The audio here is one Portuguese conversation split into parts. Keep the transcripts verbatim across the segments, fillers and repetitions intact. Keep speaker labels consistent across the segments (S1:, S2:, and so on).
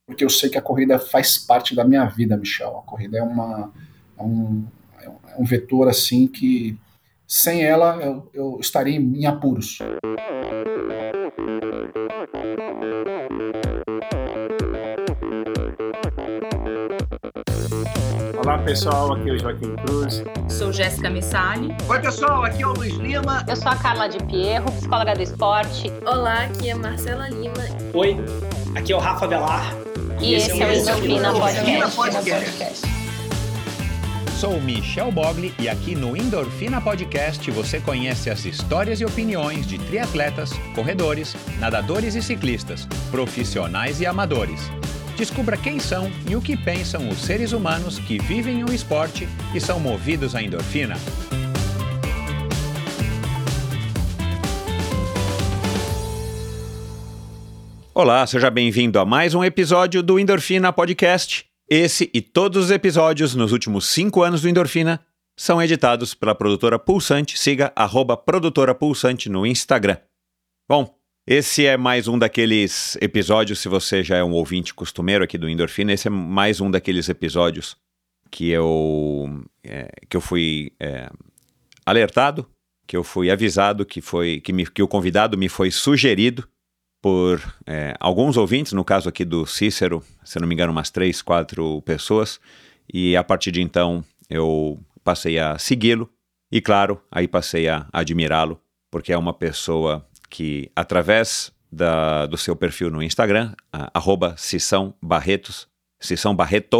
S1: porque eu sei que a corrida faz parte da minha vida, Michel. A corrida é, uma, é, um, é um vetor assim que sem ela eu, eu estaria em apuros.
S2: Olá pessoal, aqui é o Joaquim Cruz.
S3: Sou Jéssica Missali.
S4: Oi pessoal, aqui é o Luiz Lima.
S5: Eu sou a Carla de Pierro, psicóloga do esporte.
S6: Olá, aqui é Marcela Lima.
S7: Oi, aqui é o Rafa Velar.
S5: E, e esse, esse é o Endorfina Podcast. Podcast.
S8: Sou Michel Bogli e aqui no Endorfina Podcast você conhece as histórias e opiniões de triatletas, corredores, nadadores e ciclistas, profissionais e amadores. Descubra quem são e o que pensam os seres humanos que vivem o esporte e são movidos à endorfina. Olá, seja bem-vindo a mais um episódio do Endorfina Podcast. Esse e todos os episódios nos últimos cinco anos do Endorfina são editados pela produtora Pulsante. Siga arroba produtora Pulsante no Instagram. Bom, esse é mais um daqueles episódios, se você já é um ouvinte costumeiro aqui do Endorfina, esse é mais um daqueles episódios que eu, é, que eu fui é, alertado, que eu fui avisado, que, foi, que, me, que o convidado me foi sugerido por é, alguns ouvintes, no caso aqui do Cícero, se não me engano umas três, quatro pessoas, e a partir de então eu passei a segui-lo e claro, aí passei a admirá-lo, porque é uma pessoa que através da, do seu perfil no Instagram, uh, arroba Cissão Barretos, Cissão Barreto,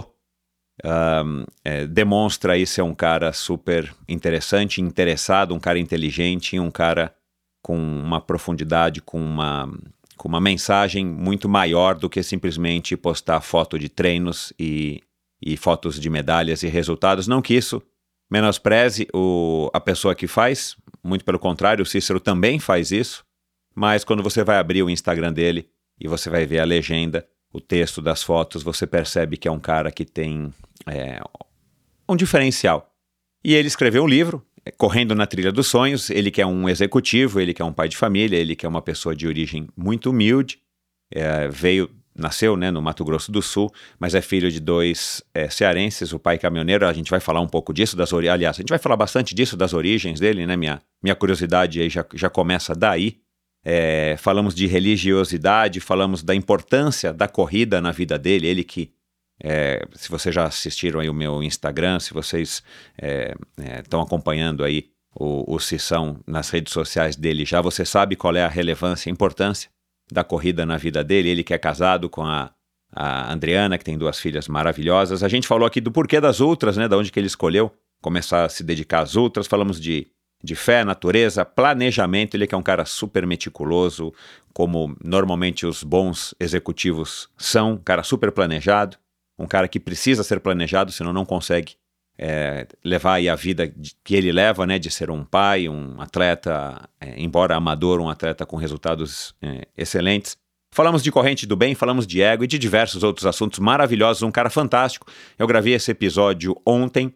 S8: um, é, demonstra aí ser um cara super interessante, interessado, um cara inteligente, um cara com uma profundidade, com uma, com uma mensagem muito maior do que simplesmente postar foto de treinos e, e fotos de medalhas e resultados. Não que isso menospreze o, a pessoa que faz, muito pelo contrário, o Cícero também faz isso. Mas quando você vai abrir o Instagram dele e você vai ver a legenda, o texto das fotos, você percebe que é um cara que tem é, um diferencial. E ele escreveu um livro, Correndo na Trilha dos Sonhos. Ele que é um executivo, ele que é um pai de família, ele que é uma pessoa de origem muito humilde, é, veio, nasceu né, no Mato Grosso do Sul, mas é filho de dois é, cearenses, o pai caminhoneiro. A gente vai falar um pouco disso, das ori- aliás, a gente vai falar bastante disso, das origens dele, né? Minha, minha curiosidade aí já, já começa daí. É, falamos de religiosidade, falamos da importância da corrida na vida dele, ele que, é, se vocês já assistiram aí o meu Instagram, se vocês estão é, é, acompanhando aí o, o Cissão nas redes sociais dele já, você sabe qual é a relevância, a importância da corrida na vida dele, ele que é casado com a, a Adriana, que tem duas filhas maravilhosas. A gente falou aqui do porquê das ultras, né, da onde que ele escolheu começar a se dedicar às ultras, falamos de de fé, natureza, planejamento. Ele que é um cara super meticuloso, como normalmente os bons executivos são, um cara super planejado, um cara que precisa ser planejado, senão não consegue é, levar aí a vida que ele leva, né, de ser um pai, um atleta, é, embora amador, um atleta com resultados é, excelentes. Falamos de corrente do bem, falamos de ego e de diversos outros assuntos maravilhosos, um cara fantástico. Eu gravei esse episódio ontem,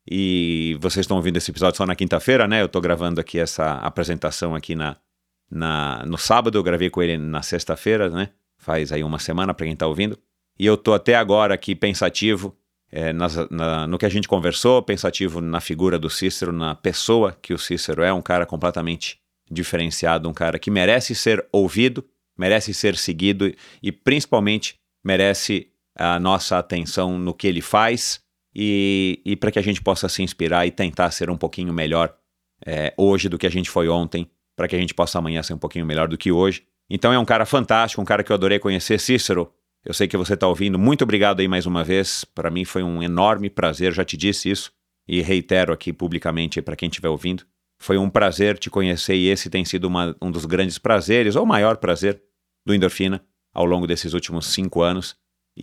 S8: e vocês estão ouvindo esse episódio só na quinta-feira, né? Eu tô gravando aqui essa apresentação aqui na, na, no sábado, eu gravei com ele na sexta-feira, né? Faz aí uma semana para quem tá ouvindo. E eu tô até agora aqui pensativo é, nas, na, no que a gente conversou, pensativo na figura do Cícero, na pessoa que o Cícero é, um cara completamente diferenciado, um cara que merece ser ouvido, merece ser seguido e principalmente merece a nossa atenção no que ele faz. E, e para que a gente possa se inspirar e tentar ser um pouquinho melhor é, hoje do que a gente foi ontem, para que a gente possa amanhã ser um pouquinho melhor do que hoje. Então é um cara fantástico, um cara que eu adorei conhecer. Cícero, eu sei que você está ouvindo, muito obrigado aí mais uma vez, para mim foi um enorme prazer, já te disse isso, e reitero aqui publicamente para quem estiver ouvindo, foi um prazer te conhecer e esse tem sido uma, um dos grandes prazeres, ou o maior prazer do Endorfina ao longo desses últimos cinco anos,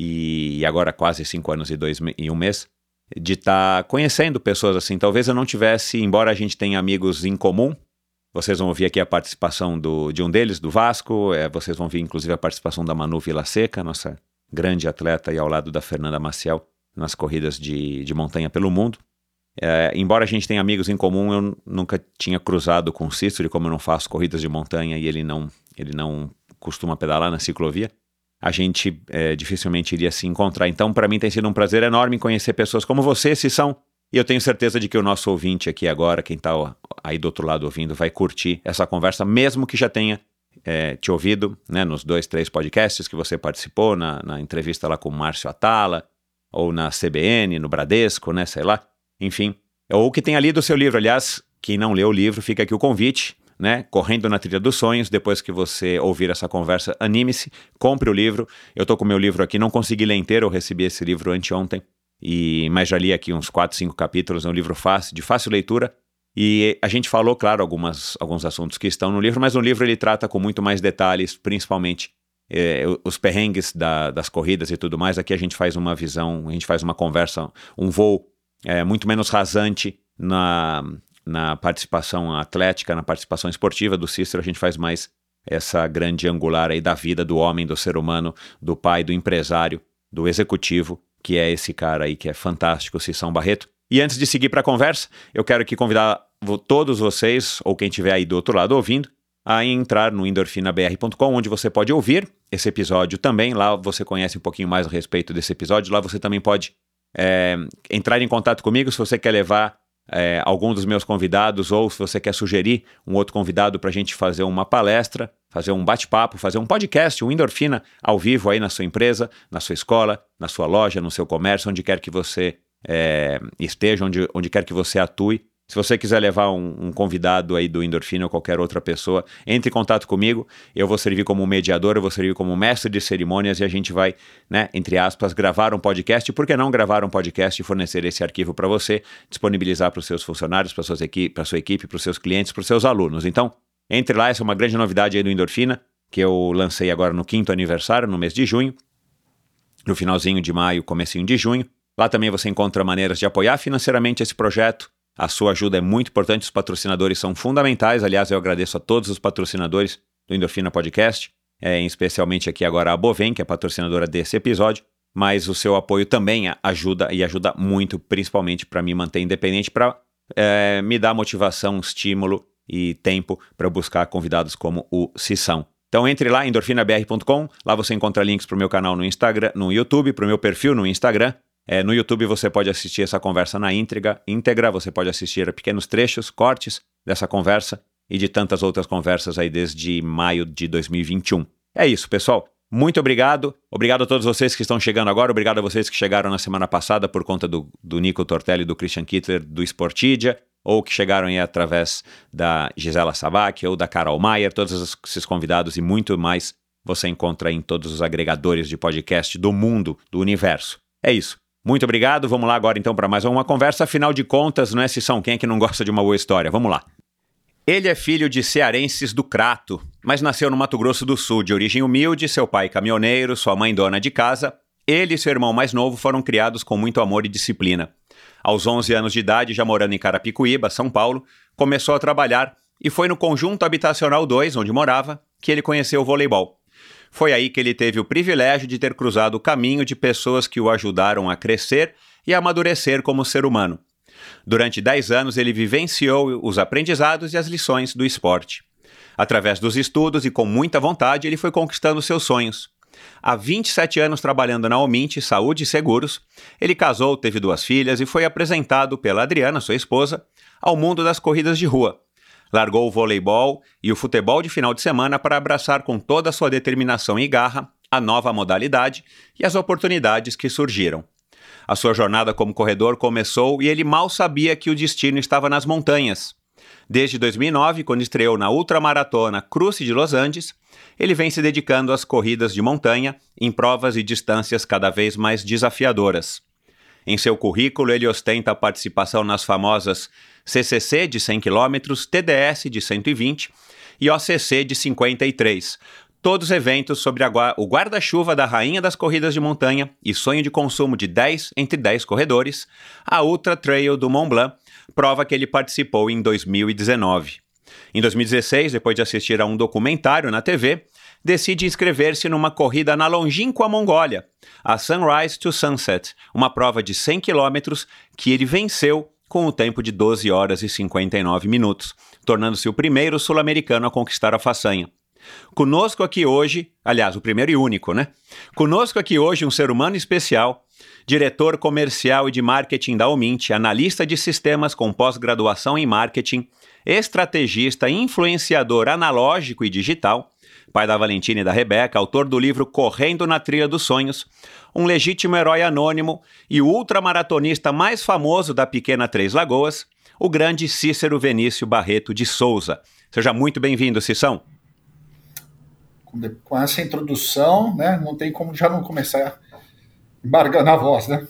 S8: e agora quase cinco anos e, dois, e um mês, de estar tá conhecendo pessoas assim. Talvez eu não tivesse, embora a gente tenha amigos em comum, vocês vão ouvir aqui a participação do, de um deles, do Vasco, é, vocês vão ver inclusive a participação da Manu Vilaseca, nossa grande atleta e ao lado da Fernanda Maciel nas corridas de, de montanha pelo mundo. É, embora a gente tenha amigos em comum, eu nunca tinha cruzado com o Cícero, e como eu não faço corridas de montanha e ele não, ele não costuma pedalar na ciclovia, a gente é, dificilmente iria se encontrar. Então, para mim tem sido um prazer enorme conhecer pessoas como você, se são, e eu tenho certeza de que o nosso ouvinte aqui agora, quem está aí do outro lado ouvindo, vai curtir essa conversa, mesmo que já tenha é, te ouvido, né, nos dois, três podcasts que você participou, na, na entrevista lá com o Márcio Atala, ou na C B N, no Bradesco, né, sei lá, enfim, ou que tenha lido o seu livro. Aliás, quem não leu o livro, fica aqui o convite, né, Correndo na Trilha dos Sonhos. Depois que você ouvir essa conversa, anime-se, compre o livro. Eu tô com o meu livro aqui, não consegui ler inteiro, eu recebi esse livro anteontem, e, mas já li aqui uns quatro, cinco capítulos, é um livro fácil, de fácil leitura, e a gente falou, claro, algumas, alguns assuntos que estão no livro, mas no livro ele trata com muito mais detalhes, principalmente é, os perrengues da, das corridas e tudo mais. Aqui a gente faz uma visão, a gente faz uma conversa, um voo é, muito menos rasante na, na participação atlética, na participação esportiva do Cícero. A gente faz mais essa grande angular aí da vida do homem, do ser humano, do pai, do empresário, do executivo, que é esse cara aí que é fantástico, o Cissão Barreto. E antes de seguir para a conversa, eu quero aqui convidar todos vocês, ou quem estiver aí do outro lado ouvindo, a entrar no endorfina b r ponto com, onde você pode ouvir esse episódio também. Lá você conhece um pouquinho mais a respeito desse episódio. Lá você também pode é, entrar em contato comigo se você quer levar é, algum dos meus convidados, ou se você quer sugerir um outro convidado para a gente fazer uma palestra, fazer um bate-papo, fazer um podcast, um Endorfina ao vivo aí na sua empresa, na sua escola, na sua loja, no seu comércio, onde quer que você é, esteja, onde, onde quer que você atue. Se você quiser levar um, um convidado aí do Endorfina ou qualquer outra pessoa, entre em contato comigo. Eu vou servir como mediador, eu vou servir como mestre de cerimônias, e a gente vai, né, entre aspas, gravar um podcast. Por que não gravar um podcast e fornecer esse arquivo para você, disponibilizar para os seus funcionários, para a sua equipe, para os seus clientes, para os seus alunos? Então, entre lá, essa é uma grande novidade aí do Endorfina, que eu lancei agora no quinto aniversário, no mês de junho, no finalzinho de maio, comecinho de junho. Lá também você encontra maneiras de apoiar financeiramente esse projeto. A sua ajuda é muito importante, os patrocinadores são fundamentais. Aliás, eu agradeço a todos os patrocinadores do Endorfina Podcast, é, especialmente aqui agora a Bovem, que é patrocinadora desse episódio, mas o seu apoio também ajuda, e ajuda muito, principalmente para me manter independente, para é, me dar motivação, estímulo e tempo para buscar convidados como o Cissão. Então entre lá, endorfina b r ponto com, lá você encontra links para o meu canal no Instagram, no YouTube, para o meu perfil no Instagram. É, no YouTube você pode assistir essa conversa na íntegra, íntegra, você pode assistir a pequenos trechos, cortes dessa conversa e de tantas outras conversas aí desde maio de dois mil e vinte e um. É isso, pessoal. Muito obrigado. Obrigado a todos vocês que estão chegando agora. Obrigado a vocês que chegaram na semana passada por conta do, do Nico Tortelli e do Christian Kittler do Sportidia, ou que chegaram aí através da Gisela Sabac ou da Carol Maier. Todos esses convidados e muito mais você encontra em todos os agregadores de podcast do mundo, do universo. É isso. Muito obrigado, vamos lá agora então para mais uma conversa. Afinal de contas, não é, Cissão? Quem é que não gosta de uma boa história? Vamos lá. Ele é filho de cearenses do Crato, mas nasceu no Mato Grosso do Sul, de origem humilde, seu pai caminhoneiro, sua mãe dona de casa. Ele e seu irmão mais novo foram criados com muito amor e disciplina. Aos onze anos de idade, já morando em Carapicuíba, São Paulo, começou a trabalhar e foi no Conjunto Habitacional dois, onde morava, que ele conheceu o voleibol. Foi aí que ele teve o privilégio de ter cruzado o caminho de pessoas que o ajudaram a crescer e a amadurecer como ser humano. Durante dez anos, ele vivenciou os aprendizados e as lições do esporte. Através dos estudos e com muita vontade, ele foi conquistando seus sonhos. Há vinte e sete anos trabalhando na Omint Saúde e Seguros, ele casou, teve duas filhas e foi apresentado pela Adriana, sua esposa, ao mundo das corridas de rua. Largou o voleibol e o futebol de final de semana para abraçar com toda a sua determinação e garra a nova modalidade e as oportunidades que surgiram. A sua jornada como corredor começou e ele mal sabia que o destino estava nas montanhas. Desde dois mil e nove, quando estreou na ultramaratona Cruze de Los Andes, ele vem se dedicando às corridas de montanha em provas e distâncias cada vez mais desafiadoras. Em seu currículo, ele ostenta a participação nas famosas C C C de cem quilômetros, T D S de cento e vinte e O C C de cinquenta e três, todos eventos sobre a, o guarda-chuva da rainha das corridas de montanha e sonho de consumo de dez entre dez corredores, a Ultra Trail do Mont Blanc, prova que ele participou em dois mil e dezenove. Em dois mil e dezesseis, depois de assistir a um documentário na T V, decide inscrever-se numa corrida na longínqua Mongólia, a Sunrise to Sunset, uma prova de cem quilômetros que ele venceu com o tempo de doze horas e cinquenta e nove minutos, tornando-se o primeiro sul-americano a conquistar a façanha. Conosco aqui hoje, aliás, o primeiro e único, né? Conosco aqui hoje um ser humano especial, diretor comercial e de marketing da Omint, analista de sistemas com pós-graduação em marketing, estrategista, influenciador analógico e digital, pai da Valentina e da Rebeca, autor do livro Correndo na Trilha dos Sonhos, um legítimo herói anônimo e o ultramaratonista mais famoso da pequena Três Lagoas, o grande Cícero Venício Barreto de Souza. Seja muito bem-vindo, Cição.
S1: Com essa introdução, né, não tem como já não começar embargando a voz, né?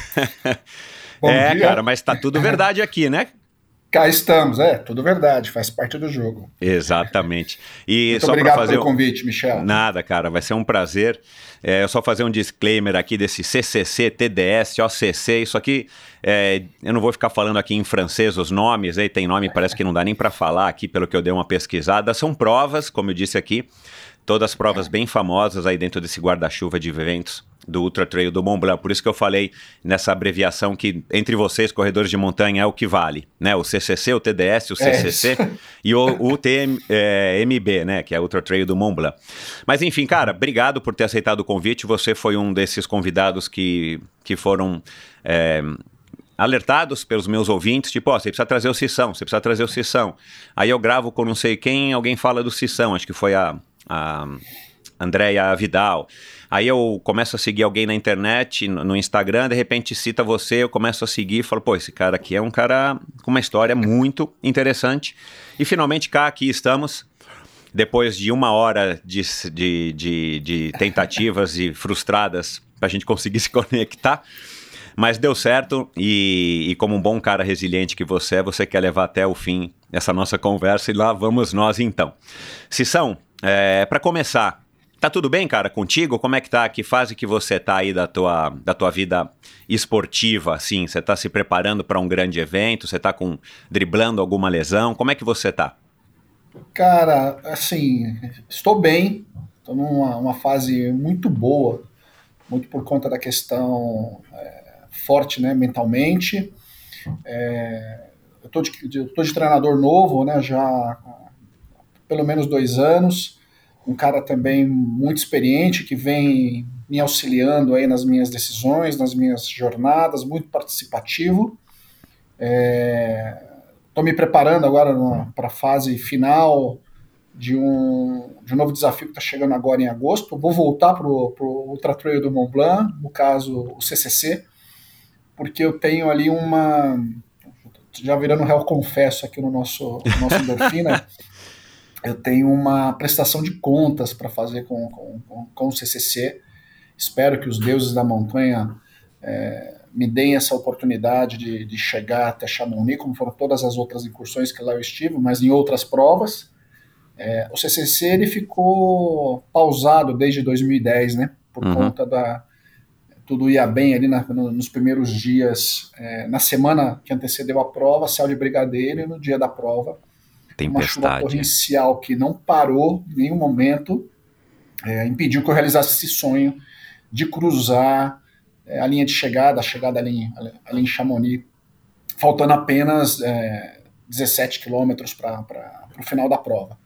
S1: Bom
S8: é,
S1: dia.
S8: Cara, mas tá tudo verdade aqui, né?
S1: Cá estamos, é, tudo verdade, faz parte do jogo.
S8: Exatamente. E
S1: Muito
S8: só
S1: obrigado
S8: fazer
S1: pelo
S8: um...
S1: convite, Michel.
S8: Nada, cara, vai ser um prazer. É, eu só fazer um disclaimer aqui desse C C C, T D S, O C C, isso aqui, é, eu não vou ficar falando aqui em francês os nomes, aí tem nome, parece que não dá nem para falar aqui, pelo que eu dei uma pesquisada. São provas, como eu disse aqui, todas provas bem famosas aí dentro desse guarda-chuva de eventos do Ultra Trail do Mont Blanc. Por isso que eu falei nessa abreviação que entre vocês, corredores de montanha, é o que vale, né? O C C C, o T D S, o C C C é e o, o T M B, né? Que é o Ultra Trail do Mont Blanc. Mas enfim, cara, obrigado por ter aceitado o convite. Você foi um desses convidados que, que foram... É, alertados pelos meus ouvintes, tipo, ó, você precisa trazer o Cição, você precisa trazer o Cição. Aí eu gravo com não sei quem, alguém fala do Cição, acho que foi a, a Andréia Vidal. Aí eu começo a seguir alguém na internet, no, no Instagram, de repente cita você, eu começo a seguir e falo, pô, esse cara aqui é um cara com uma história muito interessante. E finalmente cá, aqui estamos, depois de uma hora de, de, de, de tentativas e frustradas pra gente conseguir se conectar. Mas deu certo e, e como um bom cara resiliente que você é, você quer levar até o fim essa nossa conversa e lá vamos nós então. Cição, é, para começar, tá tudo bem, cara, contigo? Como é que tá? Que fase que você tá aí da tua, da tua vida esportiva, assim? Você tá se preparando para um grande evento? Você tá com, driblando alguma lesão? Como é que você tá?
S1: Cara, assim, estou bem, estou numa uma fase muito boa, muito por conta da questão... É, forte, né, mentalmente. É, eu tô de, de, tô de treinador novo, né, já há pelo menos dois anos, um cara também muito experiente, que vem me auxiliando aí nas minhas decisões, nas minhas jornadas, muito participativo. Estou é, me preparando agora para a fase final de um, de um novo desafio que está chegando agora em agosto. Vou voltar para o Ultra Trail do Mont Blanc, no caso o C C C, porque eu tenho ali uma... Já virando réu confesso aqui no nosso, no nosso Endorfina, eu tenho uma prestação de contas para fazer com, com, com o C C C. Espero que os deuses da montanha é, me deem essa oportunidade de, de chegar até Chamonix, como foram todas as outras incursões que lá eu estive, mas em outras provas. É, o C C C ele ficou pausado desde dois mil e dez, né? Por uhum. conta da... Tudo ia bem ali na, no, nos primeiros dias, é, na semana que antecedeu a prova, céu de brigadeiro, e no dia da prova,
S8: tempestade.
S1: Uma chuva torrencial que não parou em nenhum momento, é, impediu que eu realizasse esse sonho de cruzar é, a linha de chegada, a chegada ali, ali em Chamonix, faltando apenas é, dezessete quilômetros para o final da prova.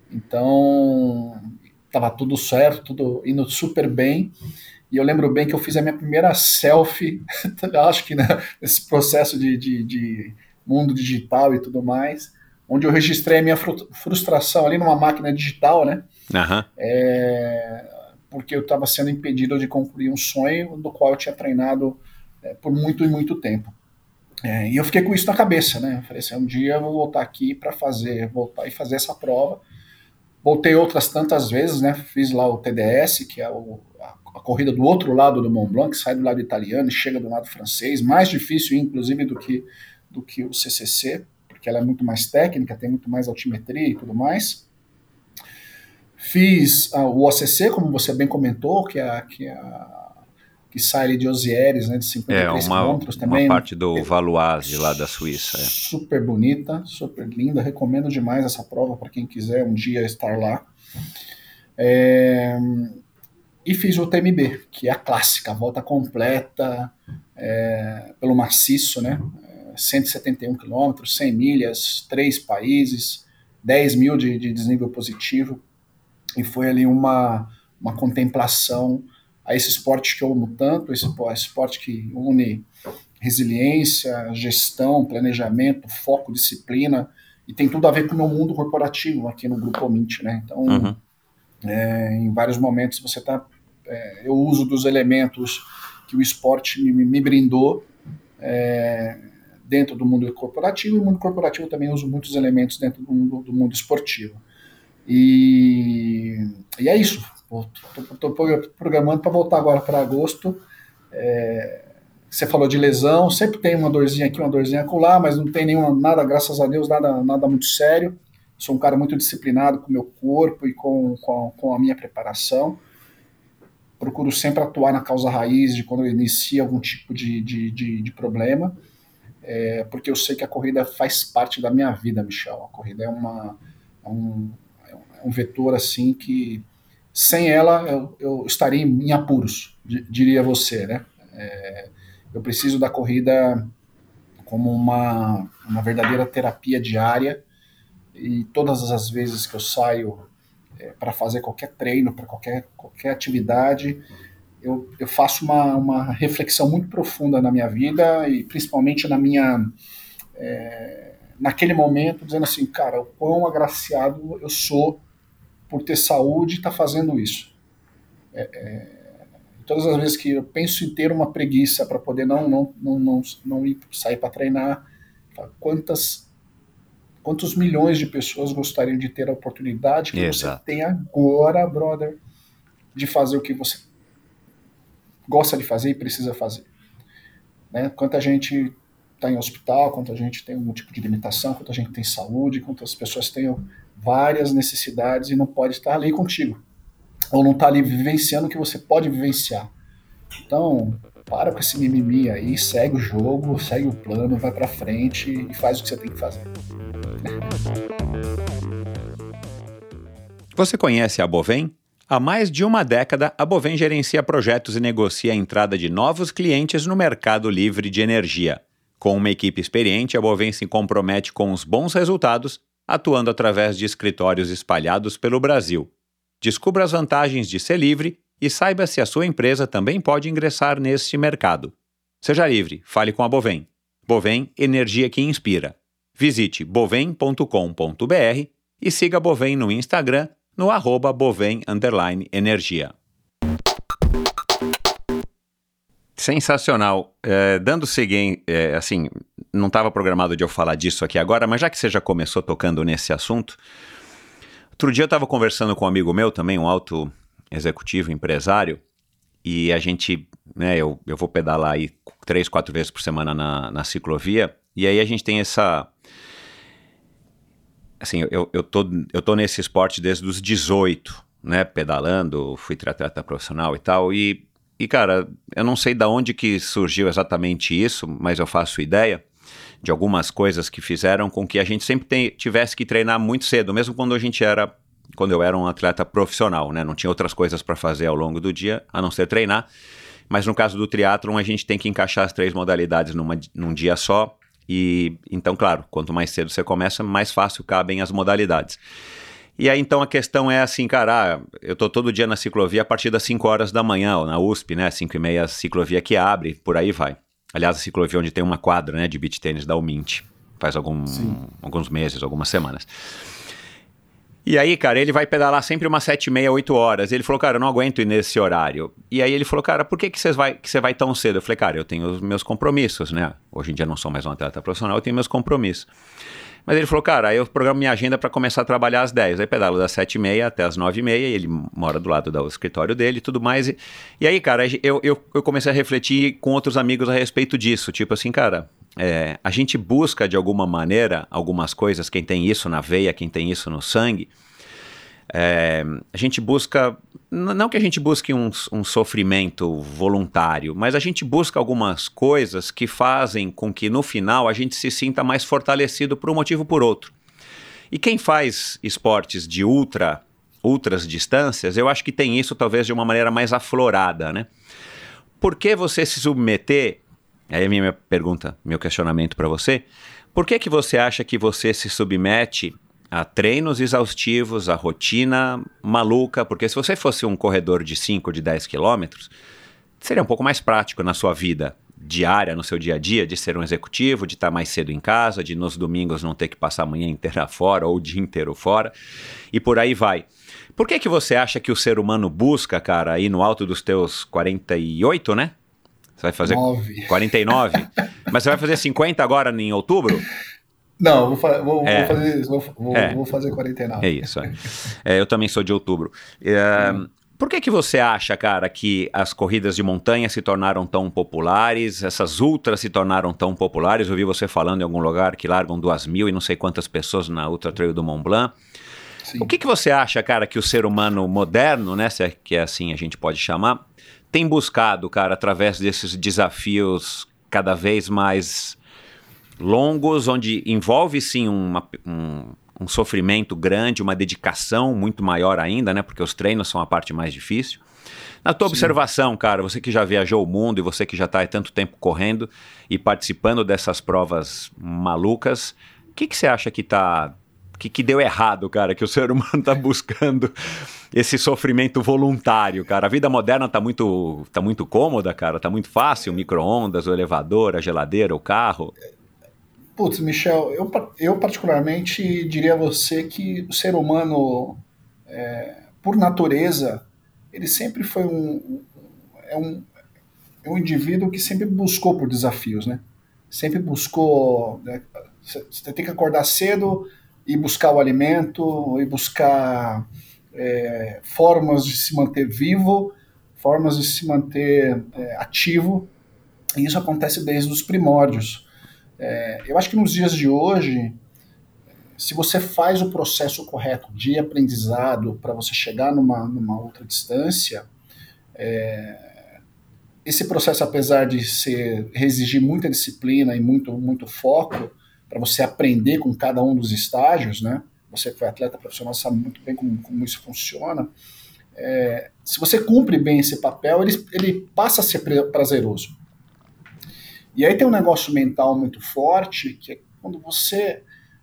S1: Então, estava tudo certo, tudo indo super bem. E eu lembro bem que eu fiz a minha primeira selfie, acho que né, nesse processo de, de, de mundo digital e tudo mais, onde eu registrei a minha frustração ali numa máquina digital, né?
S8: Uhum.
S1: É, porque eu estava sendo impedido de concluir um sonho do qual eu tinha treinado é, por muito e muito tempo. É, e eu fiquei com isso na cabeça, né? Eu falei assim, um dia eu vou voltar aqui para fazer, voltar e fazer essa prova. Voltei outras tantas vezes, né? Fiz lá o T D S, que é o, a, a corrida do outro lado do Mont Blanc, que sai do lado italiano e chega do lado francês, mais difícil, inclusive, do que, do que o C C C, porque ela é muito mais técnica, tem muito mais altimetria e tudo mais. Fiz uh, o O C C, como você bem comentou, que é a... Que, é a, que sai ali de Osieres, né, de cinquenta e três
S8: é, uma,
S1: quilômetros também.
S8: Uma parte do Valois, de lá da Suíça. É.
S1: Super bonita, super linda, recomendo demais essa prova para quem quiser um dia estar lá. É, e fiz o T M B, que é a clássica, a volta completa, é, pelo maciço, né, cento e setenta e um quilômetros, cem milhas, três países, dez mil de, de desnível positivo, e foi ali uma, uma contemplação a esse esporte que eu amo tanto, esse esporte que une resiliência, gestão, planejamento, foco, disciplina, e tem tudo a ver com o meu mundo corporativo aqui no Grupo Omint, né? Então, uhum. é, em vários momentos você tá, é, eu uso dos elementos que o esporte me, me brindou é, dentro do mundo corporativo, e no mundo corporativo eu também uso muitos elementos dentro do mundo, do mundo esportivo. E, e é isso. Estou programando para voltar agora para agosto. É, você falou de lesão, sempre tem uma dorzinha aqui, uma dorzinha acolá, mas não tem nenhuma, nada, graças a Deus, nada, nada muito sério. Sou um cara muito disciplinado com o meu corpo e com, com, a, com a minha preparação. Procuro sempre atuar na causa raiz de quando eu inicio algum tipo de, de, de, de problema, é, porque eu sei que a corrida faz parte da minha vida, Michel. A corrida é, uma, é, um, é um vetor assim que, sem ela, eu, eu estaria em apuros, diria você, né? É, eu preciso da corrida como uma, uma verdadeira terapia diária, e todas as vezes que eu saio é, para fazer qualquer treino, para qualquer, qualquer atividade, eu, eu faço uma, uma reflexão muito profunda na minha vida, e principalmente na minha, é, naquele momento, dizendo assim, cara, o quão agraciado eu sou por ter saúde e estar tá fazendo isso. É, é, todas as vezes que eu penso em ter uma preguiça para poder não, não, não, não, não ir sair para treinar, quantas, quantos milhões de pessoas gostariam de ter a oportunidade que Exato. Você tem agora, brother, de fazer o que você gosta de fazer e precisa fazer. Né? Quanta gente está em hospital, quanta gente tem algum tipo de limitação, quanta gente tem saúde, quantas pessoas têm várias necessidades e não pode estar ali contigo. Ou não está ali vivenciando o que você pode vivenciar. Então, para com esse mimimi aí, segue o jogo, segue o plano, vai para frente e faz o que você tem que fazer.
S8: Você conhece a Bovem? Há mais de uma década, a Bovem gerencia projetos e negocia a entrada de novos clientes no mercado livre de energia. Com uma equipe experiente, a Bovem se compromete com os bons resultados, atuando através de escritórios espalhados pelo Brasil. Descubra as vantagens de ser livre e saiba se a sua empresa também pode ingressar neste mercado. Seja livre, fale com a Bovem. Bovem, energia que inspira. Visite bovem ponto com ponto b r e siga a Bovem no Instagram, no arroba Bovem underline energia. Sensacional. É, dando seguinte, é, assim, não estava programado de eu falar disso aqui agora, mas já que você já começou tocando nesse assunto, outro dia eu estava conversando com um amigo meu também, um alto executivo, empresário, e a gente, né, eu, eu vou pedalar aí três, quatro vezes por semana na, na ciclovia, e aí a gente tem essa... Assim, eu, eu, tô, eu tô nesse esporte desde os dezoito, né, pedalando, fui triatleta profissional e tal, e, e cara, eu não sei de onde que surgiu exatamente isso, mas eu faço ideia de algumas coisas que fizeram com que a gente sempre tem, tivesse que treinar muito cedo, mesmo quando a gente era, quando eu era um atleta profissional, né, não tinha outras coisas para fazer ao longo do dia, a não ser treinar, mas no caso do triatlon a gente tem que encaixar as três modalidades numa, num dia só. E então, claro, quanto mais cedo você começa, mais fácil cabem as modalidades. E aí, então, a questão é assim, cara, ah, eu tô todo dia na ciclovia a partir das cinco horas da manhã, ou na U S P, né, cinco e meia, a ciclovia que abre, por aí vai. Aliás, a ciclovia onde tem uma quadra, né, de beach tênis da Omint, faz algum, alguns meses, algumas semanas. E aí, cara, ele vai pedalar sempre umas sete e meia, oito horas. Ele falou, cara, eu não aguento ir nesse horário. E aí ele falou, cara, por que que você vai, que você vai tão cedo? Eu falei, cara, eu tenho os meus compromissos, né? Hoje em dia não sou mais um atleta profissional, eu tenho meus compromissos. Mas ele falou, cara, aí eu programo minha agenda para começar a trabalhar às dez. Aí pedalo das sete e meia até as nove e meia, e ele mora do lado do escritório dele e tudo mais. E, e aí, cara, eu, eu, eu comecei a refletir com outros amigos a respeito disso. Tipo assim, cara, é, a gente busca de alguma maneira algumas coisas, quem tem isso na veia, quem tem isso no sangue. É, a gente busca, não que a gente busque um, um sofrimento voluntário, mas a gente busca algumas coisas que fazem com que no final a gente se sinta mais fortalecido por um motivo ou por outro. E quem faz esportes de ultra, ultras distâncias, eu acho que tem isso talvez de uma maneira mais aflorada, né? Por que você se submeter, aí a minha pergunta, meu questionamento para você, por que que você acha que você se submete a treinos exaustivos, a rotina maluca, porque se você fosse um corredor de cinco, de dez quilômetros, seria um pouco mais prático na sua vida diária, no seu dia a dia, de ser um executivo, de estar mais cedo em casa, de nos domingos não ter que passar a manhã inteira fora ou o dia inteiro fora, e por aí vai. Por que que você acha que o ser humano busca, cara, aí no alto dos teus quarenta e oito, né? Você vai fazer
S1: nove.
S8: quarenta e nove? Mas você vai fazer cinquenta agora em outubro?
S1: Não, vou, fa vou,
S8: é.
S1: vou fazer vou, vou,
S8: é.
S1: vou fazer quarenta e nove.
S8: É isso. É. É, eu também sou de outubro. É, hum. Por que que você acha, cara, que as corridas de montanha se tornaram tão populares, essas ultras se tornaram tão populares? Eu vi você falando em algum lugar que largam duas mil e não sei quantas pessoas na Ultra Trail do Mont Blanc. Sim. O que que você acha, cara, que o ser humano moderno, né, se é que é assim a gente pode chamar, tem buscado, cara, através desses desafios cada vez mais longos, onde envolve sim uma, um, um sofrimento grande, uma dedicação muito maior ainda, né? Porque os treinos são a parte mais difícil. Na tua sim. observação, cara, você que já viajou o mundo e você que já está há tanto tempo correndo e participando dessas provas malucas, o que que você acha que tá... Que, que deu errado, cara, que o ser humano tá buscando esse sofrimento voluntário, cara? A vida moderna tá muito, tá muito cômoda, cara, tá muito fácil, o micro-ondas, o elevador, a geladeira, o carro.
S1: Putz, Michel, eu, eu particularmente diria a você que o ser humano, é, por natureza, ele sempre foi um, é um, é um indivíduo que sempre buscou por desafios, né? Sempre buscou, né? Você tem que acordar cedo e buscar o alimento, e buscar é, formas de se manter vivo, formas de se manter é, ativo, e isso acontece desde os primórdios. É, eu acho que nos dias de hoje, se você faz o processo correto de aprendizado para você chegar numa, numa outra distância, é, esse processo, apesar de ser, exigir muita disciplina e muito, muito foco, para você aprender com cada um dos estágios, né? Você que foi atleta profissional sabe muito bem como, como isso funciona. É, se você cumpre bem esse papel, ele, ele passa a ser prazeroso. E aí tem um negócio mental muito forte, que é quando você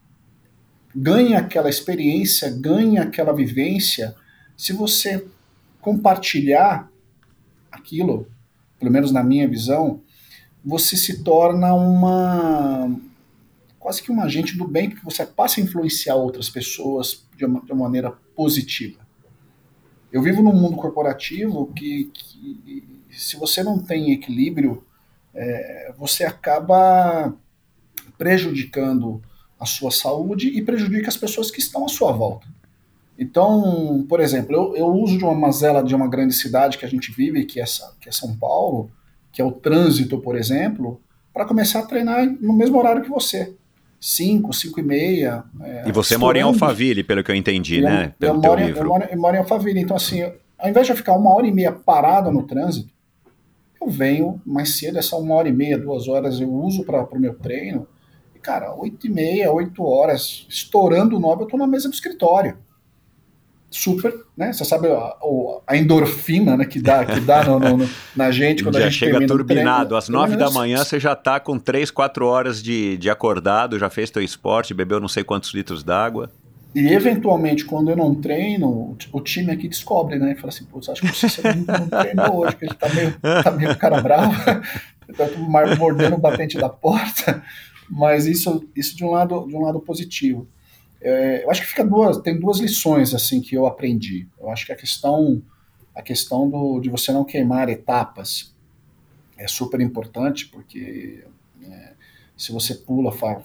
S1: ganha aquela experiência, ganha aquela vivência, se você compartilhar aquilo, pelo menos na minha visão, você se torna uma... quase que um agente do bem, porque você passa a influenciar outras pessoas de uma, de uma maneira positiva. Eu vivo num mundo corporativo que, que se você não tem equilíbrio, é, você acaba prejudicando a sua saúde e prejudica as pessoas que estão à sua volta. Então, por exemplo, eu, eu uso de uma mazela de uma grande cidade que a gente vive, que é, que é São Paulo, que é o trânsito, por exemplo, para começar a treinar no mesmo horário que você. cinco, cinco e meia. É,
S8: e você mora em Alphaville, pelo que eu entendi, eu, né? Pelo
S1: eu,
S8: teu
S1: moro,
S8: livro.
S1: Eu, moro, eu moro em Alphaville, então assim, eu, ao invés de eu ficar uma hora e meia parado no trânsito, eu venho mais cedo, essa uma hora e meia, duas horas eu uso para o meu treino, e cara, oito e meia, oito horas, estourando nove, eu tô na mesa do escritório. Super, né? Você sabe a, a endorfina, né, que dá, que dá no, no, na gente quando
S8: já
S1: a gente
S8: chega
S1: termina
S8: turbinado.
S1: o treino.
S8: Às nove da manhã você já tá com três, quatro horas de, de acordado, já fez teu esporte, bebeu não sei quantos litros d'água.
S1: E eventualmente, quando eu não treino, o time aqui descobre, né? E fala assim, putz, acho que você não, não treinou hoje, porque ele tá meio, tá meio cara bravo, tá mordendo o batente da porta. Mas isso, isso de um lado, de um lado positivo. É, eu acho que fica duas, tem duas lições assim que eu aprendi. Eu acho que a questão, a questão do, de você não queimar etapas é super importante, porque é, se você pula fala,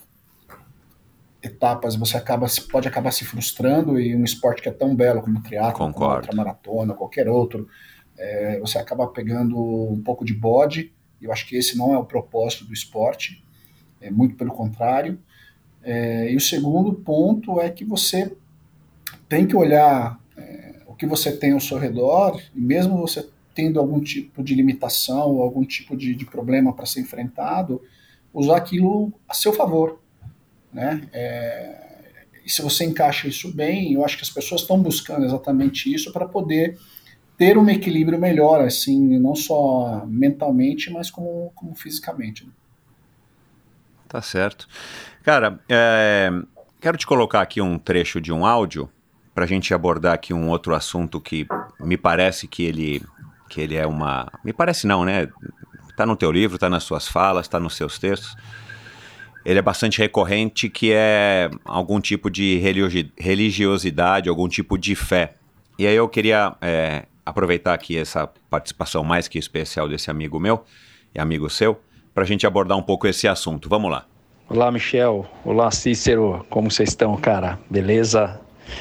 S1: etapas, você acaba, pode acabar se frustrando, e um esporte que é tão belo como o triatlo, como outra maratona, qualquer outro, é, você acaba pegando um pouco de bode. Eu acho que esse não é o propósito do esporte, é muito pelo contrário. É, e o segundo ponto é que você tem que olhar é, o que você tem ao seu redor, e mesmo você tendo algum tipo de limitação ou algum tipo de, de problema para ser enfrentado, usar aquilo a seu favor, né? É, e se você encaixa isso bem, eu acho que as pessoas estão buscando exatamente isso para poder ter um equilíbrio melhor, assim, não só mentalmente, mas como, como fisicamente, né?
S8: Tá certo. Cara, é, quero te colocar aqui um trecho de um áudio para a gente abordar aqui um outro assunto que me parece que ele, que ele é uma... Me parece não, né? Está no teu livro, está nas suas falas, está nos seus textos. Ele é bastante recorrente, que é algum tipo de religi- religiosidade, algum tipo de fé. E aí eu queria é, aproveitar aqui essa participação mais que especial desse amigo meu e amigo seu, para a gente abordar um pouco esse assunto. Vamos lá.
S9: Olá, Michel. Olá, Cícero. Como vocês estão, cara? Beleza?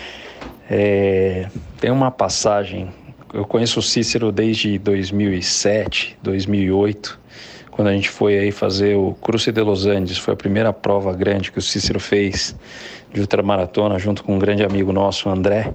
S9: É, tem uma passagem... Eu conheço o Cícero desde dois mil e sete, dois mil e oito, quando a gente foi aí fazer o Cruce de Los Andes. Foi a primeira prova grande que o Cícero fez de ultramaratona, junto com um grande amigo nosso, o André.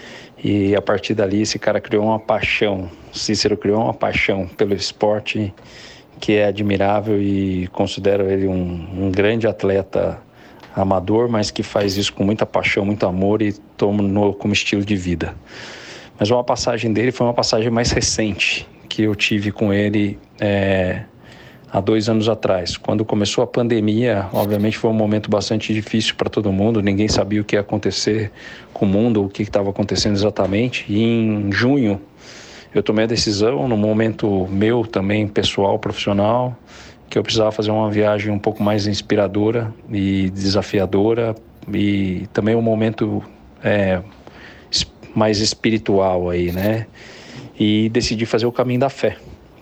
S9: E a partir dali, esse cara criou uma paixão. O Cícero criou uma paixão pelo esporte que é admirável, e considero ele um, um grande atleta amador, mas que faz isso com muita paixão, muito amor, e toma como estilo de vida. Mas uma passagem dele foi uma passagem mais recente, que eu tive com ele é, há dois anos atrás. Quando começou a pandemia, obviamente foi um momento bastante difícil para todo mundo, ninguém sabia o que ia acontecer com o mundo, o que estava acontecendo exatamente. E em junho eu tomei a decisão, num momento meu também, pessoal, profissional, que eu precisava fazer uma viagem um pouco mais inspiradora e desafiadora, e também um momento é, mais espiritual aí, né? E decidi fazer o caminho da fé.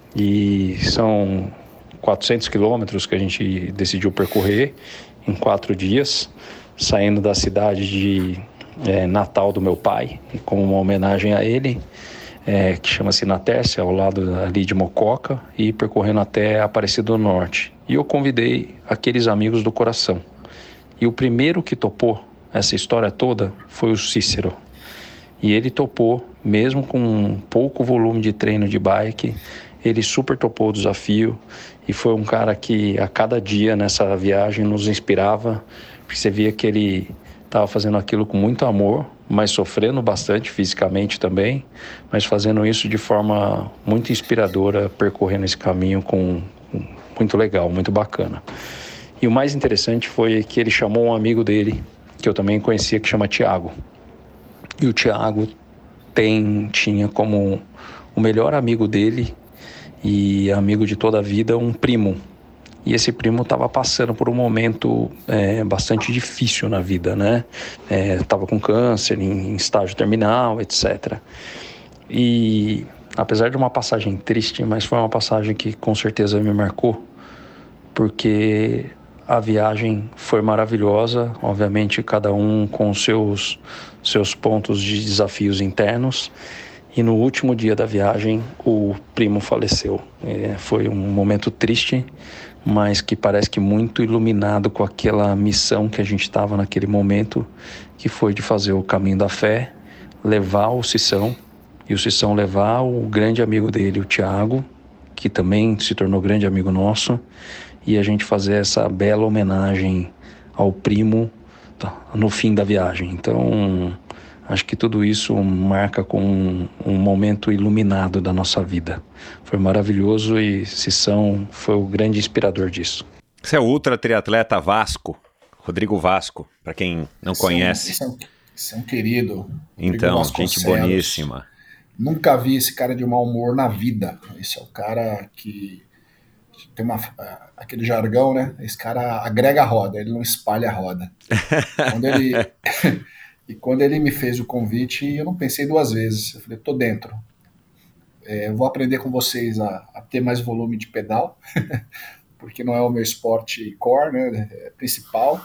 S9: E são quatrocentos quilômetros que a gente decidiu percorrer em quatro dias, saindo da cidade de é, natal do meu pai, como uma homenagem a ele, é, que chama-se Natércia, ao lado ali de Mococa, e percorrendo até Aparecida do Norte. E eu convidei aqueles amigos do coração. E o primeiro que topou essa história toda foi o Cícero. E ele topou, mesmo com um pouco volume de treino de bike, ele super topou o desafio, e foi um cara que a cada dia nessa viagem nos inspirava, porque você via que ele estava fazendo aquilo com muito amor, mas sofrendo bastante fisicamente também, mas fazendo isso de forma muito inspiradora, percorrendo esse caminho com, com muito legal, muito bacana. E o mais interessante foi que ele chamou um amigo dele, que eu também conhecia, que chama Thiago. E o Thiago tem, tinha como o melhor amigo dele e amigo de toda a vida um primo. E esse primo estava passando por um momento é, bastante difícil na vida, né? Estava é, com câncer, em, em estágio terminal, etcétera. E apesar de uma passagem triste, mas foi uma passagem que com certeza me marcou, porque a viagem foi maravilhosa, obviamente cada um com seus, seus pontos de desafios internos. E no último dia da viagem, o primo faleceu. É, foi um momento triste, mas que parece que muito iluminado com aquela missão que a gente estava naquele momento, que foi de fazer o caminho da fé, levar o Cissão, e o Cissão levar o grande amigo dele, o Thiago, que também se tornou grande amigo nosso, e a gente fazer essa bela homenagem ao primo no fim da viagem. Então, acho que tudo isso marca com um, um momento iluminado da nossa vida. Foi maravilhoso, e Cissão foi o grande inspirador disso.
S8: Você é o ultra triatleta Vasco, Rodrigo Vasco, para quem não
S1: Esse
S8: conhece.
S1: É um, esse é um querido.
S8: Então, gente boníssima.
S1: Nunca vi esse cara de mau humor na vida. Esse é o cara que tem uma, aquele jargão, né? Esse cara agrega a roda, ele não espalha a roda. Quando ele... E quando ele me fez o convite, eu não pensei duas vezes. Eu falei, tô dentro. É, eu vou aprender com vocês a, a ter mais volume de pedal, porque não é o meu esporte core, né, é principal.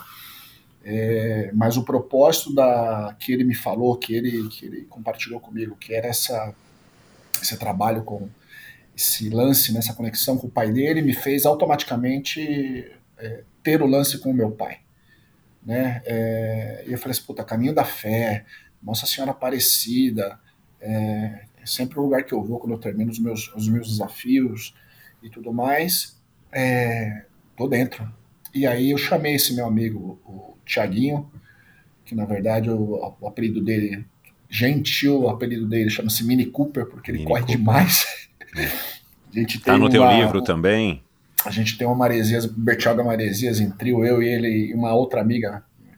S1: É, mas o propósito da, que ele me falou, que ele, que ele compartilhou comigo, que era essa, esse trabalho com esse lance, né, essa conexão com o pai dele, me fez automaticamente é, ter o lance com o meu pai. Né? É, e eu falei assim, puta, caminho da fé, Nossa Senhora Aparecida, é, é sempre o lugar que eu vou quando eu termino os meus, os meus desafios e tudo mais, é, tô dentro. E aí eu chamei esse meu amigo, o Thiaguinho, que na verdade o, o apelido dele, gentil, o apelido dele chama-se Mini Cooper, porque ele Mini corre Cooper. demais. A gente
S8: tá
S1: tem
S8: no
S1: uma,
S8: teu livro também.
S1: A gente tem uma Maresias, Bertioga Maresias em trio, eu e ele e uma outra amiga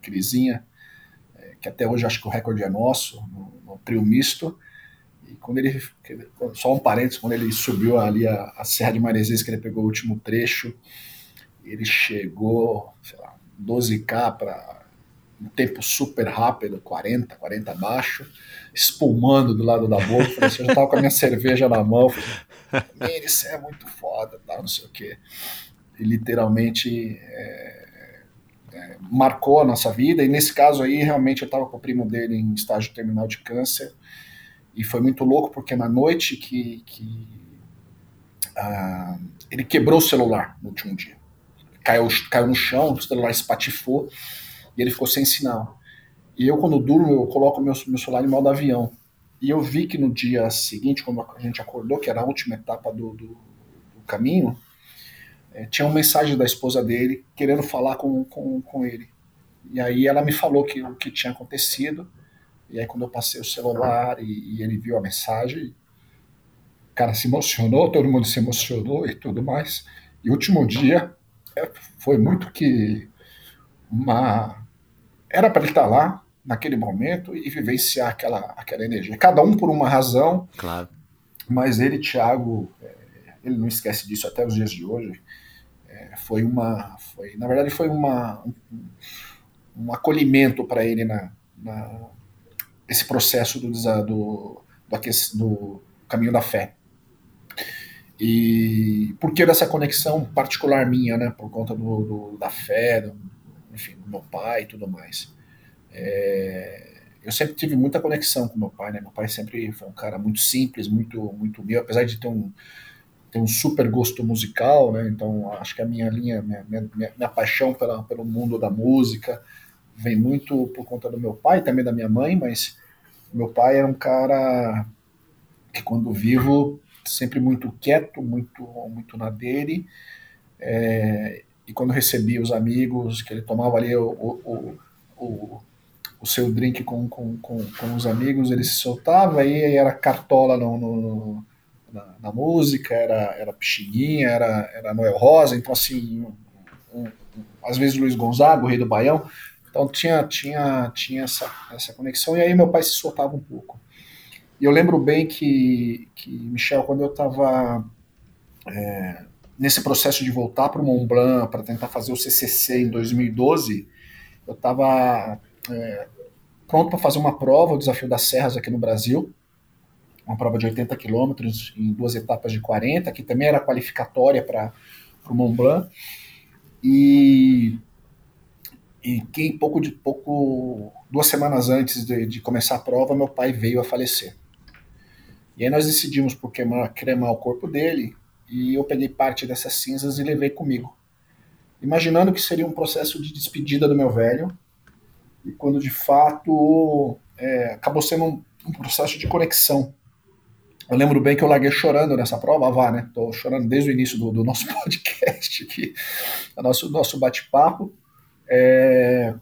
S1: Crisinha, é, que até hoje acho que o recorde é nosso, no, no trio misto. E quando ele, só um parênteses, quando ele subiu ali a, a Serra de Maresias, que ele pegou o último trecho, ele chegou, sei lá, doze quilometros para um tempo super rápido, quarenta, quarenta abaixo, espumando do lado da boca. Falei assim, eu já tava com a minha cerveja na mão, falei, isso é muito foda, tá, não sei o quê. E literalmente é, é, marcou a nossa vida, e nesse caso aí, realmente eu tava com o primo dele em estágio terminal de câncer, e foi muito louco, porque na noite que, que ah, ele quebrou o celular no último dia. Caiu, caiu no chão, o celular espatifou, e ele ficou sem sinal. E eu, quando durmo, eu coloco meu, meu celular em modo avião. E eu vi que no dia seguinte, quando a gente acordou, que era a última etapa do, do, do caminho, é, tinha uma mensagem da esposa dele, querendo falar com, com, com ele. E aí ela me falou que, o que tinha acontecido. E aí quando eu passei o celular e, e ele viu a mensagem, o cara se emocionou, todo mundo se emocionou e tudo mais. E o último dia é, foi muito que uma... Era para ele estar lá, naquele momento, e vivenciar aquela, aquela energia. Cada um por uma razão,
S8: Claro.
S1: Mas ele, Thiago, é, ele não esquece disso até os dias de hoje. É, foi uma... Foi, na verdade, foi uma, um, um acolhimento para ele na... na esse processo do, do, do, do caminho da fé. E por que dessa conexão particular minha, né? Por conta do, do, da fé, do, enfim, do meu pai e tudo mais. É, eu sempre tive muita conexão com meu pai, né? Meu pai sempre foi um cara muito simples, muito, muito meu, apesar de ter um, ter um super gosto musical, né? Então acho que a minha linha, minha, minha, minha paixão pela, pelo mundo da música vem muito por conta do meu pai, também da minha mãe, mas meu pai era um cara que, quando vivo, sempre muito quieto, muito, muito na dele, é, e quando recebia os amigos, que ele tomava ali o, o, o, o seu drink com, com, com, com os amigos, ele se soltava, aí era cartola no, no, na, na música, era, era Pixinguinha, era, era Noel Rosa, então assim, um, um, às vezes Luiz Gonzaga, o Rei do Baião. Então tinha, tinha, tinha essa, essa conexão, e aí meu pai se soltava um pouco. E eu lembro bem que, que Michel, quando eu estava é, nesse processo de voltar para o Mont Blanc para tentar fazer o C C C em dois mil e doze, eu estava é, pronto para fazer uma prova, o Desafio das Serras aqui no Brasil, uma prova de oitenta quilômetros em duas etapas de quarenta, que também era qualificatória para o Mont Blanc. E... E que pouco de pouco, duas semanas antes de, de começar a prova, meu pai veio a falecer. E aí nós decidimos por cremar, cremar o corpo dele, e eu peguei parte dessas cinzas e levei comigo, imaginando que seria um processo de despedida do meu velho, e quando de fato é, acabou sendo um, um processo de conexão. Eu lembro bem que eu larguei chorando nessa prova, ah, vá, né? Tô chorando desde o início do, do nosso podcast aqui, do nosso, nosso bate-papo. É...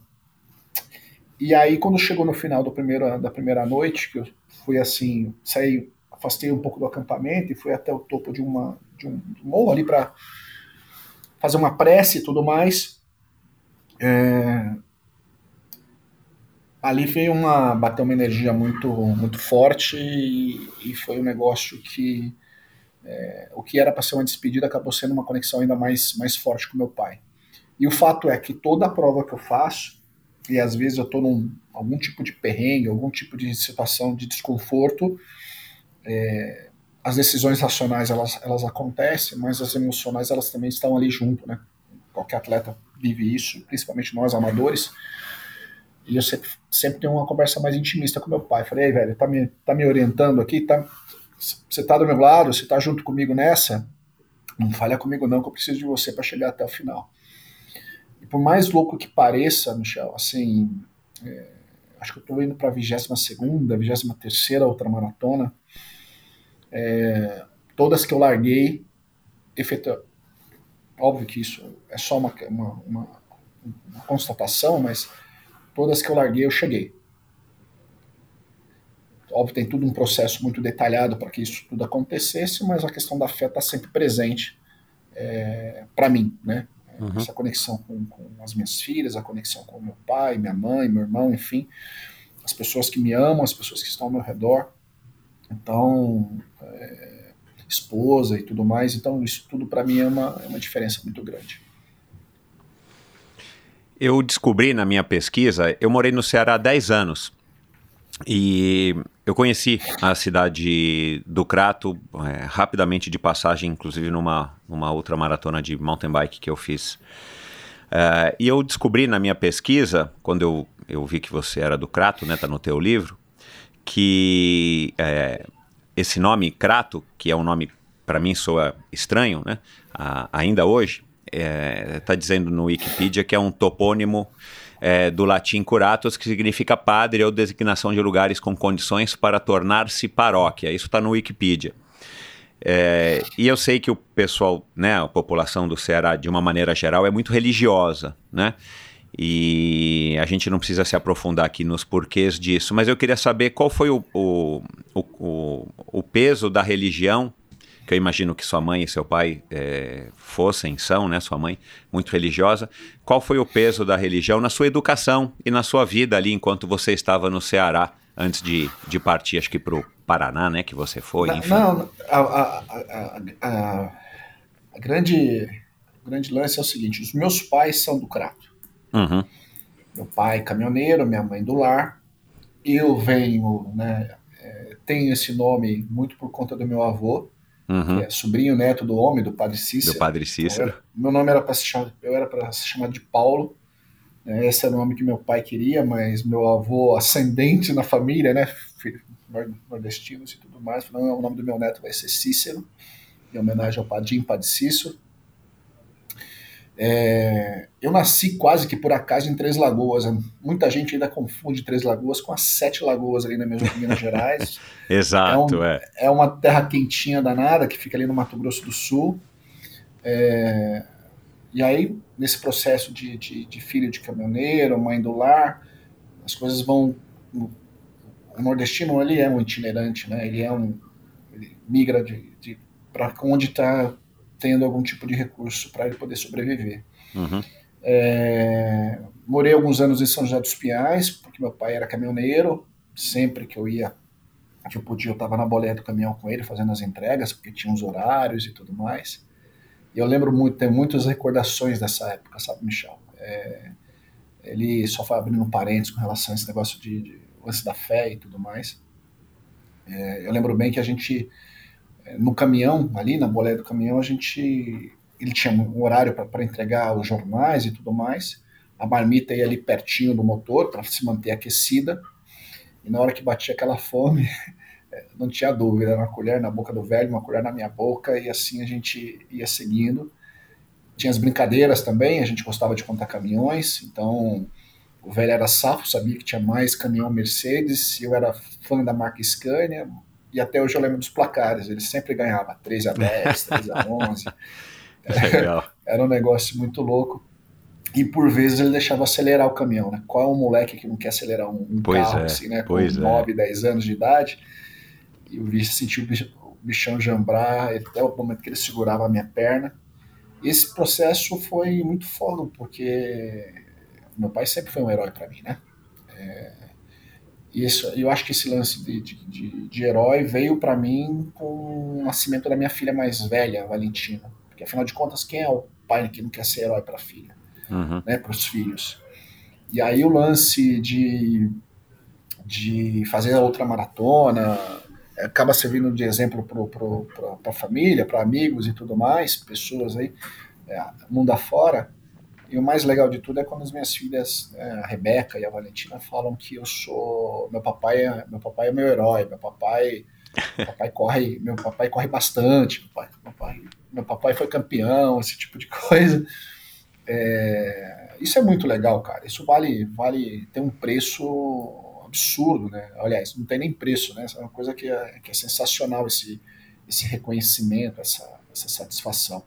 S1: E aí, quando chegou no final do primeiro, da primeira noite, que eu fui assim, saí, afastei um pouco do acampamento e fui até o topo de, uma, de um morro ali para fazer uma prece e tudo mais. É... Ali veio uma, bateu uma energia muito, muito forte, e, e foi um negócio que é, o que era para ser uma despedida acabou sendo uma conexão ainda mais, mais forte com meu pai. E o fato é que toda a prova que eu faço, e às vezes eu estou num algum tipo de perrengue, algum tipo de situação de desconforto, é, as decisões racionais elas, elas acontecem, mas as emocionais elas também estão ali junto, né? Qualquer atleta vive isso, principalmente nós amadores. E eu sempre, sempre tenho uma conversa mais intimista com meu pai. Falei, ei, velho, tá me, tá me orientando aqui, tá, você tá do meu lado, você tá junto comigo nessa? Não falha comigo não, que eu preciso de você para chegar até o final. E por mais louco que pareça, Michel, assim, é, acho que eu estou indo para a vigésima segunda, vigésima terceira ultramaratona, é, todas que eu larguei, efeito, óbvio que isso é só uma, uma, uma, uma constatação, mas todas que eu larguei eu cheguei. Óbvio, tem tudo um processo muito detalhado para que isso tudo acontecesse, mas a questão da fé está sempre presente é, para mim, né?
S8: Uhum.
S1: Essa conexão com, com as minhas filhas, a conexão com meu pai, minha mãe, meu irmão, enfim, as pessoas que me amam, as pessoas que estão ao meu redor, então, é, esposa e tudo mais, então isso tudo para mim é uma, é uma diferença muito grande.
S8: Eu descobri na minha pesquisa, eu morei no Ceará há dez anos, e eu conheci a cidade do Crato é, rapidamente de passagem, inclusive numa, numa outra maratona de mountain bike que eu fiz. Uh, e eu descobri na minha pesquisa, quando eu, eu vi que você era do Crato, né, tá no teu livro, que é, esse nome Crato, que é um nome para mim soa estranho, né, a, ainda hoje, está é, dizendo no Wikipedia que é um topônimo É, do latim curatus, que significa padre ou designação de lugares com condições para tornar-se paróquia. Isso está no Wikipedia. É, e eu sei que o pessoal, né, a população do Ceará, de uma maneira geral, é muito religiosa, né? E a gente não precisa se aprofundar aqui nos porquês disso, mas eu queria saber qual foi o, o, o, o peso da religião, que eu imagino que sua mãe e seu pai é, fossem, são, né, sua mãe, muito religiosa. Qual foi o peso da religião na sua educação e na sua vida ali enquanto você estava no Ceará, antes de, de partir, acho que para o Paraná, né, que você foi, enfim.
S1: Não, a, a, a, a, a grande, o grande lance é o seguinte, os meus pais são do Crato.
S8: Uhum.
S1: Meu pai caminhoneiro, minha mãe do lar. Eu venho, né, é, tenho esse nome muito por conta do meu avô,
S8: Uhum.
S1: que é sobrinho neto do homem, do Padre Cícero.
S8: Do Padre Cícero.
S1: Então, meu nome era para se chamar, eu era para ser chamado de Paulo. Né, esse era o nome que meu pai queria, mas meu avô ascendente na família, né, nordestinos e tudo mais, falou, não, o nome do meu neto vai ser Cícero, em homenagem ao Padim, Padre Cícero. É, eu nasci quase que por acaso em Três Lagoas. Muita gente ainda confunde Três Lagoas com as Sete Lagoas ali na Minas Gerais.
S8: Exato,
S1: é, um,
S8: é.
S1: É uma terra quentinha danada que fica ali no Mato Grosso do Sul. É, e aí, nesse processo de, de, de filho de caminhoneiro, mãe do lar, as coisas vão... O nordestino, ele é um itinerante, né? Ele é um... Ele migra de, de, para onde está tendo algum tipo de recurso para ele poder sobreviver.
S8: Uhum.
S1: É, morei alguns anos em São José dos Pinhais, porque meu pai era caminhoneiro, sempre que eu ia, que eu podia, eu estava na boleia do caminhão com ele, fazendo as entregas, porque tinha uns horários e tudo mais. E eu lembro muito, tenho muitas recordações dessa época, sabe, Michel? É, ele só foi abrindo parênteses com relação a esse negócio de, de lance da fé e tudo mais. É, eu lembro bem que a gente... No caminhão, ali na boleia do caminhão, a gente, ele tinha um horário para entregar os jornais e tudo mais. A marmita ia ali pertinho do motor para se manter aquecida. E na hora que batia aquela fome, não tinha dúvida, uma colher na boca do velho, uma colher na minha boca, e assim a gente ia seguindo. Tinha as brincadeiras também, a gente gostava de contar caminhões, então o velho era safo, sabia que tinha mais caminhão Mercedes, eu era fã da marca Scania. E até hoje eu lembro dos placares, ele sempre ganhava treze a dez, treze a onze.
S8: Legal.
S1: Era um negócio muito louco. E por vezes ele deixava acelerar o caminhão, né? Qual é um moleque que não quer acelerar um, um carro, é, assim, né? Com nove, dez anos de idade. E o bicho sentiu o bichão jambrar, até o momento que ele segurava a minha perna. E esse processo foi muito foda, porque meu pai sempre foi um herói para mim, né? É... Isso, eu acho que esse lance de, de, de, de herói veio para mim com o nascimento da minha filha mais velha, a Valentina. Porque, afinal de contas, quem é o pai que não quer ser herói para a filha?
S8: Uhum.
S1: Né, para os filhos. E aí o lance de, de fazer a outra maratona acaba servindo de exemplo para a família, para amigos e tudo mais, pessoas aí, é, mundo afora. E o mais legal de tudo é quando as minhas filhas, a Rebeca e a Valentina, falam que eu sou, meu papai é meu, papai é meu herói, meu papai, meu papai corre, meu papai corre bastante, meu papai, meu papai, meu papai foi campeão, esse tipo de coisa. É, isso é muito legal, cara. Isso vale, vale tem um preço absurdo, né? Aliás, não tem nem preço, né? Essa é uma coisa que é, que é sensacional, esse, esse reconhecimento, essa, essa satisfação.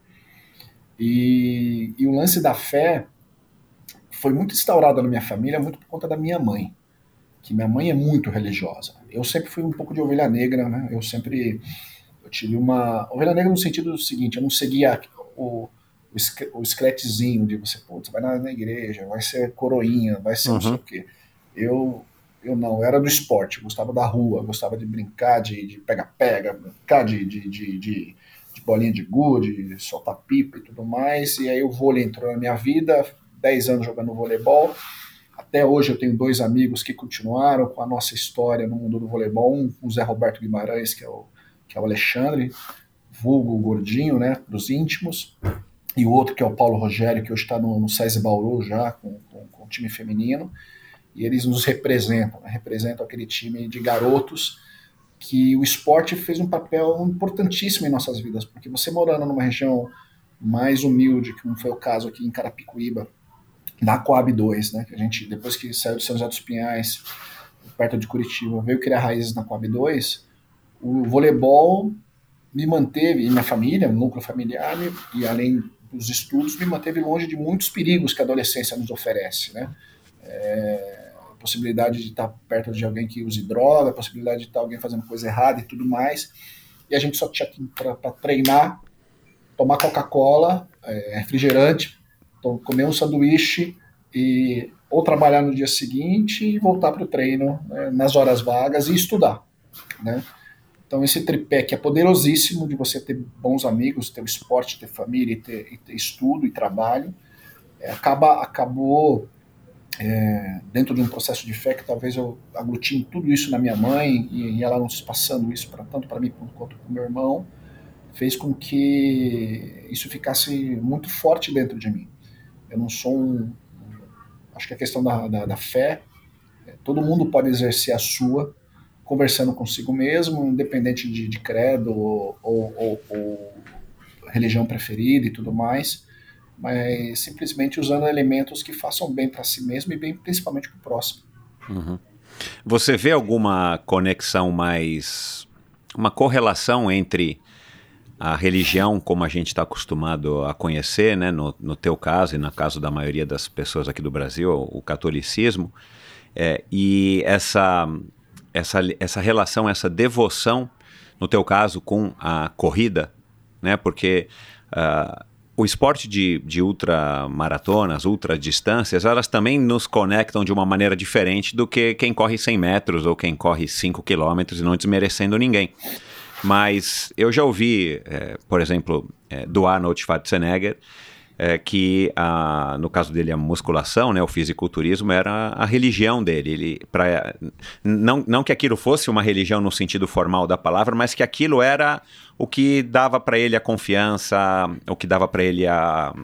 S1: E, e o lance da fé foi muito instaurado na minha família, muito por conta da minha mãe, que minha mãe é muito religiosa. Eu sempre fui um pouco de ovelha negra, né? Eu sempre eu tive uma ovelha negra no sentido do seguinte, eu não seguia o, o, sc- o scratchzinho de você, putz, vai na, na igreja, vai ser coroinha, vai ser não sei
S8: Uhum.
S1: o quê. Eu, eu não, eu era do esporte, eu gostava da rua, eu gostava de brincar, de de pega-pega, brincar de, de, de, de, de bolinha de gude, de soltar pipa e tudo mais, e aí o vôlei entrou na minha vida, dez anos jogando voleibol. Até hoje eu tenho dois amigos que continuaram com a nossa história no mundo do voleibol, um o Zé Roberto Guimarães, que é o, que é o Alexandre, vulgo Gordinho, né, dos íntimos, e o outro que é o Paulo Rogério, que hoje está no, no SESI Bauru já, com, com, com o time feminino, e eles nos representam, né, representam aquele time de garotos que o esporte fez um papel importantíssimo em nossas vidas, porque você morando numa região mais humilde, como foi o caso aqui em Carapicuíba, na Coab dois, né, que a gente, depois que saiu de São José dos Pinhais, perto de Curitiba, veio criar raízes na Coab dois, o voleibol me manteve, e minha família, o núcleo familiar, e além dos estudos, me manteve longe de muitos perigos que a adolescência nos oferece, né? É, a possibilidade de estar perto de alguém que use droga, a possibilidade de estar alguém fazendo coisa errada e tudo mais, e a gente só tinha para treinar, tomar Coca-Cola, é, refrigerante, então, comer um sanduíche e ou trabalhar no dia seguinte e voltar para o treino, né, nas horas vagas e estudar, né? Então esse tripé que é poderosíssimo de você ter bons amigos, ter o esporte, ter família e ter, e ter estudo e trabalho, é, acaba, acabou é, dentro de um processo de fé que talvez eu aglutine tudo isso na minha mãe e, e ela nos passando isso pra, tanto para mim quanto para o meu irmão, fez com que isso ficasse muito forte dentro de mim. Eu não sou um... Acho que a questão da, da, da fé, todo mundo pode exercer a sua, conversando consigo mesmo, independente de, de credo ou, ou, ou, ou religião preferida e tudo mais, mas simplesmente usando elementos que façam bem para si mesmo e bem principalmente para o próximo.
S8: Uhum. Você vê alguma conexão mais... uma correlação entre a religião, como a gente está acostumado a conhecer, né, no, no teu caso e no caso da maioria das pessoas aqui do Brasil, o catolicismo, é, e essa, essa, essa relação, essa devoção, no teu caso, com a corrida, né, porque uh, o esporte de, de ultramaratonas, ultradistâncias, elas também nos conectam de uma maneira diferente do que quem corre cem metros ou quem corre cinco quilômetros, e não desmerecendo ninguém. Mas eu já ouvi, é, por exemplo, é, do Arnold Schwarzenegger, é, que a, no caso dele a musculação, né, o fisiculturismo era a religião dele. Ele, pra, não, não que aquilo fosse uma religião no sentido formal da palavra, mas que aquilo era o que dava para ele a confiança, o que dava para ele a...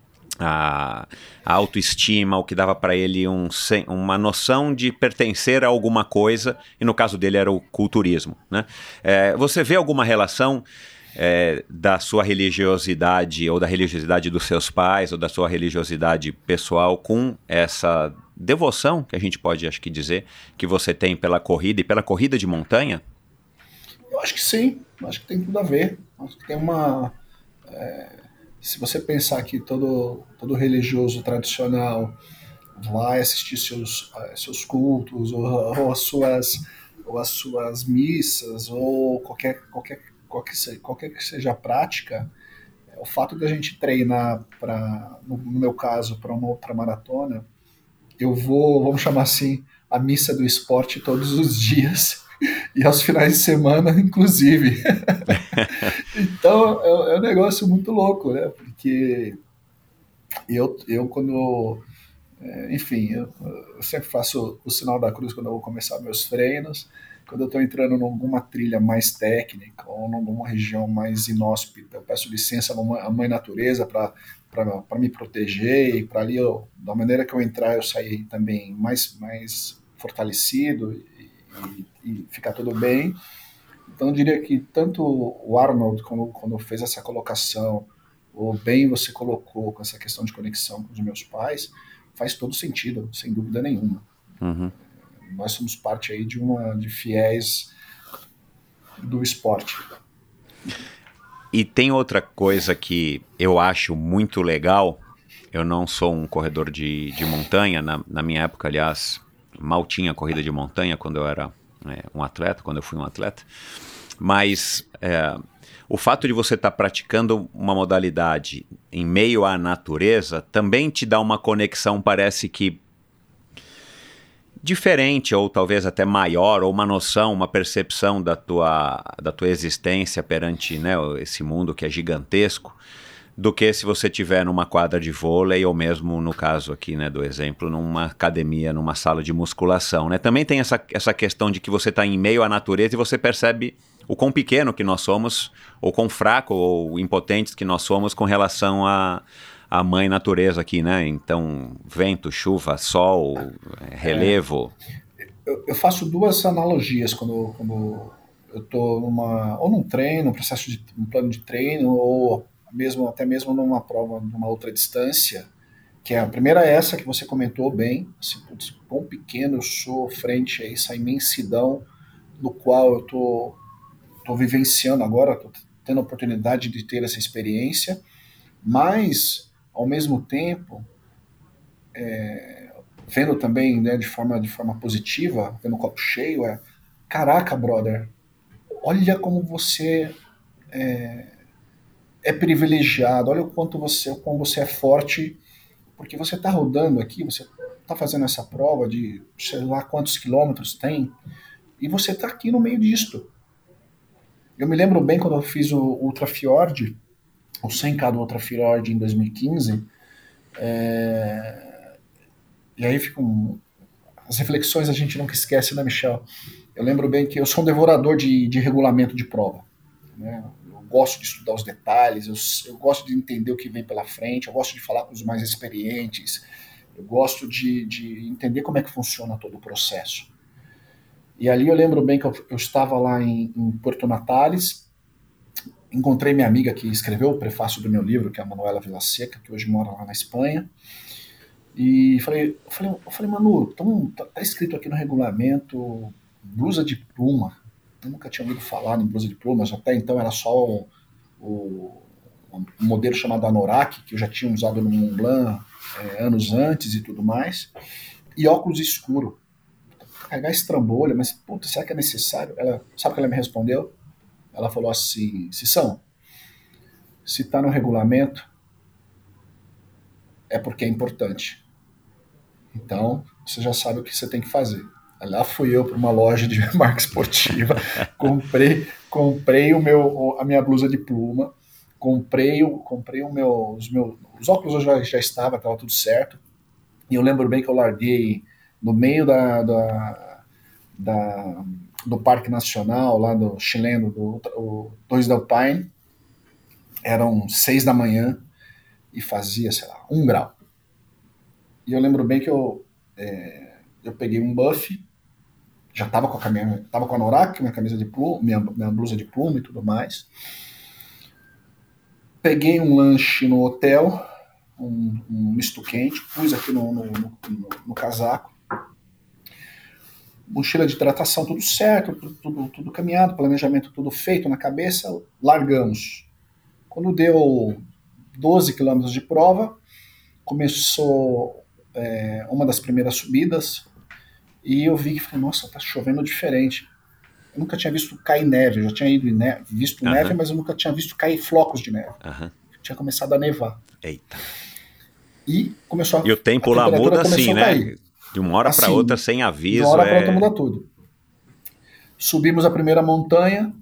S8: A, a autoestima, o que dava para ele um, uma noção de pertencer a alguma coisa, e no caso dele era o culturismo, né? É, você vê alguma relação é, da sua religiosidade ou da religiosidade dos seus pais ou da sua religiosidade pessoal com essa devoção, que a gente pode, acho que dizer, que você tem pela corrida e pela corrida de montanha?
S1: Eu acho que sim, acho que tem tudo a ver. Acho que tem uma... É... Se você pensar que todo, todo religioso tradicional vai assistir seus, seus cultos, ou, ou, as suas, ou as suas missas, ou qualquer, qualquer, qualquer, qualquer que seja a prática, o fato de a gente treinar, pra, no, no meu caso, para uma outra maratona, eu vou, vamos chamar assim, a missa do esporte todos os dias, e aos finais de semana, inclusive. Então, é, é um negócio muito louco, né? Porque eu, eu quando... É, enfim, eu, eu sempre faço o sinal da cruz quando eu vou começar meus treinos. Quando eu estou entrando em alguma trilha mais técnica ou em alguma região mais inóspita, eu peço licença à Mãe Natureza para me proteger e para ali, eu, da maneira que eu entrar, eu sair também mais, mais fortalecido e, e, e ficar tudo bem. Então eu diria que tanto o Arnold, quando, quando fez essa colocação, ou bem você colocou com essa questão de conexão com os meus pais, faz todo sentido, sem dúvida nenhuma.
S8: Uhum.
S1: Nós somos parte aí de uma de fiéis do esporte.
S8: E tem outra coisa que eu acho muito legal. Eu não sou um corredor de, de montanha. Na, na minha época, aliás, mal tinha corrida de montanha quando eu era é, um atleta, quando eu fui um atleta. Mas é, o fato de você estar tá praticando uma modalidade em meio à natureza também te dá uma conexão, parece que diferente, ou talvez até maior, ou uma noção, uma percepção da tua, da tua existência perante, né, esse mundo que é gigantesco, do que se você estiver numa quadra de vôlei, ou mesmo, no caso aqui, né, do exemplo, numa academia, numa sala de musculação, né? Também tem essa, essa questão de que você está em meio à natureza e você percebe o quão pequeno que nós somos, ou quão fraco ou impotentes que nós somos com relação a a mãe natureza aqui, né? Então, vento, chuva, sol, relevo.
S1: É, eu, eu faço duas analogias quando, quando eu estou numa, ou num treino, um processo de um plano de treino, ou mesmo, até mesmo numa prova, numa outra distância, que é a primeira é essa que você comentou bem, assim, putz, quão pequeno eu sou frente a essa imensidão no qual eu estou tô, tô vivenciando agora, estou tendo a oportunidade de ter essa experiência, mas ao mesmo tempo, é, vendo também, né, de, forma, de forma positiva, vendo o copo cheio, é, caraca, brother, olha como você é, é privilegiado, olha o quanto você, o quanto você é forte, porque você está rodando aqui, você está fazendo essa prova de sei lá quantos quilômetros tem, e você está aqui no meio disto. Eu me lembro bem quando eu fiz o Ultra Fjord, o cem K do Ultra Fjord em dois mil e quinze, é... e aí ficam as reflexões, a gente nunca esquece, né, Michel? Eu lembro bem que eu sou um devorador de, de regulamento de prova, né? Eu gosto de estudar os detalhes, eu, eu gosto de entender o que vem pela frente, eu gosto de falar com os mais experientes, eu gosto de, de entender como é que funciona todo o processo. E ali eu lembro bem que eu, eu estava lá em, em Porto Natales, encontrei minha amiga que escreveu o prefácio do meu livro, que é a Manuela Vilaseca, que hoje mora lá na Espanha, e falei, eu falei, eu falei Manu, então, tá, tá escrito aqui no regulamento blusa de pluma. Eu nunca tinha ouvido falar em blusa de plumas, até então era só o, o, um modelo chamado Anorak, que eu já tinha usado no Mont Blanc é, anos antes e tudo mais, e óculos escuro. Carregar estrambolha, mas puta, será que é necessário? Ela, sabe o que ela me respondeu? Ela falou assim, Cissão, se está no regulamento, é porque é importante. Então, você já sabe o que você tem que fazer. Lá fui eu para uma loja de marca esportiva, comprei, comprei o meu, a minha blusa de pluma, comprei, o, comprei o meu, os meus os óculos eu já, já estava, estava tudo certo, e eu lembro bem que eu larguei no meio da, da, da, do Parque Nacional, lá do chileno, do o Torres del Paine, eram seis da manhã, e fazia, sei lá, um grau. E eu lembro bem que eu, é, eu peguei um buff, já estava com a minha, tava com a Anorak, minha camisa de pluma, minha, minha blusa de pluma e tudo mais. Peguei um lanche no hotel, um, um misto quente, pus aqui no, no, no, no, no casaco. Mochila de hidratação, tudo certo, tudo, tudo, tudo caminhado, planejamento tudo feito na cabeça, largamos. Quando deu doze quilômetros de prova, começou é, uma das primeiras subidas, e eu vi que falei, nossa, tá chovendo diferente. Eu nunca tinha visto cair neve, eu já tinha ido neve, visto uhum. neve, mas eu nunca tinha visto cair flocos de neve. Uhum. Tinha começado a nevar.
S8: Eita.
S1: E começou a
S8: E o tempo lá muda assim, né? De uma hora assim, para outra, sem aviso.
S1: De uma hora
S8: é...
S1: para outra muda tudo. Subimos a primeira montanha,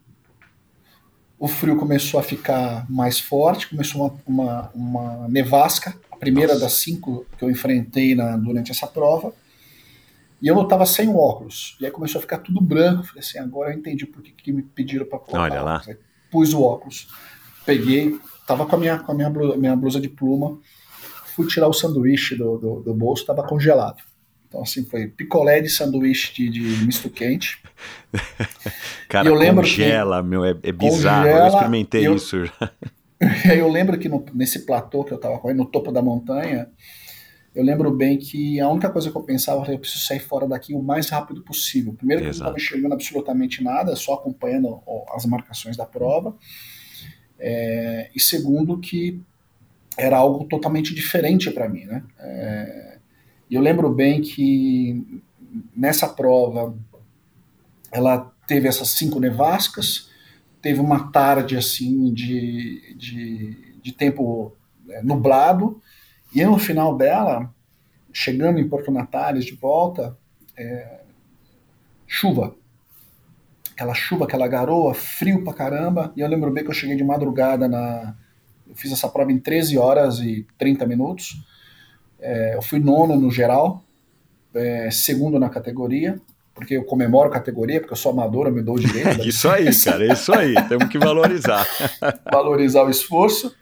S1: o frio começou a ficar mais forte, começou uma, uma, uma nevasca, a primeira Nossa. das cinco que eu enfrentei na, durante essa prova. E eu não estava sem o óculos. E aí começou a ficar tudo branco. Falei assim, agora eu entendi por que, que me pediram para colocar
S8: Olha lá.
S1: Aí, pus o óculos, peguei, estava com a, minha, com a minha, blusa, minha blusa de pluma, fui tirar o sanduíche do, do, do bolso, estava congelado. Então assim, foi picolé de sanduíche de, de misto quente.
S8: Cara,
S1: e eu lembro
S8: congela,
S1: que,
S8: meu, é, é bizarro,
S1: congela,
S8: eu experimentei
S1: eu,
S8: isso.
S1: eu lembro que no, nesse platô que eu estava correndo, no topo da montanha, eu lembro bem que a única coisa que eu pensava era eu preciso sair fora daqui o mais rápido possível. Primeiro que Exato. eu não estava enxergando absolutamente nada, só acompanhando as marcações da prova. É, e segundo que era algo totalmente diferente para mim, né? É, eu lembro bem que nessa prova ela teve essas cinco nevascas, teve uma tarde assim de, de, de tempo é, nublado, e no final dela, chegando em Porto Natales de volta, é, chuva. Aquela chuva, aquela garoa, frio pra caramba, e eu lembro bem que eu cheguei de madrugada na... Eu fiz essa prova em treze horas e trinta minutos, é, eu fui nono no geral, é, segundo na categoria, porque eu comemoro categoria, porque eu sou amador, eu me dou o direito.
S8: Isso aí, cara, isso aí, temos que valorizar.
S1: Valorizar o esforço.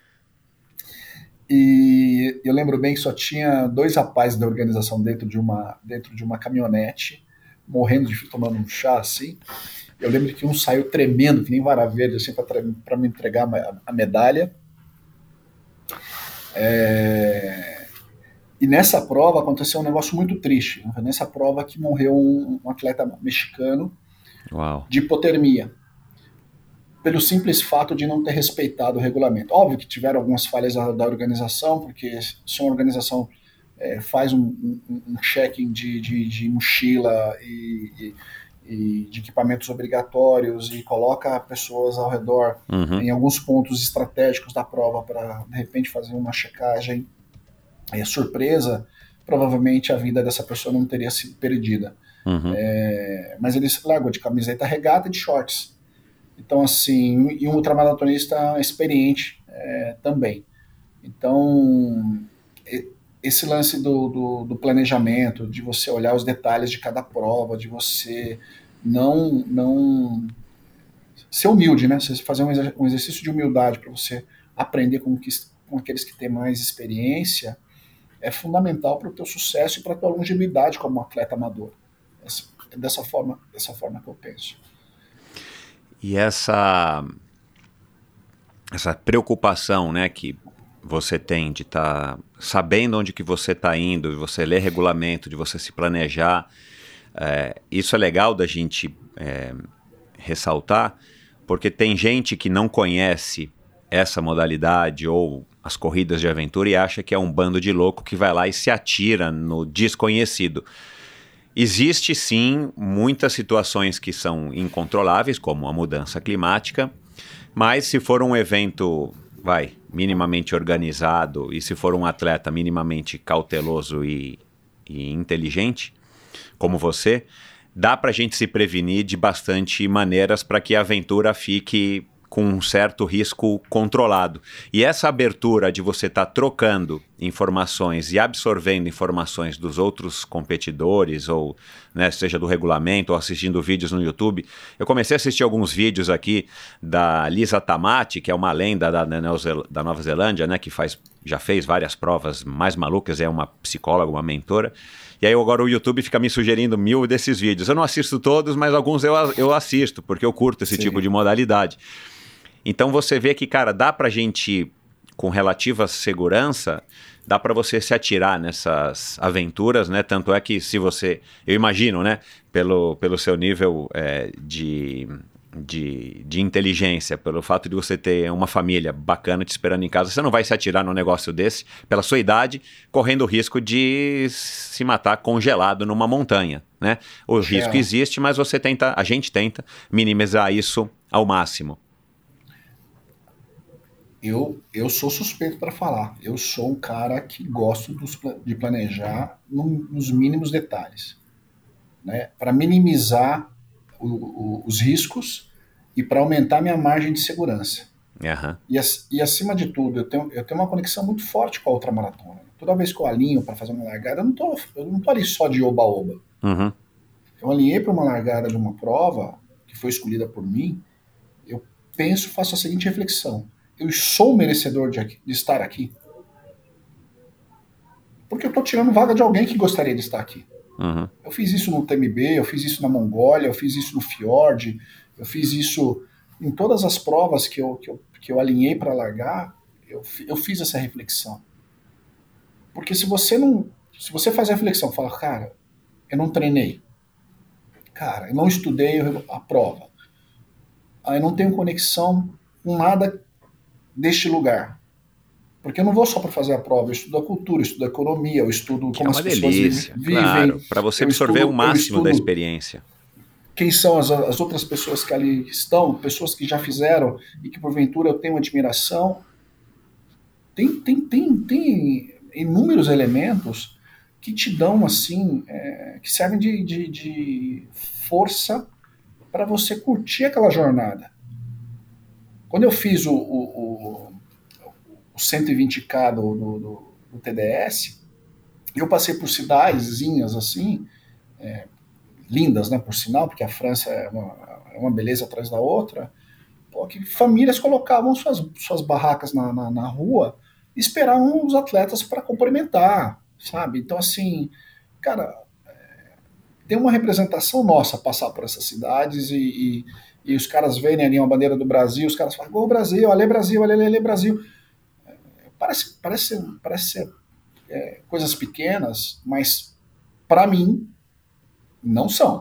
S1: E eu lembro bem que só tinha dois rapazes da organização dentro de uma, dentro de uma caminhonete, morrendo de frio, tomando um chá, assim. Eu lembro que um saiu tremendo, que nem vara verde, assim, para me entregar a, a medalha. É... E nessa prova aconteceu um negócio muito triste. Né? Nessa prova que morreu um, um atleta mexicano
S8: Uau.
S1: de hipotermia, pelo simples fato de não ter respeitado o regulamento. Óbvio que tiveram algumas falhas da, da organização, porque se uma organização é, faz um, um, um checking de, de, de mochila e, e, e de equipamentos obrigatórios e coloca pessoas ao redor uhum. em alguns pontos estratégicos da prova para, de repente, fazer uma checagem é, surpresa, provavelmente a vida dessa pessoa não teria sido perdida. Uhum. É, mas ele largou de camiseta regata e de shorts. Então, assim, e um ultramaratonista experiente é, também. Então, esse lance do, do, do planejamento, de você olhar os detalhes de cada prova, de você não, não ser humilde, né? Você fazer um exercício de humildade para você aprender com, que, com aqueles que têm mais experiência, é fundamental para o teu sucesso e para a tua longevidade como atleta amador. É dessa forma, dessa forma que eu penso.
S8: E essa, essa preocupação, né, que você tem de estar tá sabendo onde que você está indo, de você ler regulamento, de você se planejar, é, isso é legal da gente é, ressaltar, porque tem gente que não conhece essa modalidade ou as corridas de aventura e acha que é um bando de louco que vai lá e se atira no desconhecido. Existe sim muitas situações que são incontroláveis, como a mudança climática, mas se for um evento, vai, minimamente organizado e se for um atleta minimamente cauteloso e, e inteligente, como você, dá pra gente se prevenir de bastante maneiras para que a aventura fique com um certo risco controlado. E essa abertura de você estar tá trocando informações e absorvendo informações dos outros competidores, ou né, seja do regulamento, ou assistindo vídeos no YouTube. Eu comecei a assistir alguns vídeos aqui da Lisa Tamati, que é uma lenda da, da Nova Zelândia, né, que faz, já fez várias provas mais malucas, é uma psicóloga, uma mentora. E aí agora o YouTube fica me sugerindo mil desses vídeos. Eu não assisto todos, mas alguns eu, eu assisto, porque eu curto esse Sim. tipo de modalidade. Então você vê que, cara, dá pra gente, com relativa segurança, dá pra você se atirar nessas aventuras, né? Tanto é que se você, eu imagino, né, pelo, pelo seu nível é, de, de, de inteligência, pelo fato de você ter uma família bacana te esperando em casa, você não vai se atirar num negócio desse, pela sua idade, correndo o risco de se matar congelado numa montanha, né? O é. risco existe, mas você tenta, a gente tenta minimizar isso ao máximo.
S1: Eu, eu sou suspeito para falar. Eu sou um cara que gosto dos, de planejar no, nos mínimos detalhes, né? Para minimizar o, o, os riscos e para aumentar minha margem de segurança.
S8: Uhum.
S1: E, e acima de tudo, eu tenho, eu tenho uma conexão muito forte com a ultramaratona. Toda vez que eu alinho para fazer uma largada, eu não tô, eu não tô ali só de oba-oba.
S8: Uhum.
S1: Eu alinhei para uma largada de uma prova que foi escolhida por mim. Eu penso, faço a seguinte reflexão: eu sou merecedor de, de estar aqui? Porque eu estou tirando vaga de alguém que gostaria de estar aqui.
S8: Uhum.
S1: Eu fiz isso no T M B, eu fiz isso na Mongólia, eu fiz isso no Fjord, eu fiz isso em todas as provas que eu, que eu, que eu alinhei para largar, eu, eu fiz essa reflexão. Porque se você não, se você faz a reflexão, fala, cara, eu não treinei, cara, eu não estudei a prova, eu não tenho conexão com nada deste lugar. Porque eu não vou só para fazer a prova, eu estudo a cultura, eu estudo a economia, eu estudo
S8: que
S1: como
S8: é
S1: as pessoas
S8: delícia,
S1: vivem.
S8: Claro, para você absorver estudo, o máximo estudo, da experiência.
S1: quem são as, as outras pessoas que ali estão, pessoas que já fizeram e que porventura eu tenho admiração. Tem, tem, tem, tem inúmeros elementos que te dão, assim, é, que servem de, de, de força para você curtir aquela jornada. Quando eu fiz o, o, o, o cento e vinte K do, do, do T D S, eu passei por cidadezinhas assim, é, lindas, né, por sinal, porque a França é uma, é uma beleza atrás da outra, pô, que famílias colocavam suas, suas barracas na, na, na rua e esperavam os atletas para cumprimentar, sabe? Então, assim, cara, é, tem uma representação nossa passar por essas cidades e, e, e os caras verem ali uma bandeira do Brasil, os caras falam, gol Brasil, olha Brasil, olha, olha Brasil. É, parece, parece, parece ser é, coisas pequenas, mas para mim não são.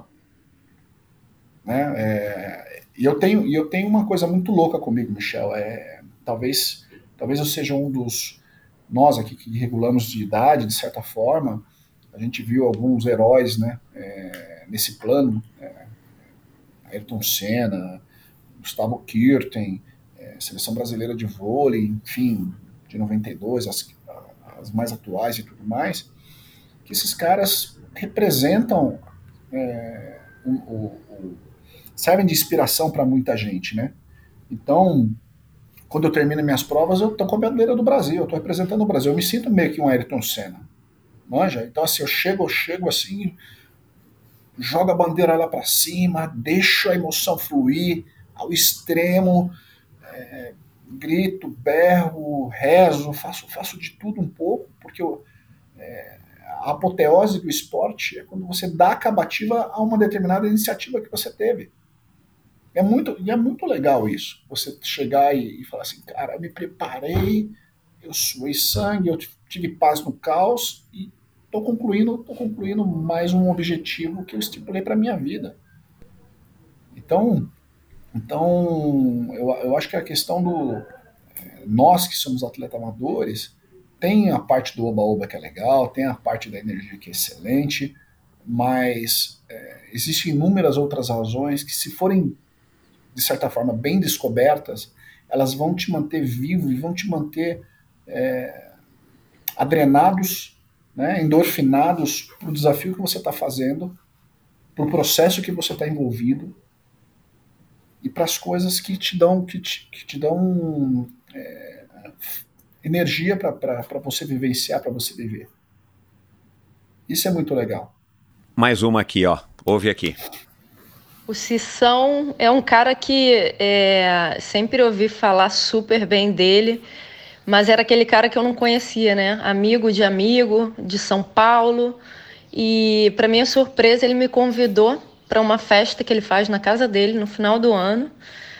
S1: Né? É, e eu tenho, eu tenho uma coisa muito louca comigo, Michel. É, talvez, talvez eu seja um dos... Nós aqui que regulamos de idade, de certa forma, a gente viu alguns heróis, né, é, nesse plano. É, Ayrton Senna, Gustavo Kuerten, é, Seleção Brasileira de Vôlei, enfim, de noventa e dois, as, as mais atuais e tudo mais, que esses caras representam... É, o, o, o, servem de inspiração para muita gente, né? Então, quando eu termino minhas provas, eu tô com a bandeira do Brasil, eu tô representando o Brasil, eu me sinto meio que um Ayrton Senna, manja? Então, assim, eu chego, eu chego assim, jogo a bandeira lá para cima, deixo a emoção fluir ao extremo, é, grito, berro, rezo, faço, faço de tudo um pouco, porque eu, é, a apoteose do esporte é quando você dá acabativa a uma determinada iniciativa que você teve. É muito, e é muito legal isso, você chegar e, e falar assim, cara, eu me preparei, eu suei sangue, eu tive paz no caos e estou concluindo, tô concluindo mais um objetivo que eu estipulei para a minha vida. Então, então eu, eu acho que a questão do... Nós que somos atletas amadores, tem a parte do oba-oba que é legal, tem a parte da energia que é excelente, mas é, existem inúmeras outras razões que, se forem, de certa forma, bem descobertas, elas vão te manter vivo e vão te manter é, adrenados, né, endorfinados para o desafio que você está fazendo, para o processo que você está envolvido e para as coisas que te dão, que te, que te dão é, energia para você vivenciar, para você viver. Isso é muito legal.
S8: Mais uma aqui, ó. Ouve aqui.
S10: O Cissão é um cara que é, sempre ouvi falar super bem dele, mas era aquele cara que eu não conhecia, né? Amigo de amigo, de São Paulo. E, para minha surpresa, ele me convidou para uma festa que ele faz na casa dele no final do ano.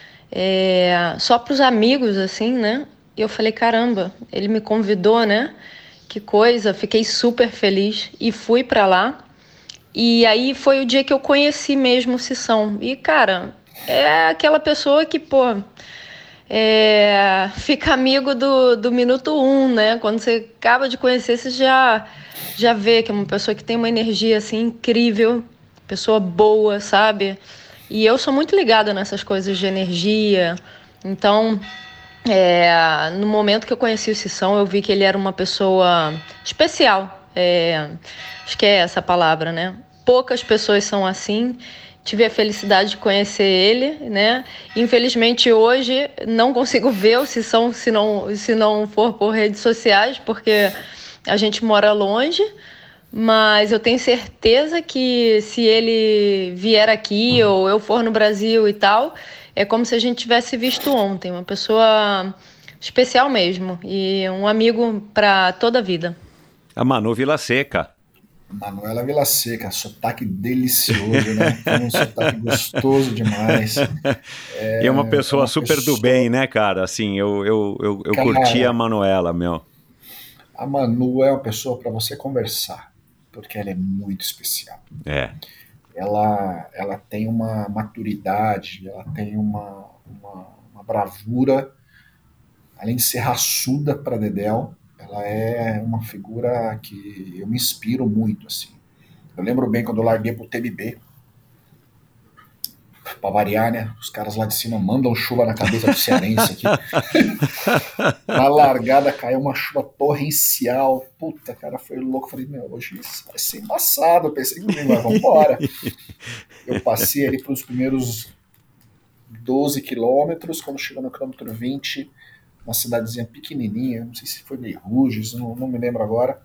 S10: É, só para os amigos, assim, né? E eu falei, caramba, ele me convidou, né? Que coisa, fiquei super feliz e fui para lá. E aí foi o dia que eu conheci mesmo o Cissão. E, cara, é aquela pessoa que, pô, é, fica amigo do, do minuto um, né? Quando você acaba de conhecer, você já, já vê que é uma pessoa que tem uma energia, assim, incrível, pessoa boa, sabe? E eu sou muito ligada nessas coisas de energia. Então, é, no momento que eu conheci o Cissão, eu vi que ele era uma pessoa especial. É, acho que é essa a palavra, né? Poucas pessoas são assim. Tive a felicidade de conhecer ele, né? Infelizmente, hoje, não consigo ver o Cissão se não, se não for por redes sociais, porque a gente mora longe. Mas eu tenho certeza que se ele vier aqui ou eu for no Brasil e tal, é como se a gente tivesse visto ontem. Uma pessoa especial mesmo e um amigo para toda a vida.
S8: A Manu Vilaseca.
S1: Manuela Vilaseca, sotaque delicioso, né? Um sotaque gostoso demais.
S8: É, e é uma pessoa uma super pessoa... do bem, né, cara? Assim, eu, eu, eu, eu cara, curti a Manuela, meu.
S1: A Manu é uma pessoa para você conversar, porque ela é muito especial.
S8: É.
S1: Ela, ela tem uma maturidade, ela tem uma, uma, uma bravura, além de ser raçuda para dedéu. Ela é uma figura que eu me inspiro muito, assim. Eu lembro bem quando eu larguei pro T B B. Pra variar, né? Os caras lá de cima mandam chuva na cabeça do cearense aqui. Na largada caiu uma chuva torrencial. Puta, cara, foi louco. Falei, meu, hoje isso vai ser embaçado. Eu pensei comigo, mas vambora. Eu passei ali pelos primeiros doze quilômetros. Quando chegou no quilômetro vinte, uma cidadezinha pequenininha, não sei se foi de Ruges, não, não me lembro agora.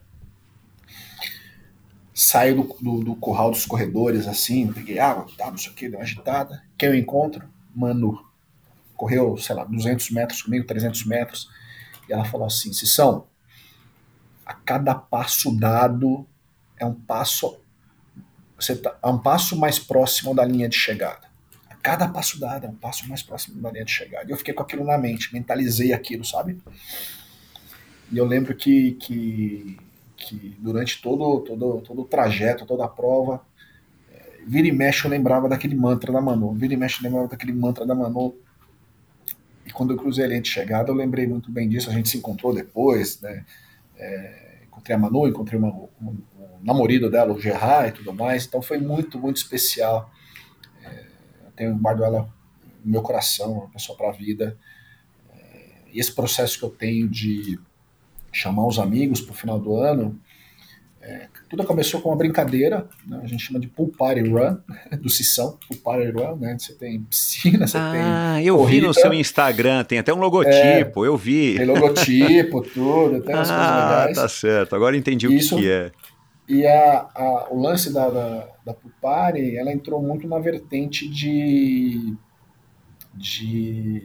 S1: Saio do, do, do curral dos corredores, assim, peguei água, tá, não sei o que, deu uma agitada. Quem eu encontro? Manu. Correu, sei lá, duzentos metros comigo, trezentos metros. E ela falou assim, Cissão, a cada passo dado é um passo, você tá, é um passo mais próximo da linha de chegada. A cada passo dado é um passo mais próximo da linha de chegada. E eu fiquei com aquilo na mente, mentalizei aquilo, sabe? E eu lembro que... que que durante todo, todo, todo o trajeto, toda a prova, vira e mexe eu lembrava daquele mantra da Manu, vira e mexe eu lembrava daquele mantra da Manu, e quando eu cruzei a linha de chegada eu lembrei muito bem disso, a gente se encontrou depois, né? É, encontrei a Manu, encontrei uma, um, um namorado dela, o Gerard e tudo mais, então foi muito, muito especial. É, eu tenho guardo ela no meu coração, uma pessoa para a vida, é, e esse processo que eu tenho de chamar os amigos para o final do ano, é, tudo começou com uma brincadeira, né? A gente chama de Pool Party Run, do Cissão, Pool Party Run, né? Você tem piscina, você
S8: ah,
S1: tem
S8: Ah, eu
S1: corrida,
S8: vi no seu Instagram, tem até um logotipo, é, eu vi.
S1: Tem logotipo, tudo, tem umas
S8: ah,
S1: coisas legais.
S8: Tá certo, agora entendi o
S1: Isso,
S8: que, que é.
S1: E a, a, o lance da, da, da Pool Party, ela entrou muito na vertente de... de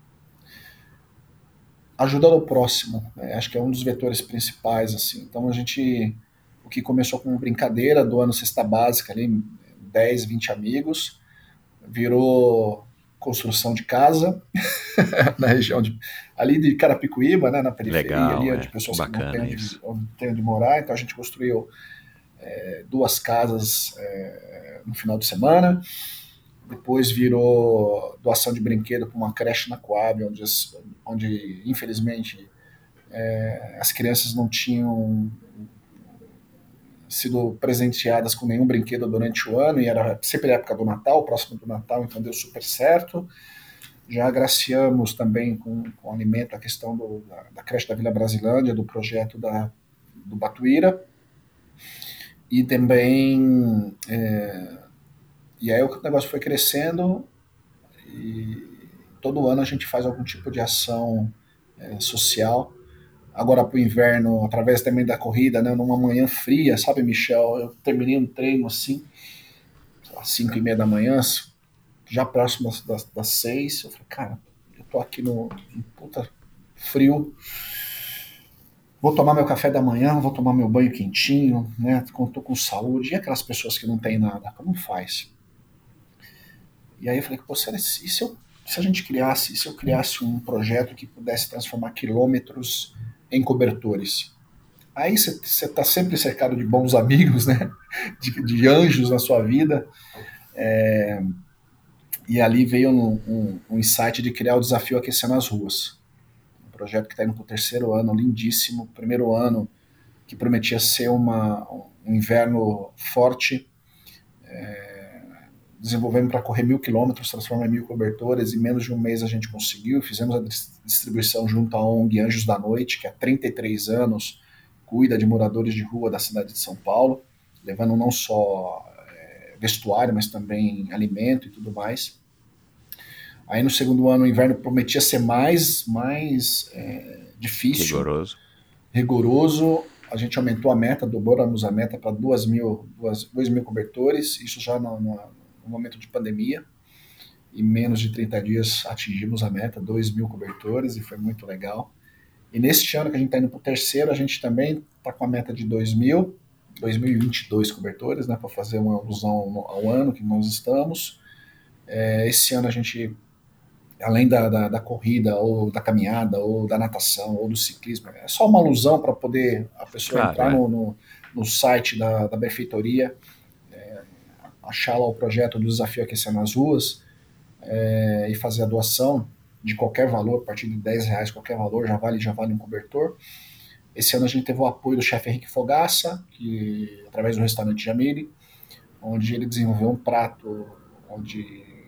S1: ajuda ao próximo, né? Acho que é um dos vetores principais, assim. Então a gente, o que começou como brincadeira do ano cesta básica, ali, dez, vinte amigos, virou construção de casa na região de, ali de Carapicuíba, né, na periferia,
S8: legal,
S1: ali
S8: é.
S1: onde pessoas
S8: Bacana
S1: não têm onde,
S8: isso.
S1: onde tem onde morar, então a gente construiu é, duas casas é, no final de semana. Depois virou doação de brinquedo para uma creche na Coab, onde, onde infelizmente, é, as crianças não tinham sido presenteadas com nenhum brinquedo durante o ano, e era sempre a época do Natal, próximo do Natal, então deu super certo. Já agraciamos também com, com alimento a questão do, da, da creche da Vila Brasilândia, do projeto da, do Batuíra, e também... É, E aí o negócio foi crescendo e todo ano a gente faz algum tipo de ação é, social. Agora para o inverno, através também da corrida, né, numa manhã fria, sabe, Michel? Eu terminei um treino assim, às cinco e meia da manhã, já próximo das, das seis. Eu falei, cara, eu tô aqui no, no puta frio, vou tomar meu café da manhã, vou tomar meu banho quentinho, né? Tô com saúde. E aquelas pessoas que não tem nada, como faz? E aí eu falei, pô, e se, eu, se a gente criasse, se eu criasse um projeto que pudesse transformar quilômetros em cobertores? Aí você tá sempre cercado de bons amigos, né? De, de anjos na sua vida. É, e ali veio um, um, um insight de criar o desafio Aquecendo as Ruas. Um projeto que está indo para o terceiro ano, lindíssimo. Primeiro ano que prometia ser uma, um inverno forte. É, desenvolvemos para correr mil quilômetros, transformar em mil cobertores, e em menos de um mês a gente conseguiu. Fizemos a distribuição junto à O N G Anjos da Noite, que há trinta e três anos cuida de moradores de rua da cidade de São Paulo, levando não só é, vestuário, mas também alimento e tudo mais. Aí no segundo ano o inverno prometia ser mais, mais é, difícil.
S8: Rigoroso.
S1: Rigoroso. A gente aumentou a meta, dobramos a meta para dois mil cobertores, isso já no, no, no momento de pandemia. Em menos de trinta dias atingimos a meta, dois mil cobertores, e foi muito legal. E neste ano que a gente está indo para o terceiro, a gente também está com a meta de dois mil, dois mil e vinte e dois cobertores, né, para fazer uma alusão ao ano que nós estamos. É, esse ano a gente, além da, da, da corrida, ou da caminhada, ou da natação, ou do ciclismo, é só uma alusão para poder a pessoa claro, entrar é. no, no, no site da, da benfeitoria, é, achar lá o projeto do Desafio Aquecendo as Ruas, é, e fazer a doação de qualquer valor, a partir de dez reais, qualquer valor, já vale, já vale um cobertor. Esse ano a gente teve o apoio do chefe Henrique Fogaça, que, através do restaurante Jamile, onde ele desenvolveu um prato onde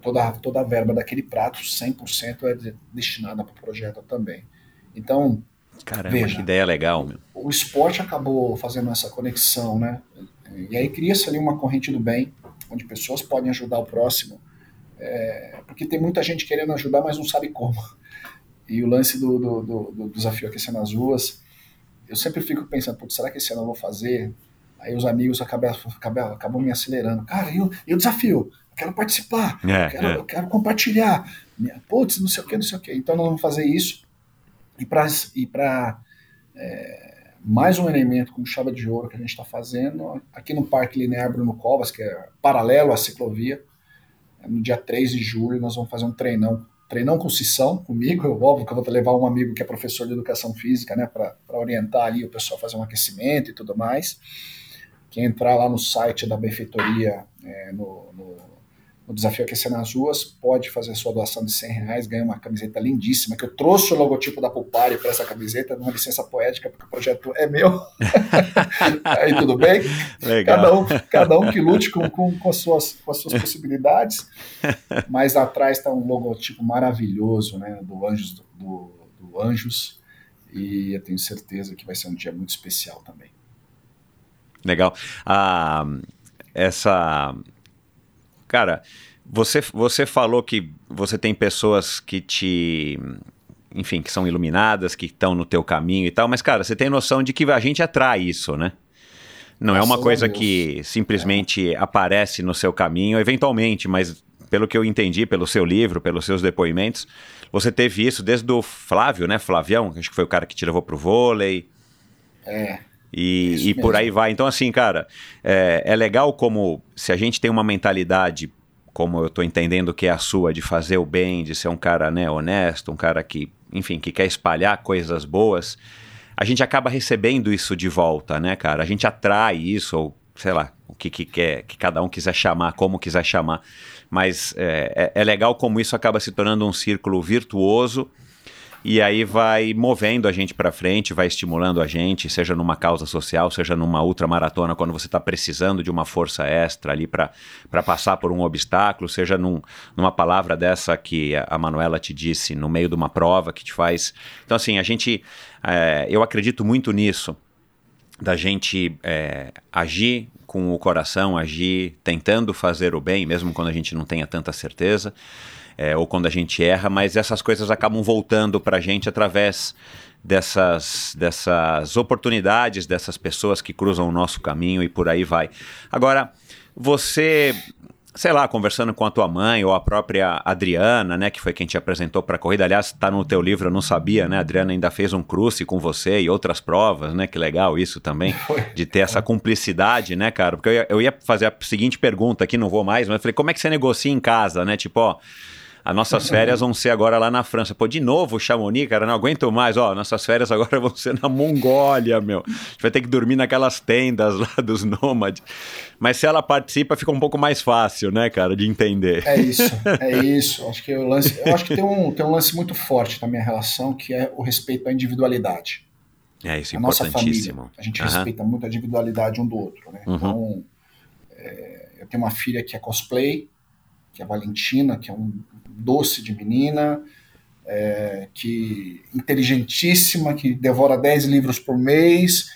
S1: toda, toda a verba daquele prato, cem por cento é de, destinada para o projeto também. Então,
S8: caramba,
S1: veja,
S8: que ideia legal, meu.
S1: O, o esporte acabou fazendo essa conexão, né? E aí cria-se ali uma corrente do bem, onde pessoas podem ajudar o próximo, é, porque tem muita gente querendo ajudar, mas não sabe como. E o lance do, do, do, do desafio Aquecendo as Ruas, eu sempre fico pensando, putz, será que esse ano eu vou fazer? Aí os amigos acabam, acabam, acabam me acelerando. Cara, e o, e o desafio? Eu quero participar,
S8: é,
S1: eu, quero,
S8: é.
S1: eu quero compartilhar. Putz, não sei o que, não sei o que. Então nós vamos fazer isso. E para e para é, mais um elemento como chave de ouro que a gente está fazendo, aqui no Parque Linear Bruno Covas, que é paralelo à ciclovia, no dia três de julho nós vamos fazer um treinão, treinão com Cissão, comigo, eu, óbvio que eu vou levar um amigo que é professor de educação física, né, para orientar ali o pessoal a fazer um aquecimento e tudo mais. Quem entrar lá no site da benfeitoria, é, no, no, no Desafio Aquecendo as Ruas, pode fazer a sua doação de cem reais, ganha uma camiseta lindíssima, que eu trouxe o logotipo da Pulpari para essa camiseta, numa licença poética, porque o projeto é meu. Aí tudo bem?
S8: Legal.
S1: Cada um, cada um que lute com, com, com, as suas, com as suas possibilidades. Mas atrás está um logotipo maravilhoso, né, do Anjos, do, do, do Anjos, e eu tenho certeza que vai ser um dia muito especial também.
S8: Legal. Ah, essa... Cara, você, você falou que você tem pessoas que te... Enfim, que são iluminadas, que estão no teu caminho e tal, mas, cara, você tem noção de que a gente atrai isso, né? Não Graças é uma coisa que simplesmente é. aparece no seu caminho, eventualmente, mas pelo que eu entendi, pelo seu livro, pelos seus depoimentos, você teve isso desde o Flávio, né? Flavião, acho que foi o cara que te levou pro vôlei.
S1: É.
S8: E, e por aí vai. Então, assim, cara, é, é legal como se a gente tem uma mentalidade, como eu tô entendendo que é a sua, de fazer o bem, de ser um cara, né, honesto, um cara que, enfim, que quer espalhar coisas boas, a gente acaba recebendo isso de volta, né, cara? A gente atrai isso, ou sei lá, o que, que, quer, que cada um quiser chamar, como quiser chamar. Mas é, é, é legal como isso acaba se tornando um círculo virtuoso. E aí vai movendo a gente para frente, vai estimulando a gente, seja numa causa social, seja numa ultramaratona, quando você está precisando de uma força extra ali para passar por um obstáculo, seja num, numa palavra dessa que a Manuela te disse no meio de uma prova que te faz... Então, assim, a gente... É, eu acredito muito nisso, da gente é, agir com o coração, agir tentando fazer o bem, mesmo quando a gente não tenha tanta certeza. É, ou quando a gente erra, mas essas coisas acabam voltando para a gente através dessas, dessas oportunidades, dessas pessoas que cruzam o nosso caminho e por aí vai. Agora, você, sei lá, conversando com a tua mãe ou a própria Adriana, né, que foi quem te apresentou para a corrida, aliás, está no teu livro, eu não sabia, né, a Adriana ainda fez um cruce com você e outras provas, né, que legal isso também, de ter essa cumplicidade, né, cara, porque eu ia, eu ia fazer a seguinte pergunta aqui, não vou mais, mas eu falei, como é que você negocia em casa, né, tipo, ó, as nossas férias vão ser agora lá na França. Pô, de novo Chamonix, cara, não aguento mais. Ó, nossas férias agora vão ser na Mongólia, meu. A gente vai ter que dormir naquelas tendas lá dos nômades. Mas se ela participa, fica um pouco mais fácil, né, cara, de entender.
S1: É isso, é isso. Acho que o lance, eu acho que tem um, tem um lance muito forte na minha relação, que é o respeito à individualidade.
S8: É isso,
S1: a
S8: importantíssimo.
S1: Nossa família, a gente
S8: uhum.
S1: respeita muito a individualidade um do outro, né?
S8: Uhum.
S1: Então, é, eu tenho uma filha que é cosplay, que é a Valentina, que é um doce de menina, é, que inteligentíssima, que devora dez livros por mês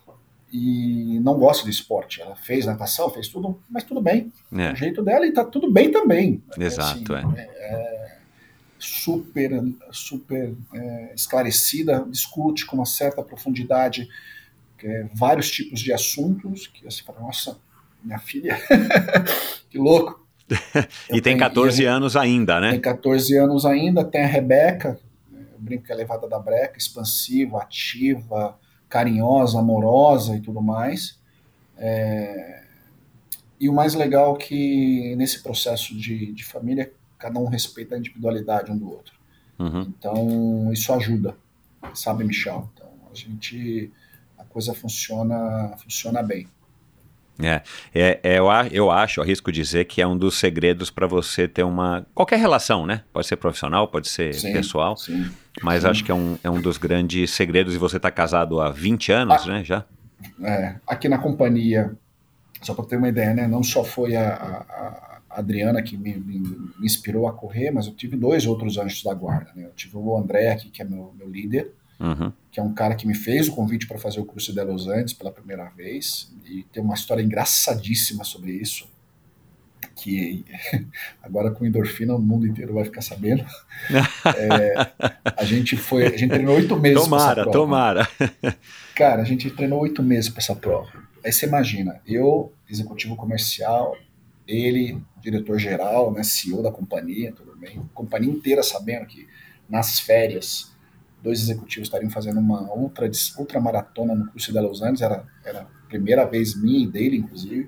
S1: e não gosta de esporte. Ela fez natação, fez tudo, mas tudo bem.
S8: É.
S1: O jeito dela e tá tudo bem também.
S8: Exato,
S1: assim,
S8: é.
S1: é, é super, super é, esclarecida, discute com uma certa profundidade é, vários tipos de assuntos, que você fala, nossa, minha filha, que louco.
S8: E tem catorze anos ainda, né?
S1: Tem catorze anos ainda, tem a Rebeca, eu brinco que é a levada da breca, expansiva, ativa, carinhosa, amorosa e tudo mais. É... E o mais legal é que nesse processo de, de família, cada um respeita a individualidade um do outro.
S8: Uhum.
S1: Então, isso ajuda, sabe, Michel? Então, a gente, a coisa funciona, funciona bem.
S8: É, é, é eu, eu acho, arrisco dizer que é um dos segredos para você ter uma... Qualquer relação, né? Pode ser profissional, pode ser sim, pessoal,
S1: sim,
S8: mas
S1: sim.
S8: Acho que é um, é um dos grandes segredos. E você está casado há vinte anos, ah, né? Já?
S1: É, aqui na companhia, só para ter uma ideia, né? Não só foi a, a, a Adriana que me, me, me inspirou a correr, mas eu tive dois outros anjos da guarda, né? Eu tive o André aqui, que é meu, meu líder, uhum. que é um cara que me fez o convite para fazer o curso de Los Andes pela primeira vez, e tem uma história engraçadíssima sobre isso, que agora com endorfina o mundo inteiro vai ficar sabendo. É, a gente foi, a gente treinou oito meses para essa prova.
S8: Tomara, tomara.
S1: Cara, a gente treinou oito meses para essa prova. Aí você imagina, eu, executivo comercial, ele, diretor-geral, né, C E O da companhia, tudo bem, a companhia inteira sabendo que nas férias dois executivos estariam fazendo uma ultra, ultra maratona no curso de Los Andes, era, era a primeira vez minha e dele, inclusive.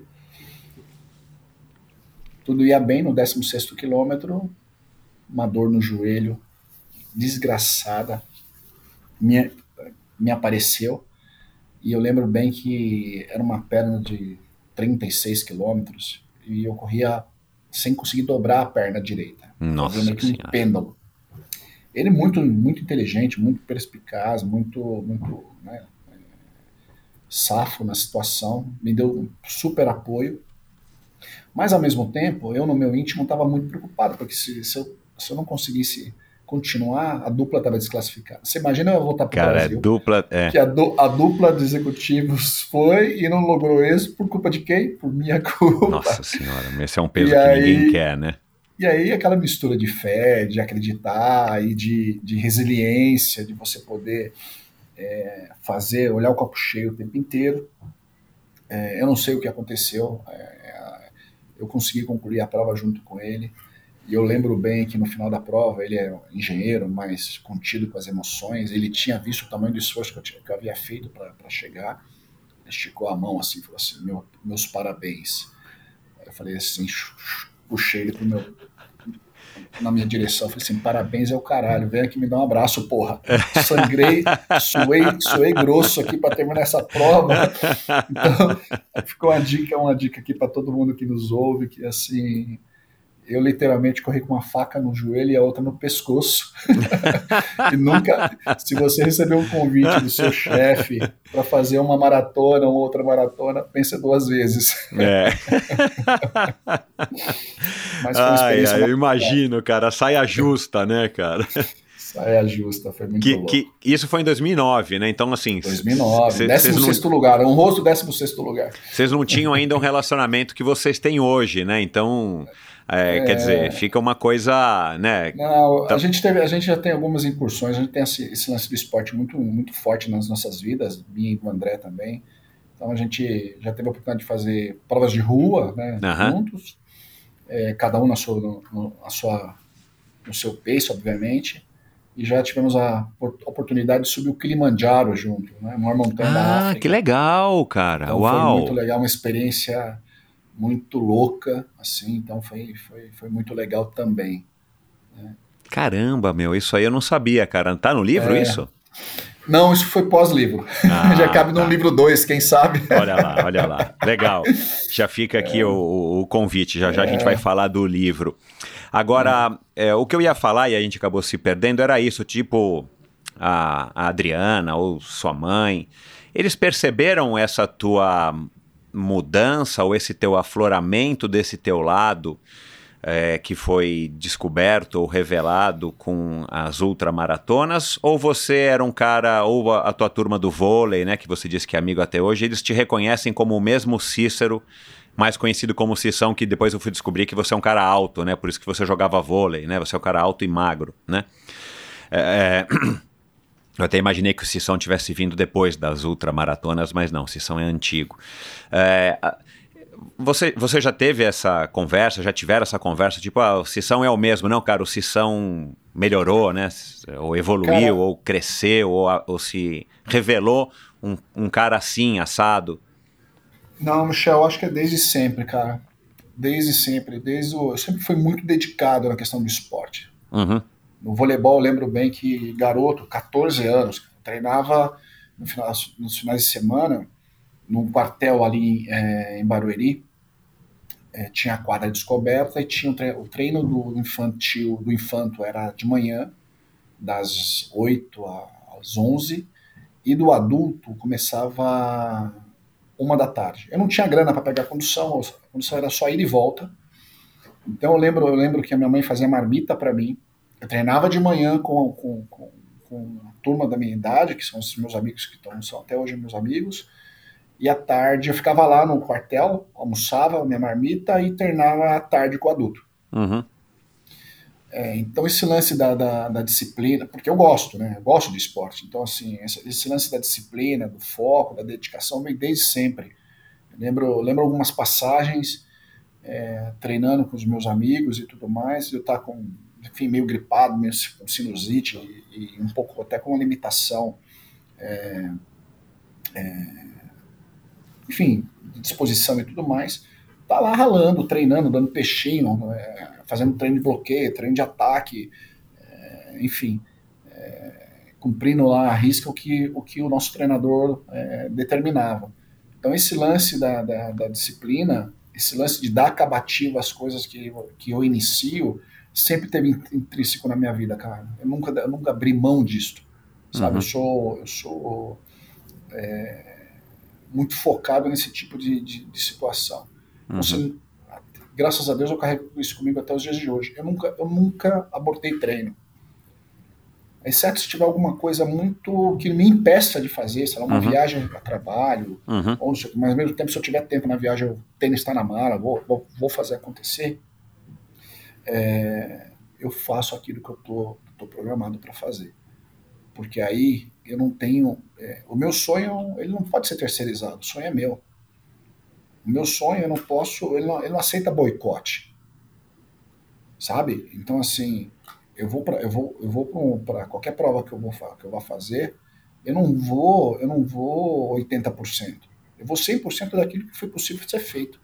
S1: Tudo ia bem no décimo sexto quilômetro, uma dor no joelho desgraçada me, me apareceu, e eu lembro bem que era uma perna de trinta e seis quilômetros, e eu corria sem conseguir dobrar a perna direita.
S8: Nossa
S1: meio que um pêndulo. Ele muito, muito inteligente, muito perspicaz, muito, muito né, safo na situação, me deu um super apoio. Mas, ao mesmo tempo, eu no meu íntimo estava muito preocupado, porque se, se, eu, se eu não conseguisse continuar, a dupla estava desclassificada. Você imagina eu voltar para o Brasil,
S8: é dupla, é.
S1: que a, du, a dupla de executivos foi e não logrou isso por culpa de quem? Por minha culpa.
S8: Nossa senhora, esse é um peso
S1: e
S8: que
S1: aí,
S8: ninguém quer, né?
S1: E aí aquela mistura de fé, de acreditar e de, de resiliência, de você poder é, fazer, olhar o copo cheio o tempo inteiro. É, eu não sei o que aconteceu, é, eu consegui concluir a prova junto com ele, e eu lembro bem que no final da prova, ele é um engenheiro, mas contido com as emoções, ele tinha visto o tamanho do esforço que eu, tinha, que eu havia feito para chegar, ele esticou a mão assim, falou assim, Meu, meus parabéns. Eu falei assim, puxei ele pro meu, na minha direção, falei assim, parabéns é o caralho, vem aqui me dar um abraço, porra. Sangrei, suei, suei grosso aqui para terminar essa prova. Então, ficou uma dica, uma dica aqui para todo mundo que nos ouve, que assim, eu literalmente corri com uma faca no joelho e a outra no pescoço. E nunca, se você receber um convite do seu chefe para fazer uma maratona ou outra maratona, pensa duas vezes.
S8: É.
S1: Mas foi uma experiência
S8: ai, ai, eu imagino, cara, saia justa, né, cara?
S1: Saia justa, foi muito
S8: que,
S1: louco.
S8: Que, isso foi em dois mil e nove, né? Então, assim...
S1: dois mil e nove, décimo sexto lugar, um rosto décimo sexto lugar.
S8: Vocês não tinham ainda um relacionamento que vocês têm hoje, né? Então... É, é, quer dizer, fica uma coisa, né?
S1: Não, a gente, teve, a gente já tem algumas incursões, a gente tem esse, esse lance do esporte muito, muito forte nas nossas vidas, minha e do André também. Então a gente já teve a oportunidade de fazer provas de rua, né, uhum. juntos, é, cada um na sua, no, na sua, no seu pace, obviamente, e já tivemos a oportunidade de subir o Kilimanjaro junto, né, a maior montanha
S8: ah,
S1: da África.
S8: Ah, que legal, cara,
S1: então,
S8: uau!
S1: Foi muito legal, uma experiência muito louca, assim, então foi, foi, foi muito legal também. Né?
S8: Caramba, meu, isso aí eu não sabia, cara. Tá no livro é... isso?
S1: Não, isso foi pós-livro. Ah, já cabe tá. no livro dois, quem sabe.
S8: Olha lá, olha lá. Legal. Já fica aqui é... o, o convite, já já é... a gente vai falar do livro. Agora, é. É, o que eu ia falar, e a gente acabou se perdendo, era isso, tipo a, a Adriana ou sua mãe, eles perceberam essa tua... mudança ou esse teu afloramento desse teu lado é, que foi descoberto ou revelado com as ultramaratonas, ou você era um cara, ou a, a tua turma do vôlei, né, que você disse que é amigo até hoje, eles te reconhecem como o mesmo Cícero, mais conhecido como Cição, que depois eu fui descobrir que você é um cara alto, né, por isso que você jogava vôlei, né, você é um cara alto e magro, né. É... Eu até imaginei que o Cição tivesse vindo depois das ultramaratonas, mas não, o Cição é antigo. É, você, você já teve essa conversa, já tiveram essa conversa, tipo, ah, o Cição é o mesmo, não, cara, o Cição melhorou, né, ou evoluiu, cara, ou cresceu, ou, ou se revelou um, um cara assim, assado?
S1: Não, Michel, acho que é desde sempre, cara, desde sempre, desde o, eu sempre fui muito dedicado na questão do esporte.
S8: Uhum.
S1: No voleibol, eu lembro bem que garoto, catorze anos, treinava no final, nos finais de semana, num quartel ali é, em Barueri, é, tinha a quadra descoberta e tinha o treino, o treino do infantil, do infanto era de manhã, das oito às onze, e do adulto começava uma da tarde. Eu não tinha grana para pegar a condução, a condução era só ir e volta, Então eu lembro, eu lembro que a minha mãe fazia marmita para mim. Eu treinava de manhã com, com, com, com a turma da minha idade, que são os meus amigos que estão, são até hoje meus amigos. E à tarde eu ficava lá no quartel, almoçava minha marmita e treinava à tarde com o adulto.
S8: Uhum.
S1: É, então esse lance da, da, da disciplina, porque eu gosto, né? Eu gosto de esporte. Então, assim, esse, esse lance da disciplina, do foco, da dedicação vem desde sempre. Eu lembro, lembro algumas passagens é, treinando com os meus amigos e tudo mais, eu estar com, enfim, meio gripado, meio com sinusite e, e um pouco até com uma limitação é, é, enfim, de disposição e tudo mais, tá lá ralando, treinando, dando peixinho, é, fazendo treino de bloqueio, treino de ataque, é, enfim, é, cumprindo lá a risca o que o, que o nosso treinador é, determinava. Então esse lance da, da, da disciplina, esse lance de dar acabativo às coisas que, que eu inicio, sempre teve intrínseco na minha vida, cara. Eu nunca, eu nunca abri mão disso, sabe? Uhum. Eu sou... Eu sou é, muito focado nesse tipo de, de, de situação. Uhum. Então, graças a Deus eu carrego isso comigo até os dias de hoje. Eu nunca, eu nunca abortei treino. Exceto se tiver alguma coisa muito que me impeça de fazer, sei lá, uma uhum. viagem para trabalho, uhum. ou, mas ao mesmo tempo, se eu tiver tempo na viagem, o tênis está na mala, vou, vou, vou fazer acontecer, é, eu faço aquilo que eu tô, tô programado para fazer. Porque aí eu não tenho... É, o meu sonho, ele não pode ser terceirizado, o sonho é meu. O meu sonho, eu não posso... Ele não, ele não aceita boicote. Sabe? Então, assim, eu vou para eu vou, eu vou para qualquer prova que eu, vou, que eu vou fazer, eu não vou, eu não vou oitenta por cento. Eu vou cem por cento daquilo que foi possível ser feito.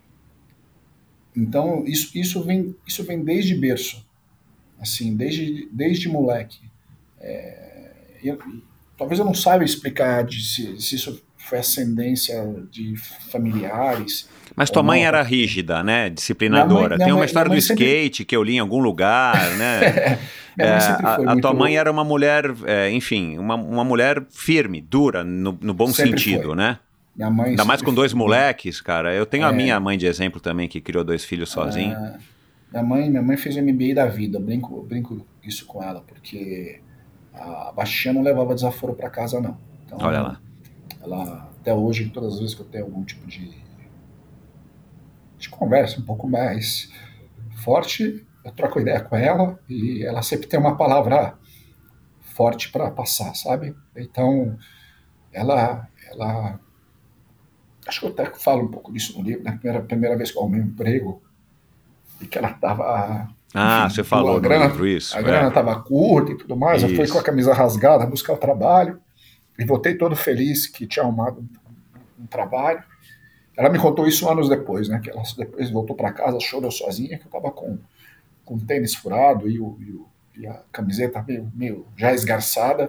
S1: Então, isso, isso, vem, isso vem desde berço. Assim, desde, desde moleque. É, Eu, talvez eu não saiba explicar de se, se isso foi ascendência de familiares.
S8: Mas tua mãe não. Era rígida, né? Disciplinadora. Minha mãe, minha Tem uma mãe, história do sempre... skate que eu li em algum lugar, né?
S1: minha mãe sempre foi
S8: é, a,
S1: muito...
S8: a tua mãe era uma mulher, é, enfim, uma, uma mulher firme, dura, no, no bom sempre sentido, foi. Né?
S1: Minha mãe
S8: Ainda mais com
S1: foi.
S8: dois moleques, cara. Eu tenho é... a minha mãe de exemplo também, que criou dois filhos sozinha.
S1: É... Minha mãe, minha mãe fez M B A da vida. Eu brinco, eu brinco isso com ela, porque... A baixinha não levava desaforo para casa, não. Então,
S8: olha lá.
S1: Ela, até hoje, todas as vezes que eu tenho algum tipo de, de conversa um pouco mais forte, eu troco ideia com ela e ela sempre tem uma palavra forte para passar, sabe? Então, ela, ela... Acho que eu até falo um pouco disso no livro, na primeira, primeira vez que eu arrumei um emprego, e que ela estava...
S8: Ah,
S1: enfim,
S8: você falou
S1: a grana,
S8: no livro isso.
S1: A grana estava é. curta e tudo mais. Isso. Eu fui com a camisa rasgada buscar o trabalho e voltei todo feliz que tinha arrumado um, um trabalho. Ela me contou isso anos depois, né? Que ela depois voltou para casa, chorou sozinha, que eu estava com, com o tênis furado e, o, e, o, e a camiseta meio, meio já esgarçada.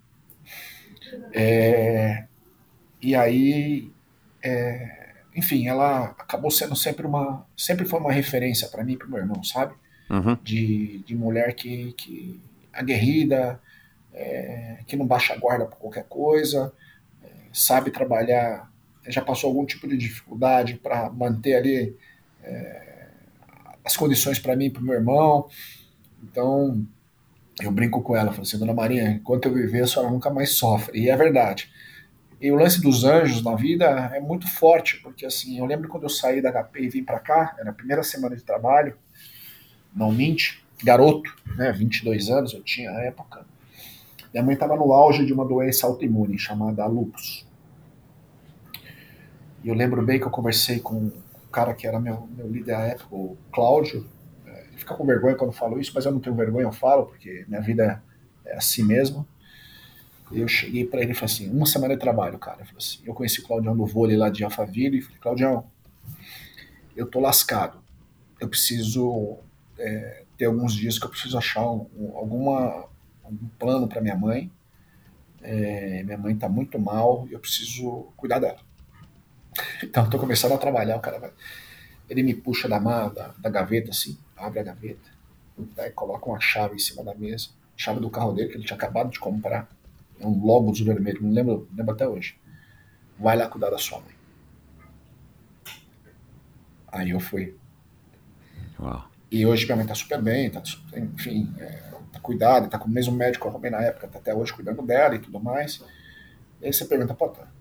S1: É, e aí, é, enfim, ela acabou sendo sempre uma, sempre foi uma referência para mim e para o meu irmão, sabe? Uhum. De, de mulher que, que aguerrida, é, que não baixa a guarda por qualquer coisa, é, sabe trabalhar, já passou algum tipo de dificuldade para manter ali é, as condições para mim e para o meu irmão. Então eu brinco com ela, falo assim, Dona Maria, enquanto eu viver a senhora nunca mais sofre, e é verdade. E o lance dos anjos na vida é muito forte, porque assim, eu lembro quando eu saí da H P e vim para cá, era a primeira semana de trabalho, não mente, garoto, né, vinte e dois anos eu tinha na época. Minha mãe estava no auge de uma doença autoimune chamada lúpus. E eu lembro bem que eu conversei com o cara que era meu, meu líder à época, o Cláudio. Ele fica com vergonha quando eu falo isso, mas eu não tenho vergonha, eu falo, porque minha vida é assim mesmo. Eu cheguei para ele e falei assim, uma semana de trabalho, cara. Eu, falei assim, eu conheci o Claudião no vôlei lá de Alphaville e falei, Claudião, eu tô lascado. Eu preciso... É, ter alguns dias que eu preciso achar um, um, alguma, algum plano para minha mãe. É, minha mãe tá muito mal e eu preciso cuidar dela. Então eu tô começando a trabalhar, o cara vai, ele me puxa da, da, da gaveta assim, abre a gaveta, daí coloca uma chave em cima da mesa, chave do carro dele que ele tinha acabado de comprar, é um Logos vermelho, não lembro, não lembro até hoje. Vai lá cuidar da sua mãe. Aí eu fui.
S8: Uau.
S1: E hoje minha mãe tá super bem, tá, enfim, é, tá cuidada, tá com o mesmo médico que eu arrumei na época, tá até hoje cuidando dela e tudo mais. E aí você pergunta, pô, tá,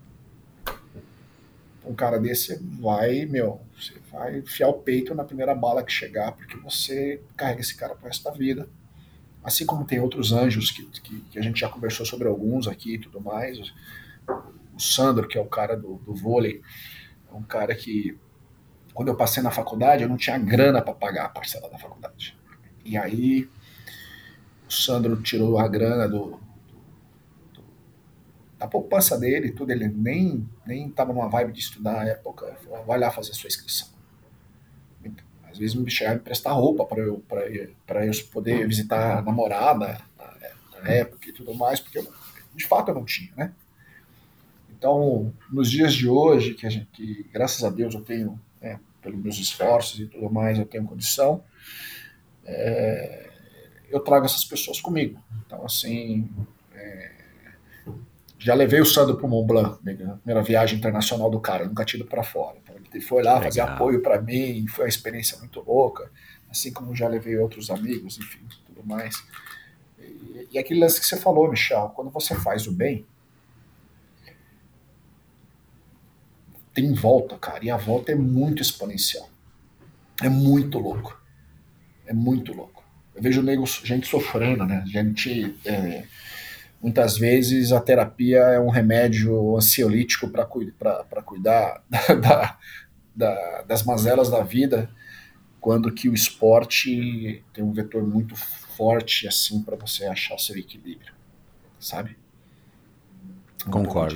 S1: um cara desse vai, meu, você vai enfiar o peito na primeira bala que chegar, porque você carrega esse cara pro resto da vida. Assim como tem outros anjos que, que, que a gente já conversou sobre alguns aqui e tudo mais. O Sandro, que é o cara do, do vôlei, é um cara que, quando eu passei na faculdade, eu não tinha grana para pagar a parcela da faculdade. E aí, o Sandro tirou a grana do, do, da poupança dele e tudo. Ele nem, nem tava numa vibe de estudar na época. Ele falou, vai lá fazer a sua inscrição. Às vezes me chegava a me emprestar roupa para eu, para eu poder visitar a namorada na, na época e tudo mais, porque eu, de fato eu não tinha, né? Então, nos dias de hoje, que, a gente, que graças a Deus eu tenho, né, pelos meus esforços e tudo mais, eu tenho condição, é, eu trago essas pessoas comigo. Então, assim, é, já levei o Sandro para o Mont Blanc, na primeira viagem internacional do cara, nunca tinha ido para fora. Então, ele foi lá fazer apoio para mim, foi uma experiência muito louca, assim como já levei outros amigos, enfim, tudo mais. E, e aquele lance que você falou, Michel, quando você faz o bem, tem volta, cara, e a volta é muito exponencial. É muito louco. É muito louco. Eu vejo nego, gente sofrendo, né? Gente... É, muitas vezes a terapia é um remédio ansiolítico para cuidar da, da, da, das mazelas da vida, quando que o esporte tem um vetor muito forte assim para você achar seu equilíbrio, sabe? Um
S8: Concordo.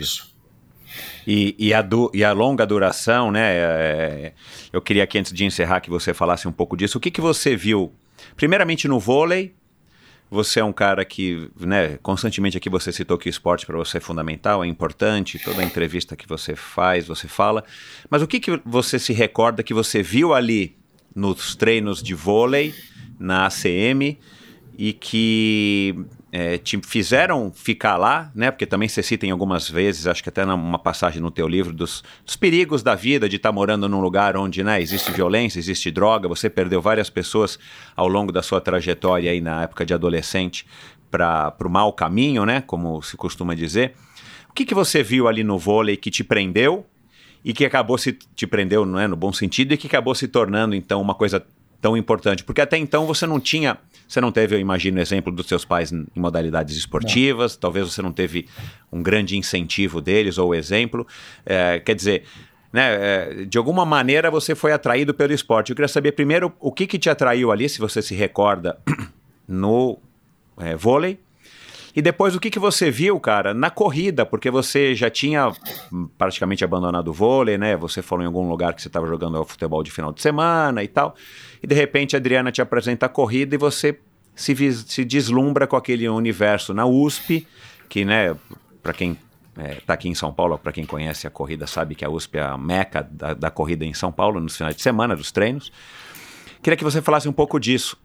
S8: E, e, a du, e a longa duração, né? É, eu queria que antes de encerrar que você falasse um pouco disso. O que, que você viu, primeiramente no vôlei? Você é um cara que, né, constantemente aqui você citou que o esporte para você é fundamental, é importante, toda a entrevista que você faz, você fala. Mas o que, que você se recorda que você viu ali nos treinos de vôlei, na A C M, e que é, te fizeram ficar lá, né? Porque também você cita em algumas vezes, acho que até numa passagem no teu livro, dos, dos perigos da vida, de estar morando num lugar onde, né, existe violência, existe droga, você perdeu várias pessoas ao longo da sua trajetória aí na época de adolescente para o mau caminho, né? Como se costuma dizer. O que, que você viu ali no vôlei que te prendeu e que acabou se te prendeu, não é, no bom sentido, e que acabou se tornando então uma coisa tão importante? Porque até então você não tinha, você não teve, eu imagino, exemplo dos seus pais em modalidades esportivas, não. Talvez você não teve um grande incentivo deles ou exemplo, é, quer dizer, né, é, de alguma maneira você foi atraído pelo esporte. Eu queria saber primeiro o que, que te atraiu ali, se você se recorda, no é, vôlei. E depois, o que, que você viu, cara, na corrida? Porque você já tinha praticamente abandonado o vôlei, né? Você falou em algum lugar que você estava jogando futebol de final de semana e tal. E, de repente, a Adriana te apresenta a corrida e você se, se deslumbra com aquele universo na U S P, que, né, para quem está é, aqui em São Paulo, para quem conhece a corrida, sabe que a U S P é a meca da, da corrida em São Paulo, nos finais de semana, dos treinos. Queria que você falasse um pouco disso.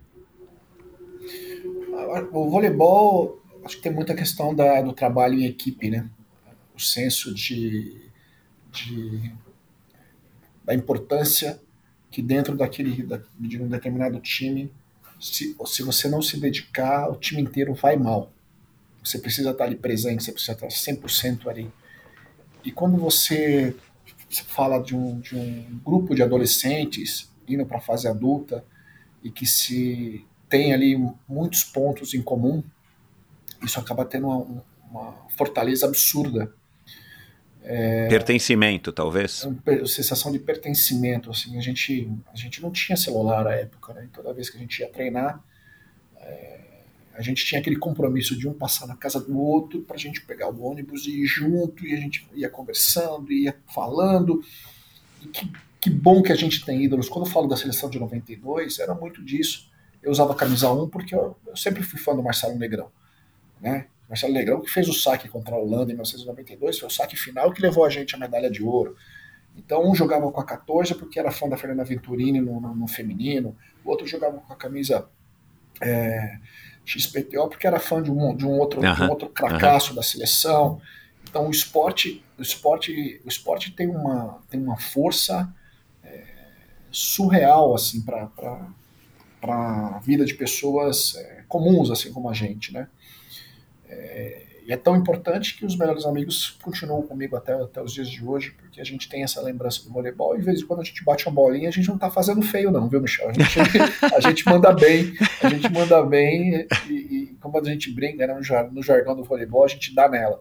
S1: O voleibol... Acho que tem muita questão da, do trabalho em equipe, né? O senso de, de, da importância que dentro daquele, da, de um determinado time, se, se você não se dedicar, o time inteiro vai mal. Você precisa estar ali presente, você precisa estar cem por cento ali. E quando você, você fala de um, de um grupo de adolescentes indo para a fase adulta e que se tem ali muitos pontos em comum, isso acaba tendo uma, uma fortaleza absurda.
S8: É, pertencimento, talvez.
S1: Uma sensação de pertencimento. Assim, a, gente, a gente não tinha celular na época, né? Toda vez que a gente ia treinar, é, a gente tinha aquele compromisso de um passar na casa do outro para a gente pegar o ônibus e ir junto, e a gente ia conversando, ia falando. E que, que bom que a gente tem ídolos. Quando eu falo da seleção de noventa e dois, era muito disso. Eu usava a camisa um porque eu, eu sempre fui fã do Marcelo Negrão. Né? Marcelo Negrão, que fez o saque contra a Holanda em mil novecentos e noventa e dois, foi o saque final que levou a gente a medalha de ouro. Então um jogava com a quatorze porque era fã da Fernanda Venturini no, no, no feminino, o outro jogava com a camisa é, X P T O porque era fã de um, de um outro, uh-huh. de um outro cracaço uh-huh. da seleção. Então o esporte, o esporte, o esporte tem, uma, tem uma força é, surreal assim, para a vida de pessoas é, comuns, assim como a gente, né? É, e é tão importante que os melhores amigos continuam comigo até, até os dias de hoje, porque a gente tem essa lembrança do voleibol, e de vez em quando a gente bate uma bolinha, a gente não tá fazendo feio não, viu, Michel? A gente, a gente manda bem, a gente manda bem, e, e como a gente brinca, né, no, no jargão do voleibol, a gente dá nela,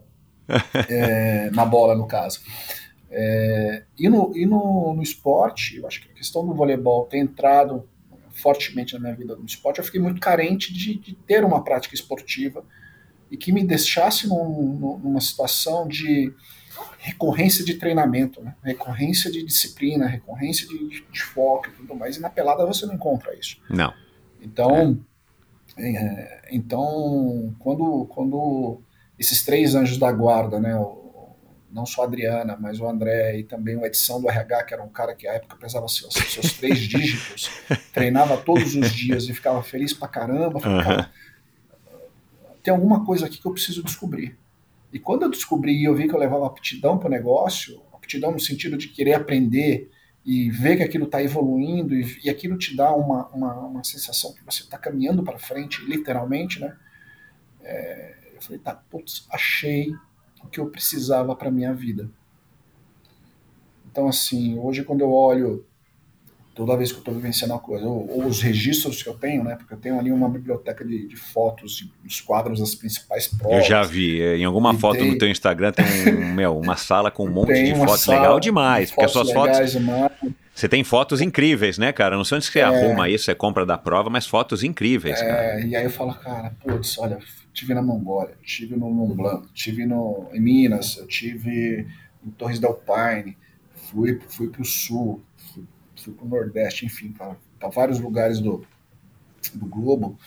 S1: é, na bola, no caso. É, e no, e no, no esporte, eu acho que a questão do voleibol ter entrado fortemente na minha vida no esporte, eu fiquei muito carente de, de ter uma prática esportiva e que me deixasse num, numa situação de recorrência de treinamento, né? Recorrência de disciplina, recorrência de, de, de foco e tudo mais, e na pelada você não encontra isso.
S8: Não.
S1: Então, é. É, então quando, quando esses três anjos da guarda, né, o, não só a Adriana, mas o André e também o Edição do R H, que era um cara que à época pesava seus, seus três dígitos, treinava todos os dias e ficava feliz pra caramba, falei, cara, uhum. Tem alguma coisa aqui que eu preciso descobrir. E quando eu descobri e eu vi que eu levava aptidão para o negócio, aptidão no sentido de querer aprender e ver que aquilo está evoluindo e, e aquilo te dá uma, uma, uma sensação que você está caminhando para frente, literalmente, né? É, eu falei, tá, putz, achei o que eu precisava para minha vida. Então, assim, hoje quando eu olho toda vez que eu estou vivenciando uma coisa, ou, ou os registros que eu tenho, né? Porque eu tenho ali uma biblioteca de, de fotos, de, dos quadros das principais provas.
S8: Eu já vi, em alguma foto tem, no teu Instagram tem um, meu, uma sala com um monte de fotos,
S1: sala,
S8: legal demais, porque as suas fotos...
S1: Demais.
S8: Você tem fotos incríveis, né, cara? Não sei onde você é, arruma isso, você compra da prova, mas fotos incríveis,
S1: é,
S8: cara.
S1: E aí eu falo, cara, putz, olha, estive na Mongólia, estive no Mont Blanc, estive no, em Minas, eu estive em Torres del Paine, fui, fui pro sul, fui, fui pro Nordeste, enfim, para vários lugares do, do globo.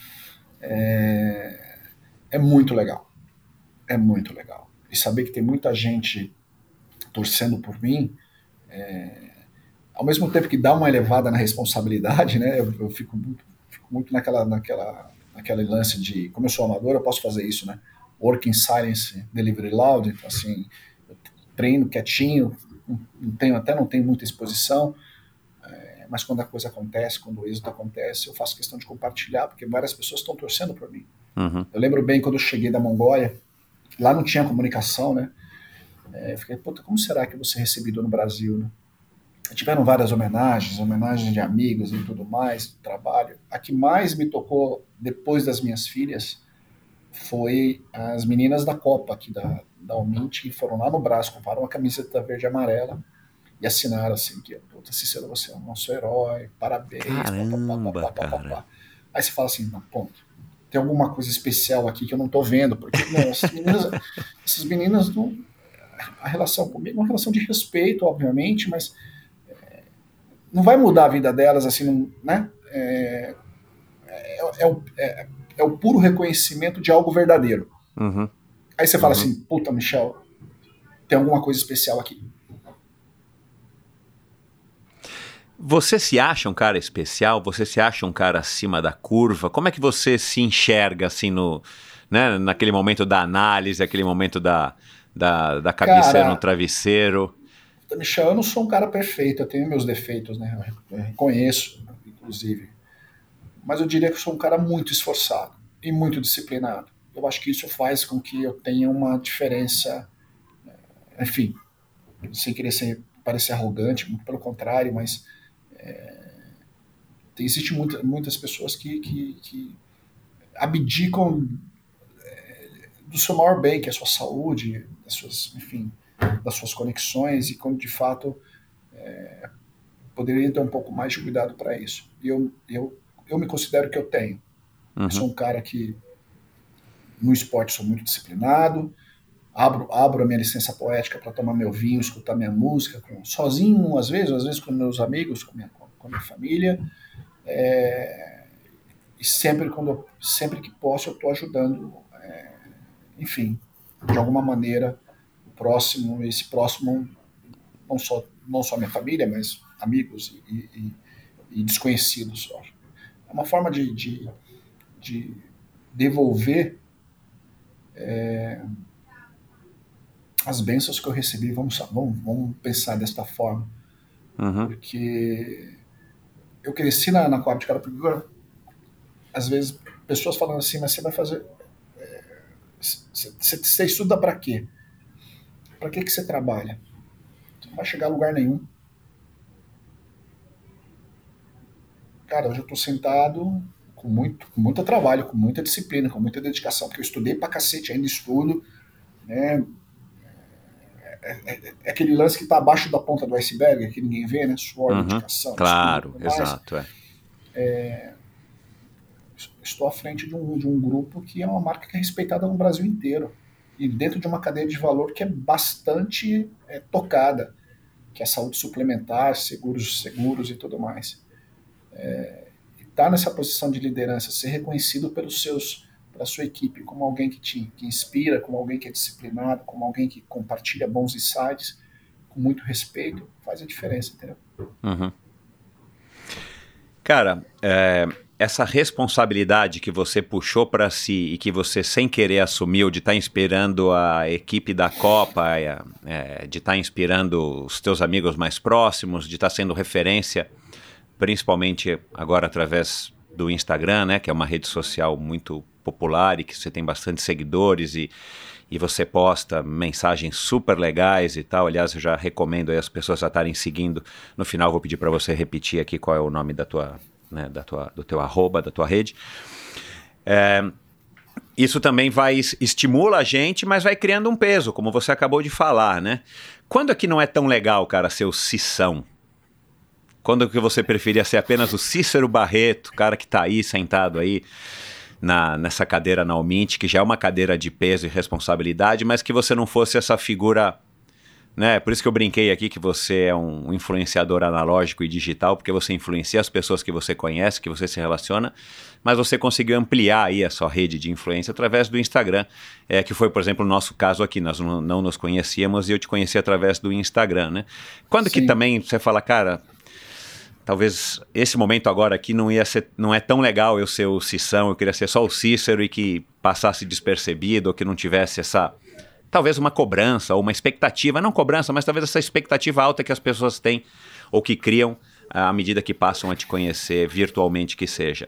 S1: É, é muito legal, é muito legal. E saber que tem muita gente torcendo por mim, é, ao mesmo tempo que dá uma elevada na responsabilidade, né? Eu, eu fico, muito, fico muito naquela, naquela, naquele lance de, como eu sou amador, eu posso fazer isso, né? Work in silence, delivery loud, então, assim, eu treino quietinho, não tenho, até não tenho muita exposição, é, mas quando a coisa acontece, quando o êxito acontece, eu faço questão de compartilhar, porque várias pessoas estão torcendo por mim.
S8: Uhum.
S1: Eu lembro bem quando eu cheguei da Mongólia, lá não tinha comunicação, né? É, eu fiquei, puta, como será que eu vou ser recebido no Brasil, né? Tiveram várias homenagens, homenagens de amigos e tudo mais, do trabalho. A que mais me tocou depois das minhas filhas foi as meninas da Copa aqui da, da Umint, que foram lá no braço, compraram uma camiseta verde e amarela e assinaram assim, que, puta, Cícero, você é o nosso herói, parabéns.
S8: Caramba, pá, pá, pá, pá, pá,
S1: pá. Aí você fala assim, não, ponto. Tem alguma coisa especial aqui que eu não tô vendo, porque não, essas meninas, essas meninas não, a relação comigo é uma relação de respeito, obviamente, mas não vai mudar a vida delas, assim, né? É, é, é, o, é, é o puro reconhecimento de algo verdadeiro.
S8: Uhum.
S1: Aí você fala
S8: uhum.
S1: assim, puta, Michel, tem alguma coisa especial aqui.
S8: Você se acha um cara especial? Você se acha um cara acima da curva? Como é que você se enxerga, assim, no, né, naquele momento da análise, aquele momento da, da, da cabeceira no travesseiro?
S1: Michel, eu não sou um cara perfeito, eu tenho meus defeitos, né? Eu reconheço, inclusive. Mas eu diria que eu sou um cara muito esforçado e muito disciplinado. Eu acho que isso faz com que eu tenha uma diferença, enfim, sem querer ser, parecer arrogante, muito pelo contrário, mas é, existem muita, muitas pessoas que, que, que abdicam é, do seu maior bem, que é a sua saúde, das suas, enfim, das suas conexões, e quando de fato é, poderia ter um pouco mais de cuidado para isso. E eu, eu, eu me considero que eu tenho. Uhum. Eu sou um cara que no esporte sou muito disciplinado, abro, abro a minha licença poética para tomar meu vinho, escutar minha música, com, sozinho às vezes, às vezes com meus amigos, com, minha, com a minha família, é, e sempre, quando eu, sempre que posso eu estou ajudando, é, enfim, de alguma maneira, próximo, esse próximo, não só, não só minha família, mas amigos e, e, e desconhecidos. É uma forma de, de, de devolver é, as bênçãos que eu recebi, vamos, vamos, vamos pensar desta forma.
S8: Uhum.
S1: Porque eu cresci na, na Coab de Carapicuíba às vezes, pessoas falando assim, mas você vai fazer... Você, você estuda para quê? Para que, que você trabalha? Você não vai chegar a lugar nenhum. Cara, hoje eu estou sentado com muito, com muito trabalho, com muita disciplina, com muita dedicação, porque eu estudei pra cacete, ainda estudo, né? É, é, é aquele lance que está abaixo da ponta do iceberg, que ninguém vê, né? Suor,
S8: uhum,
S1: dedicação.
S8: claro,
S1: estudo,
S8: exato. É.
S1: É, estou à frente de um, de um grupo que é uma marca que é respeitada no Brasil inteiro. E dentro de uma cadeia de valor que é bastante é, tocada, que é a saúde suplementar, seguros, seguros e tudo mais. É, estar nessa posição de liderança, ser reconhecido pelos seus, pela sua equipe, como alguém que te que inspira, como alguém que é disciplinado, como alguém que compartilha bons insights, com muito respeito, faz a diferença, entendeu?
S8: Uhum. Cara, é, essa responsabilidade que você puxou para si e que você sem querer assumiu de estar tá inspirando a equipe da Copa, é, de estar tá inspirando os teus amigos mais próximos, de estar tá sendo referência, principalmente agora através do Instagram, né, que é uma rede social muito popular e que você tem bastante seguidores e, e você posta mensagens super legais e tal. Aliás, eu já recomendo aí as pessoas a estarem seguindo. No final vou pedir para você repetir aqui qual é o nome da tua, né, da tua, do teu arroba, da tua rede. É, isso também vai estimula a gente, mas vai criando um peso, como você acabou de falar, né? Quando é que não é tão legal, cara, ser o Cição? Quando que você preferia ser apenas o Cícero Barreto, o cara que está aí sentado aí na, nessa cadeira na Almint, que já é uma cadeira de peso e responsabilidade, mas que você não fosse essa figura, né? Por isso que eu brinquei aqui que você é um influenciador analógico e digital, porque você influencia as pessoas que você conhece, que você se relaciona, mas você conseguiu ampliar aí a sua rede de influência através do Instagram, é, que foi, por exemplo, o nosso caso aqui. Nós não, não nos conhecíamos e eu te conheci através do Instagram, né? Quando Sim. que também você fala, cara... Talvez esse momento agora aqui não ia ser, não é tão legal eu ser o Cição, eu queria ser só o Cícero e que passasse despercebido, ou que não tivesse essa, talvez uma cobrança ou uma expectativa, não cobrança, mas talvez essa expectativa alta que as pessoas têm ou que criam à medida que passam a te conhecer virtualmente que seja.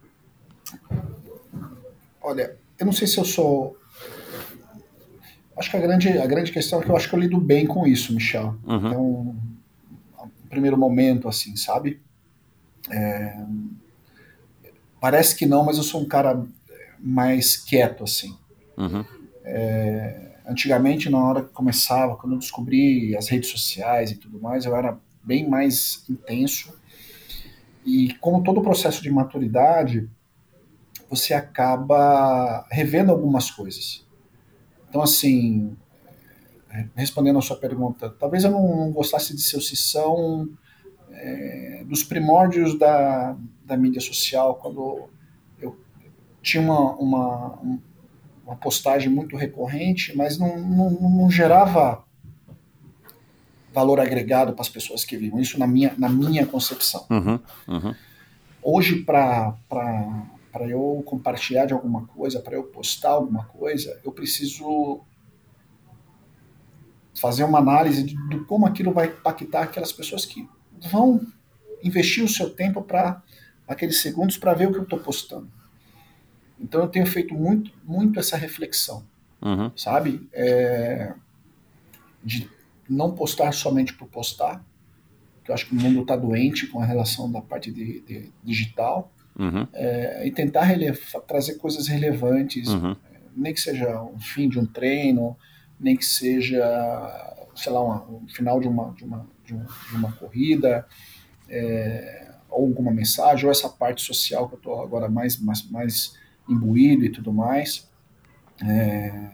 S1: Olha, eu não sei se eu sou... Acho que a grande, a grande questão é que eu acho que eu lido bem com isso, Michel.
S8: Uhum.
S1: Então... primeiro momento, assim, sabe? É... Parece que não, mas eu sou um cara mais quieto, assim.
S8: Uhum.
S1: É... Antigamente, na hora que começava, quando eu descobri as redes sociais e tudo mais, eu era bem mais intenso. E como todo o processo de maturidade, você acaba revendo algumas coisas. Então, assim... respondendo a sua pergunta, talvez eu não gostasse de ser o Cição é, dos primórdios da, da mídia social, quando eu tinha uma, uma, uma postagem muito recorrente, mas não, não, não gerava valor agregado para as pessoas que viam, isso na minha, na minha concepção.
S8: Uhum, uhum.
S1: Hoje, para para eu compartilhar de alguma coisa, para eu postar alguma coisa, eu preciso... fazer uma análise de, de como aquilo vai impactar aquelas pessoas que vão investir o seu tempo para aqueles segundos para ver o que eu estou postando. Então eu tenho feito muito, muito essa reflexão,
S8: uhum.
S1: sabe? É, de não postar somente por postar, que eu acho que o mundo está doente com a relação da parte de, de digital,
S8: uhum.
S1: é, e tentar trazer coisas relevantes,
S8: uhum.
S1: nem que seja o fim de um treino, nem que seja, sei lá, uma, um final de uma, de uma, de uma, de uma corrida, é, ou alguma mensagem, ou essa parte social que eu estou agora mais, mais, mais imbuído e tudo mais. É,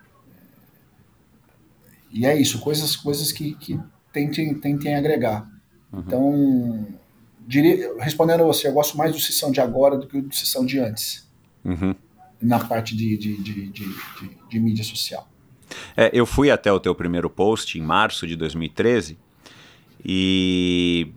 S1: e é isso, coisas, coisas que, que tentem, tentem agregar. Uhum. Então, diria, respondendo a você, eu gosto mais do Cição de agora do que do Cição de antes,
S8: uhum.
S1: na parte de, de, de, de, de, de mídia social.
S8: É, eu fui até o teu primeiro post em março de dois mil e treze e,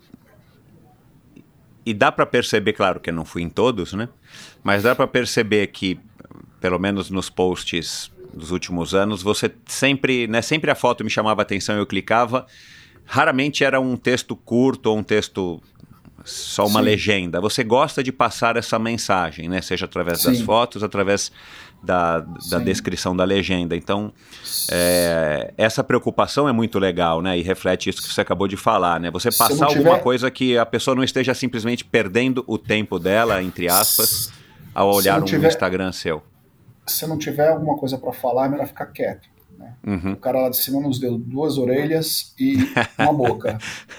S8: e dá para perceber, claro que eu não fui em todos, né? Mas dá para perceber que, pelo menos nos posts dos últimos anos, você sempre, né, sempre a foto me chamava a atenção e eu clicava. Raramente era um texto curto ou um texto só uma Sim. legenda. Você gosta de passar essa mensagem, né? Seja através Sim. das fotos, através da, da descrição da legenda. Então, é, essa preocupação é muito legal, né? E reflete isso que você acabou de falar, né? Você passar tiver... alguma coisa que a pessoa não esteja simplesmente perdendo o tempo dela, entre aspas, ao olhar um tiver... Instagram seu.
S1: Se não tiver alguma coisa para falar, é melhor ficar quieto. Né? Uhum. O cara lá de cima nos deu duas orelhas e uma boca.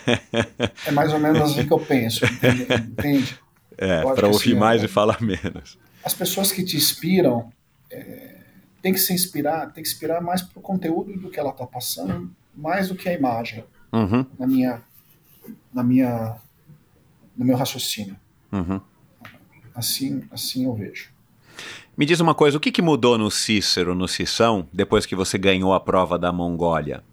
S1: É mais ou menos assim que eu penso, entende? entende?
S8: É, para ouvir assim, mais é, e falar menos.
S1: As pessoas que te inspiram é, tem que se inspirar, tem que inspirar mais pro conteúdo do que ela está passando, mais do que a imagem, uhum. na minha, na minha, no meu raciocínio. Uhum. Assim, assim eu vejo.
S8: Me diz uma coisa, o que, que mudou no Cícero, no Cição, depois que você ganhou a prova da Mongólia?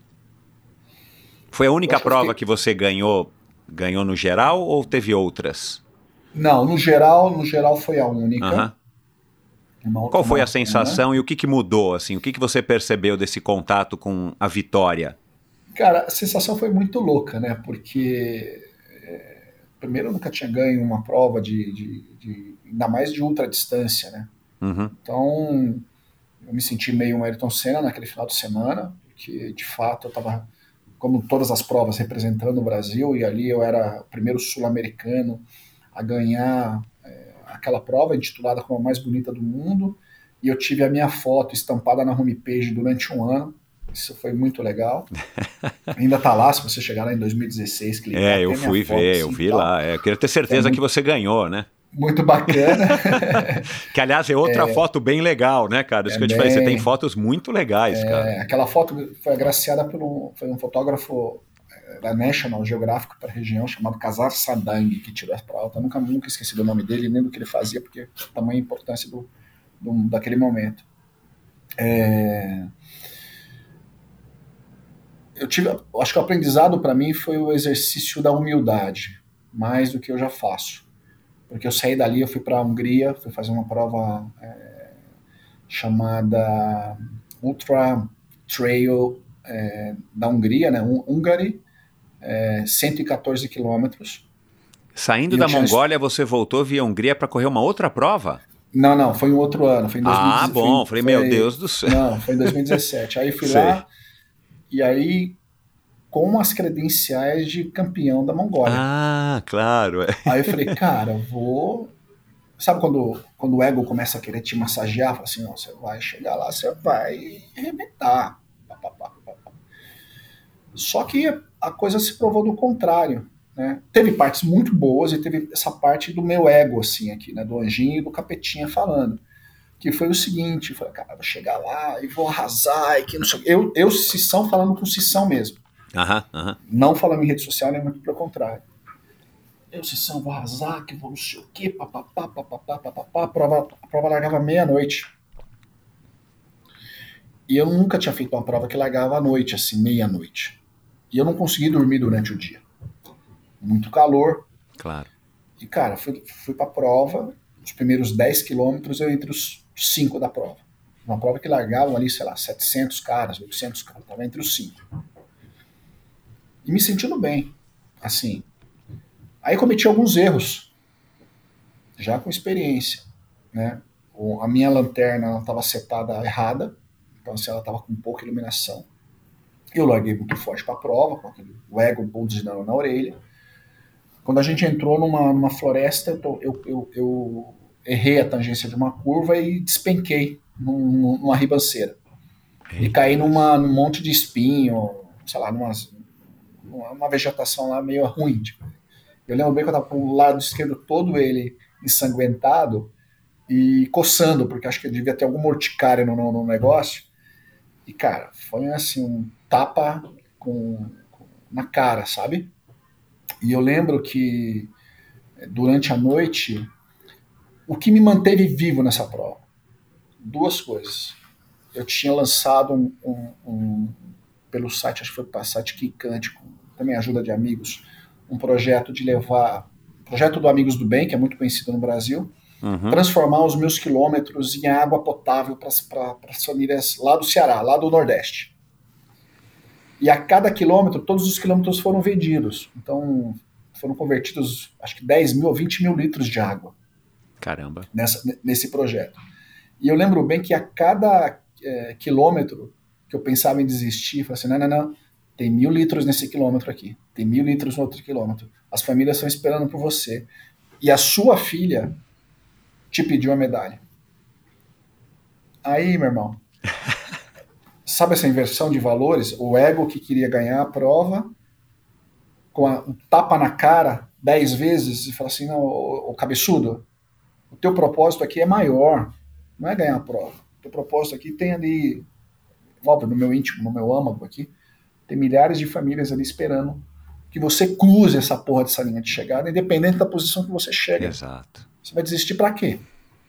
S8: Foi a única prova que, fiquei... que você ganhou, ganhou no geral ou teve outras?
S1: Não, no geral, no geral foi a única.
S8: Uhum. Qual foi a sensação e o que, que mudou? Assim, o que, que você percebeu desse contato com a vitória?
S1: Cara, a sensação foi muito louca, né? Porque, é, primeiro, eu nunca tinha ganho uma prova de, de, de ainda mais de ultra distância, né? Uhum. Então, eu me senti meio um Ayrton Senna naquele final de semana, porque, de fato, eu estava, como todas as provas, representando o Brasil, e ali eu era o primeiro sul-americano a ganhar é, aquela prova, intitulada como a mais bonita do mundo, e eu tive a minha foto estampada na homepage durante um ano. Isso foi muito legal. Ainda tá lá, se você chegar lá em dois mil e dezesseis. Clicar,
S8: é, eu fui ver, foto, eu assim, vi lá. É, eu queria ter certeza é muito... que você ganhou, né?
S1: Muito bacana.
S8: Que, aliás, é outra é, foto bem legal, né, cara? Isso é que eu te bem, falei, você tem fotos muito legais, é, cara.
S1: Aquela foto foi agraciada por um, foi um fotógrafo da National Geographic para a região, chamado Kazar Sadang, que tirou essa prova. Eu nunca, nunca esqueci do nome dele, nem do que ele fazia, porque tamanha importância do, do, daquele momento. É... Eu tive, acho que o aprendizado para mim foi o exercício da humildade, mais do que eu já faço. Porque eu saí dali, eu fui para a Hungria, fui fazer uma prova é, chamada Ultra Trail é, da Hungria, né? Hungary, é, cento e quatorze quilômetros.
S8: Saindo da Mongólia, tinha... você voltou via Hungria para correr uma outra prova?
S1: Não, não, foi em outro ano. Foi em dois mil e dezessete,
S8: ah, bom,
S1: foi,
S8: falei, meu foi... Deus do céu.
S1: Não, foi em dois mil e dezessete. Aí fui Sei. lá, e aí... com as credenciais de campeão da Mongólia.
S8: Ah, claro.
S1: Aí eu falei, cara, vou... Sabe quando, quando o ego começa a querer te massagear? Fala assim, não, você vai chegar lá, você vai arrebentar. Só que a coisa se provou do contrário, né? Teve partes muito boas e teve essa parte do meu ego, assim, aqui, né? Do anjinho e do capetinha falando. Que foi o seguinte, eu falei, cara, vou chegar lá e vou arrasar, e que não sei o quê. Eu, eu, Cição, falando com Cição mesmo.
S8: Aham, aham.
S1: Não falando em rede social, nem muito pelo contrário. Eu, Cição, vou arrasar, que vou não sei o quê, papapá, papapá, papapá. A prova, a prova largava meia-noite. E eu nunca tinha feito uma prova que largava à noite, assim, meia-noite. E eu não consegui dormir durante o dia. Muito calor.
S8: Claro.
S1: E, cara, fui, fui pra prova, os primeiros dez quilômetros eu entre os cinco da prova. Uma prova que largavam ali, sei lá, setecentos caras, oitocentos caras, tava entre os cinco. E me sentindo bem, assim. Aí cometi alguns erros, já com experiência, né? A minha lanterna estava setada errada, então assim, ela estava com pouca iluminação. Eu larguei muito forte para a prova, com aquele ego buzinando na orelha. Quando a gente entrou numa, numa floresta, eu, tô, eu, eu, eu errei a tangência de uma curva e despenquei num, numa ribanceira. Eita. E caí numa, num monte de espinho, sei lá, numas... uma vegetação lá meio ruim. Tipo. Eu lembro bem que eu estava com o lado esquerdo todo ele ensanguentado e coçando, porque acho que devia ter alguma urticária no, no, no negócio. E, cara, foi assim, um tapa com, com, na cara, sabe? E eu lembro que durante a noite, o que me manteve vivo nessa prova? Duas coisas. Eu tinha lançado um, um, um pelo site, acho que foi para o site Kikante, com também ajuda de amigos, um projeto de levar, projeto do Amigos do Bem, que é muito conhecido no Brasil, uhum. transformar os meus quilômetros em água potável para as famílias lá do Ceará, lá do Nordeste. E a cada quilômetro, todos os quilômetros foram vendidos. Então, foram convertidos, acho que dez mil ou vinte mil litros de água.
S8: Caramba.
S1: Nessa, nesse projeto. E eu lembro bem que a cada é, quilômetro que eu pensava em desistir, eu falei assim, não, não, não, tem mil litros nesse quilômetro aqui, tem mil litros no outro quilômetro. As famílias estão esperando por você. E a sua filha te pediu a medalha. Aí, meu irmão, sabe essa inversão de valores? O ego que queria ganhar a prova, com a, um tapa na cara dez vezes, e fala assim, não, o, o cabeçudo, o teu propósito aqui é maior, não é ganhar a prova. O teu propósito aqui tem ali, óbvio, no meu íntimo, no meu âmago aqui, tem milhares de famílias ali esperando que você cruze essa porra dessa linha de chegada, independente da posição que você chega.
S8: Exato.
S1: Você vai desistir pra quê?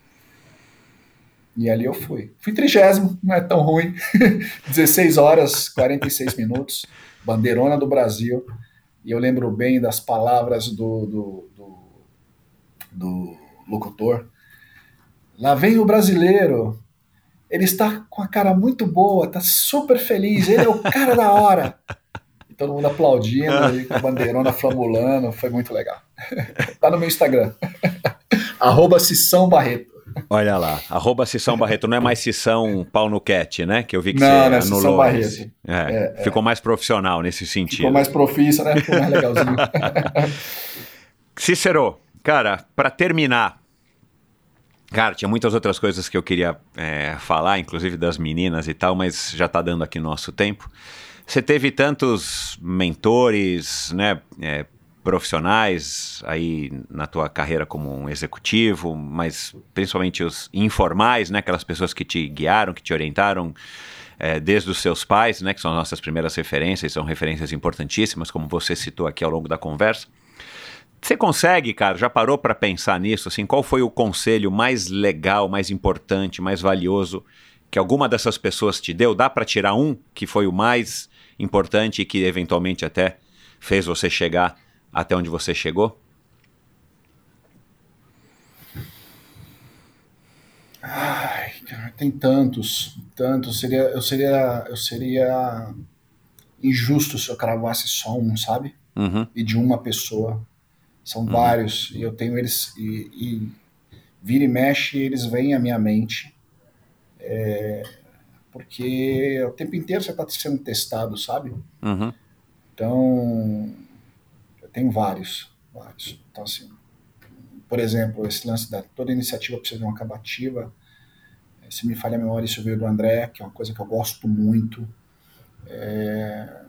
S1: E ali eu fui. Fui trigésimo, não é tão ruim. dezesseis horas, quarenta e seis minutos, bandeirona do Brasil. E eu lembro bem das palavras do, do, do, do locutor. Lá vem o brasileiro. Ele está com a cara muito boa, está super feliz. Ele é o cara da hora. E todo mundo aplaudindo, e com a bandeirona flamulando. Foi muito legal. Tá no meu Instagram. Arroba Cissão Barreto.
S8: Olha lá, arroba Cissão Barreto, não é mais Cissão pau no cat, né? Que eu vi que
S1: não,
S8: você
S1: não,
S8: anulou.
S1: Cissão Barreto.
S8: É, é, ficou é. mais profissional nesse sentido.
S1: Ficou mais profissa, né? Ficou mais legalzinho.
S8: Cícero, cara, para terminar, cara, tinha muitas outras coisas que eu queria é, falar, inclusive das meninas e tal, mas já tá dando aqui nosso tempo. Você teve tantos mentores, né? É, profissionais aí na tua carreira como um executivo, mas principalmente os informais, né, aquelas pessoas que te guiaram, que te orientaram, é, desde os seus pais, né, que são as nossas primeiras referências, são referências importantíssimas, como você citou aqui ao longo da conversa. Você consegue, cara, já parou para pensar nisso, assim, qual foi o conselho mais legal, mais importante, mais valioso que alguma dessas pessoas te deu? Dá para tirar um que foi o mais importante e que eventualmente até fez você chegar até onde você chegou?
S1: Ai, cara, tem tantos, tantos. Seria, eu, seria, eu seria injusto se eu cravasse só um, sabe?
S8: Uhum.
S1: E de uma pessoa. São uhum. vários. E eu tenho eles. E, e vira e mexe, eles vêm à minha mente. É, porque o tempo inteiro você está sendo testado, sabe?
S8: Uhum.
S1: Então. Tem vários, vários. Então, assim, por exemplo, esse lance da toda iniciativa precisa de uma acabativa. Se me falha a memória, isso veio do André, que é uma coisa que eu gosto muito. É...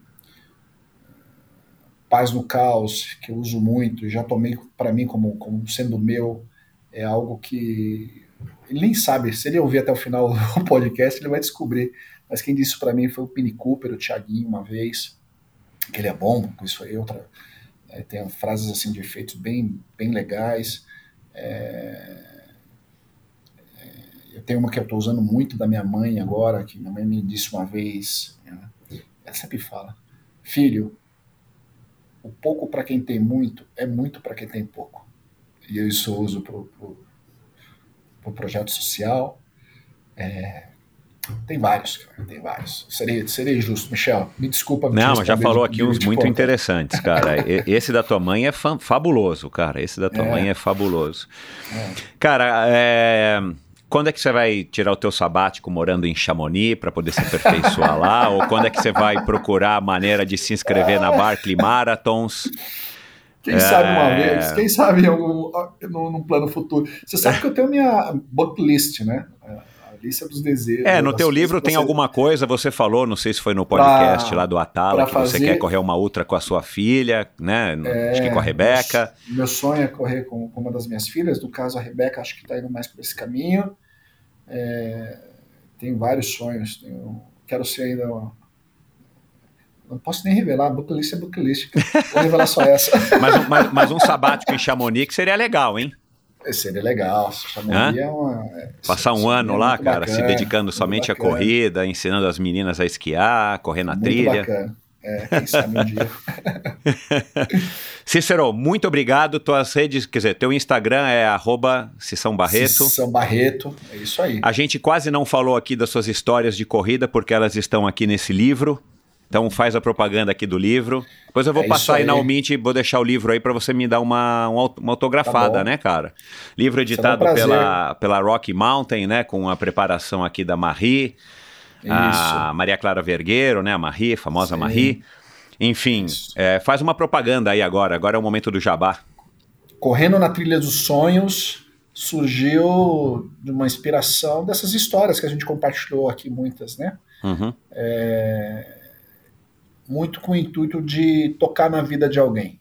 S1: Paz no Caos, que eu uso muito, já tomei para mim como, como sendo meu, é algo que ele nem sabe. Se ele ouvir até o final do podcast, ele vai descobrir. Mas quem disse isso para mim foi o Pini Cooper, o Thiaguinho, uma vez, que ele é bom com isso aí, outra... É, tem frases assim de efeitos bem, bem legais. É, é, eu tenho uma que eu estou usando muito da minha mãe agora, que minha mãe me disse uma vez, né? Ela sempre fala, filho, o pouco para quem tem muito é muito para quem tem pouco. E eu isso uso para o pro, pro projeto social. É, Tem vários, cara, tem vários. Seria, seria injusto, Michel. Me desculpa. Me
S8: Não, mas já falou aqui uns muito
S1: ponta.
S8: interessantes, cara. Esse da tua mãe é fa- fabuloso, cara. Esse da tua é. mãe é fabuloso. É. Cara, é... quando é que você vai tirar o teu sabático morando em Chamonix para poder se aperfeiçoar lá? Ou quando é que você vai procurar a maneira de se inscrever na Barkley Marathons?
S1: Quem é... sabe uma vez, quem sabe em algum, num, num plano futuro. Você sabe que eu tenho minha bucket list, né? Lista dos desejos.
S8: É, no teu livro tem você... alguma coisa, você falou, não sei se foi no podcast pra, lá do Atala, que fazer... você quer correr uma ultra com a sua filha, né? É, acho que com a Rebeca.
S1: Meu, meu sonho é correr com, com uma das minhas filhas, no caso a Rebeca, acho que está indo mais por esse caminho. É, tenho vários sonhos, tenho, quero ser ainda... Uma, não posso nem revelar, bucklist é bucklist, vou revelar só essa.
S8: mas, mas, mas um sabático em Chamonix seria legal, hein?
S1: Seria legal. Chamonix é uma, é,
S8: Passar um ano
S1: é
S8: lá, cara,
S1: bacana,
S8: se dedicando somente à corrida, ensinando as meninas a esquiar, correr na
S1: muito
S8: trilha.
S1: Bacana. É, quem sabe um dia.
S8: Cícero, muito obrigado. Tuas redes, quer dizer, teu Instagram é arroba Cissão Barreto.
S1: Cissão Barreto, é isso aí.
S8: A gente quase não falou aqui das suas histórias de corrida, porque elas estão aqui nesse livro. Então faz a propaganda aqui do livro. Depois eu vou
S1: É
S8: passar aí
S1: isso
S8: na
S1: aí.
S8: Almint e vou deixar o livro aí para você me dar uma, uma, uma autografada,
S1: Tá bom.
S8: né, cara? Livro editado
S1: Será um prazer.
S8: pela, pela Rocky Mountain, né? Com a preparação aqui da Marie, a Maria Clara Vergueiro, né? A Marie, a famosa
S1: Sim.
S8: Marie. Enfim,
S1: Isso.
S8: é, faz uma propaganda aí agora. Agora é o momento do jabá.
S1: Correndo na Trilha dos Sonhos surgiu de uma inspiração dessas histórias que a gente compartilhou aqui, muitas, né?
S8: Uhum.
S1: Muito com o intuito de tocar na vida de alguém.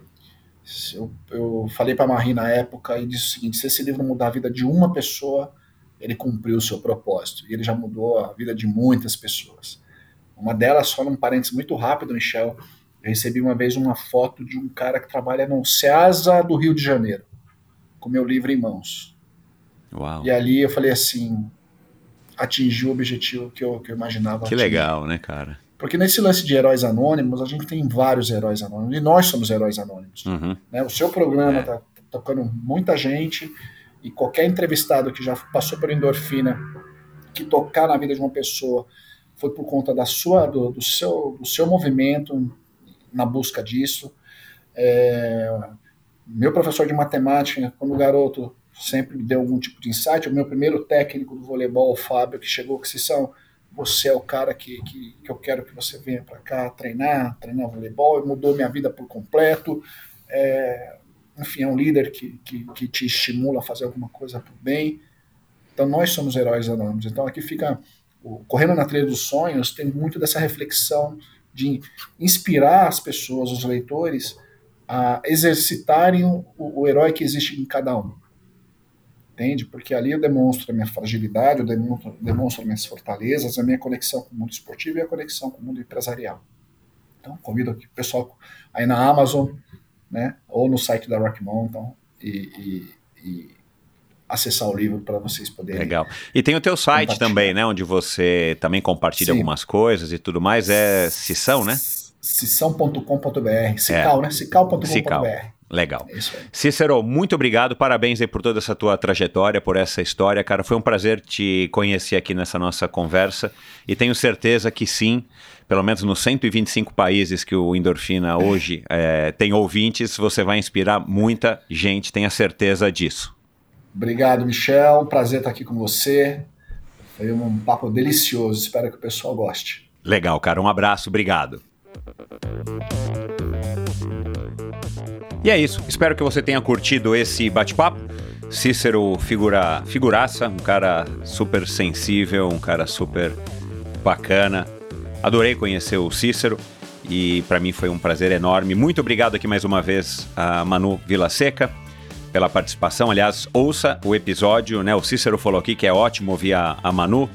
S1: Eu, eu falei para a Marie na época e disse o seguinte: se esse livro mudar a vida de uma pessoa, ele cumpriu o seu propósito. E ele já mudou a vida de muitas pessoas. Uma delas, só num parênteses muito rápido, Michel, eu recebi uma vez uma foto de um cara que trabalha no SEASA do Rio de Janeiro, com meu livro em mãos.
S8: Uau.
S1: E ali eu falei assim, atingiu o objetivo que eu, que eu imaginava.
S8: Que
S1: atingir.
S8: legal, né, cara?
S1: Porque nesse lance de heróis anônimos, a gente tem vários heróis anônimos, e nós somos heróis anônimos.
S8: Uhum.
S1: Né? O seu programa
S8: É.
S1: está tocando muita gente, e qualquer entrevistado que já passou por Endorfina, que tocar na vida de uma pessoa, foi por conta da sua, do, do, seu, do seu movimento na busca disso. É, meu professor de matemática, quando garoto, sempre me deu algum tipo de insight. O meu primeiro técnico do voleibol, o Fábio, que chegou com Cissão, você é o cara que, que, que eu quero que você venha para cá treinar, treinar voleibol, e mudou minha vida por completo. É, enfim, é um líder que, que, que te estimula a fazer alguma coisa por bem. Então nós somos heróis anônimos. Então aqui fica, o Correndo na Trilha dos Sonhos tem muito dessa reflexão de inspirar as pessoas, os leitores, a exercitarem o, o herói que existe em cada um. Entende? Porque ali eu demonstro a minha fragilidade, eu demonstro, demonstro minhas fortalezas, a minha conexão com o mundo esportivo e a conexão com o mundo empresarial. Então, convido aqui o pessoal aí na Amazon, né, ou no site da Rocky Mountain e, e, e acessar o livro para vocês poderem...
S8: Legal. E tem o teu site também, né, onde você também compartilha Sim. algumas coisas e tudo mais, é Cissão, né?
S1: Cissão ponto com ponto b r, Cical, é. né? Cical ponto com ponto b r.
S8: Legal.
S1: É isso aí.
S8: Cícero, muito obrigado, parabéns aí por toda essa tua trajetória, por essa história, cara, foi um prazer te conhecer aqui nessa nossa conversa e tenho certeza que sim, pelo menos nos cento e vinte e cinco países que o Endorfina hoje é, tem ouvintes, você vai inspirar muita gente, tenha certeza disso.
S1: Obrigado, Michel, prazer estar aqui com você, foi um papo delicioso, espero que o pessoal goste.
S8: Legal, cara, um abraço, obrigado. E é isso, espero que você tenha curtido esse bate-papo. Cícero, figura, figuraça, um cara super sensível, um cara super bacana. Adorei conhecer o Cícero e para mim foi um prazer enorme. Muito obrigado aqui mais uma vez a Manu Vilaseca pela participação. Aliás, ouça o episódio, né? O Cícero falou aqui que é ótimo ouvir a, a Manu.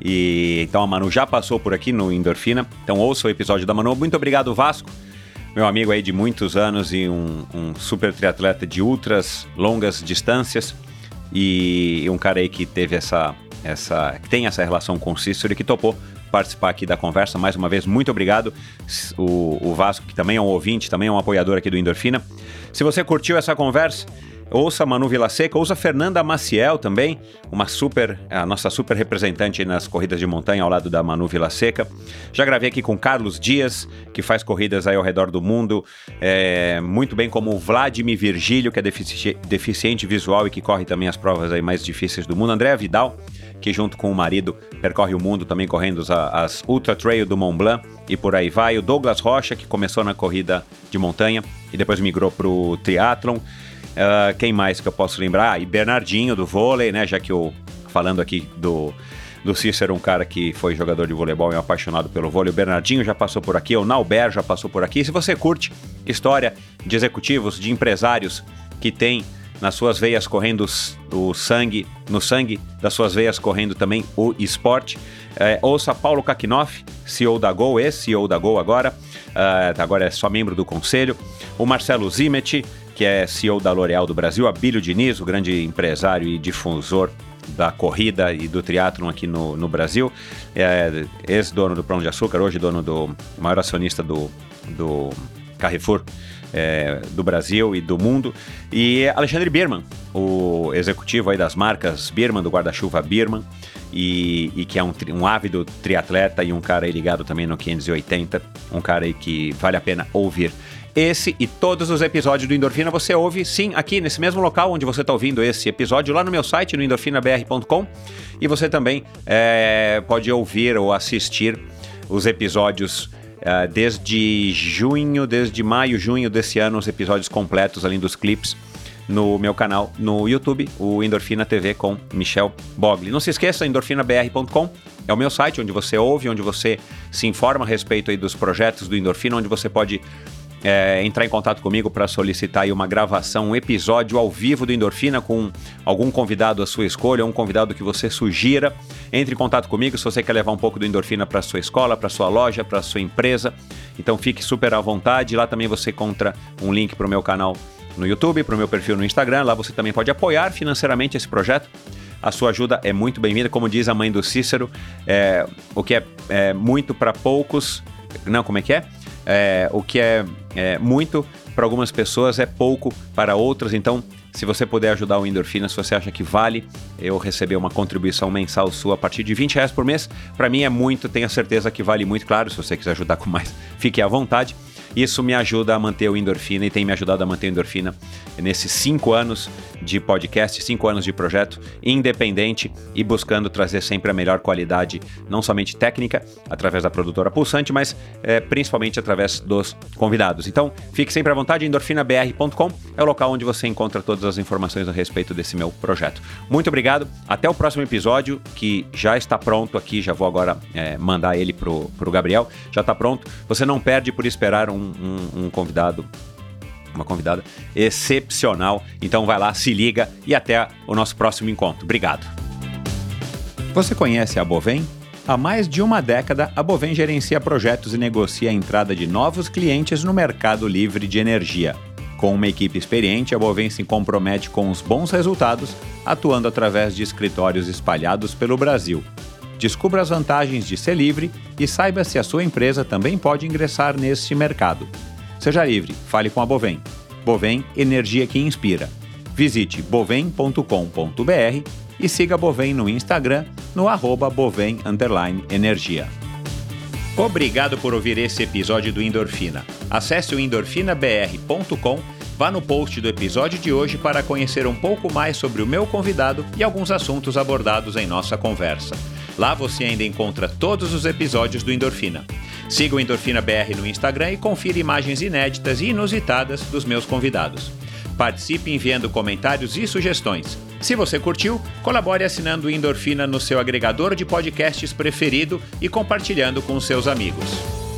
S8: E então a Manu já passou por aqui no Endorfina. Então ouça o episódio da Manu. Muito obrigado, Vasco. Meu amigo aí de muitos anos e um, um super triatleta de ultras, longas distâncias e um cara aí que teve essa, essa, que tem essa relação com o Cícero e que topou participar aqui da conversa. Mais uma vez, muito obrigado. O, o Vasco, que também é um ouvinte, também é um apoiador aqui do Endorfina. Se você curtiu essa conversa, ouça a Manu Vilaseca, ouça a Fernanda Maciel também, uma super, a nossa super representante nas corridas de montanha ao lado da Manu Vilaseca. Já gravei aqui com Carlos Dias, que faz corridas aí ao redor do mundo, é, muito bem como o Vladimir Virgílio, que é defici- deficiente visual e que corre também as provas aí mais difíceis do mundo. Andréa Vidal, que junto com o marido percorre o mundo também correndo as, as Ultra Trail do Mont Blanc e por aí vai. O Douglas Rocha, que começou na corrida de montanha e depois migrou para o triatlon. Uh, quem mais que eu posso lembrar? Ah, e Bernardinho do vôlei, né? Já que eu, falando aqui do, do Cícero, um cara que foi jogador de voleibol e um apaixonado pelo vôlei. O Bernardinho já passou por aqui, o Nauber já passou por aqui. Se você curte história de executivos, de empresários que tem nas suas veias correndo o sangue, no sangue das suas veias correndo também o esporte, é, ouça Paulo Kakinoff, C E O da Gol, ex-C E O da Gol agora, uh, agora é só membro do conselho. O Marcelo Zimet, que é C E O da L'Oréal do Brasil, Abílio Diniz, o grande empresário e difusor da corrida e do triatlon aqui no, no Brasil, é ex-dono do Pão de Açúcar, hoje dono do maior acionista do, do Carrefour é, do Brasil e do mundo. E Alexandre Birman, o executivo aí das marcas Birman, do guarda-chuva Birman, e, e que é um, um ávido triatleta e um cara aí ligado também no quinhentos e oitenta, um cara aí que vale a pena ouvir. Esse e todos os episódios do Endorfina você ouve, sim, aqui nesse mesmo local onde você está ouvindo esse episódio, lá no meu site, no endorfina b r ponto com. E você também é, pode ouvir ou assistir os episódios é, desde junho, desde maio, junho desse ano, os episódios completos, além dos clipes, no meu canal no YouTube, o Endorfina T V com Michel Bogli. Não se esqueça, endorfina b r ponto com é o meu site, onde você ouve, onde você se informa a respeito aí dos projetos do Endorfina, onde você pode É, entrar em contato comigo para solicitar aí uma gravação, um episódio ao vivo do Endorfina com algum convidado à sua escolha, um convidado que você sugira. Entre em contato comigo se você quer levar um pouco do Endorfina para sua escola, para sua loja, para sua empresa. Então fique super à vontade. Lá também você encontra um link para o meu canal no YouTube, para o meu perfil no Instagram. Lá você também pode apoiar financeiramente esse projeto. A sua ajuda é muito bem-vinda. Como diz a mãe do Cícero, é, o que é, é muito para poucos... Não, como é que é? É, o que é, é muito para algumas pessoas é pouco para outras. Então, se você puder ajudar o Endorfina, se você acha que vale eu receber uma contribuição mensal sua a partir de vinte reais por mês, para mim é muito, tenho certeza que vale muito. Claro, se você quiser ajudar com mais, fique à vontade. Isso me ajuda a manter o Endorfina e tem me ajudado a manter o Endorfina nesses cinco anos de podcast, cinco anos de projeto independente e buscando trazer sempre a melhor qualidade, não somente técnica, através da produtora Pulsante, mas é, principalmente através dos convidados. Então, fique sempre à vontade, endorfina b r ponto com é o local onde você encontra todas as informações a respeito desse meu projeto. Muito obrigado, até o próximo episódio, que já está pronto aqui, já vou agora é, mandar ele pro, pro Gabriel, já está pronto. Você não perde por esperar um Um, um convidado, uma convidada excepcional. Então vai lá, se liga e até o nosso próximo encontro. Obrigado. Você conhece a Bovem? Há mais de uma década, a Bovem gerencia projetos e negocia a entrada de novos clientes no mercado livre de energia. Com uma equipe experiente, a Bovem se compromete com os bons resultados, atuando através de escritórios espalhados pelo Brasil. Descubra as vantagens de ser livre e saiba se a sua empresa também pode ingressar neste mercado. Seja livre, fale com a Bovem. Bovem, energia que inspira. Visite bovem ponto com ponto b r e siga a Bovem no Instagram, no arroba bovem underline energia. Obrigado por ouvir esse episódio do Endorfina. Acesse o endorfina b r ponto com, vá no post do episódio de hoje para conhecer um pouco mais sobre o meu convidado e alguns assuntos abordados em nossa conversa. Lá você ainda encontra todos os episódios do Endorfina. Siga o Endorfina B R no Instagram e confira imagens inéditas e inusitadas dos meus convidados. Participe enviando comentários e sugestões. Se você curtiu, colabore assinando o Endorfina no seu agregador de podcasts preferido e compartilhando com seus amigos.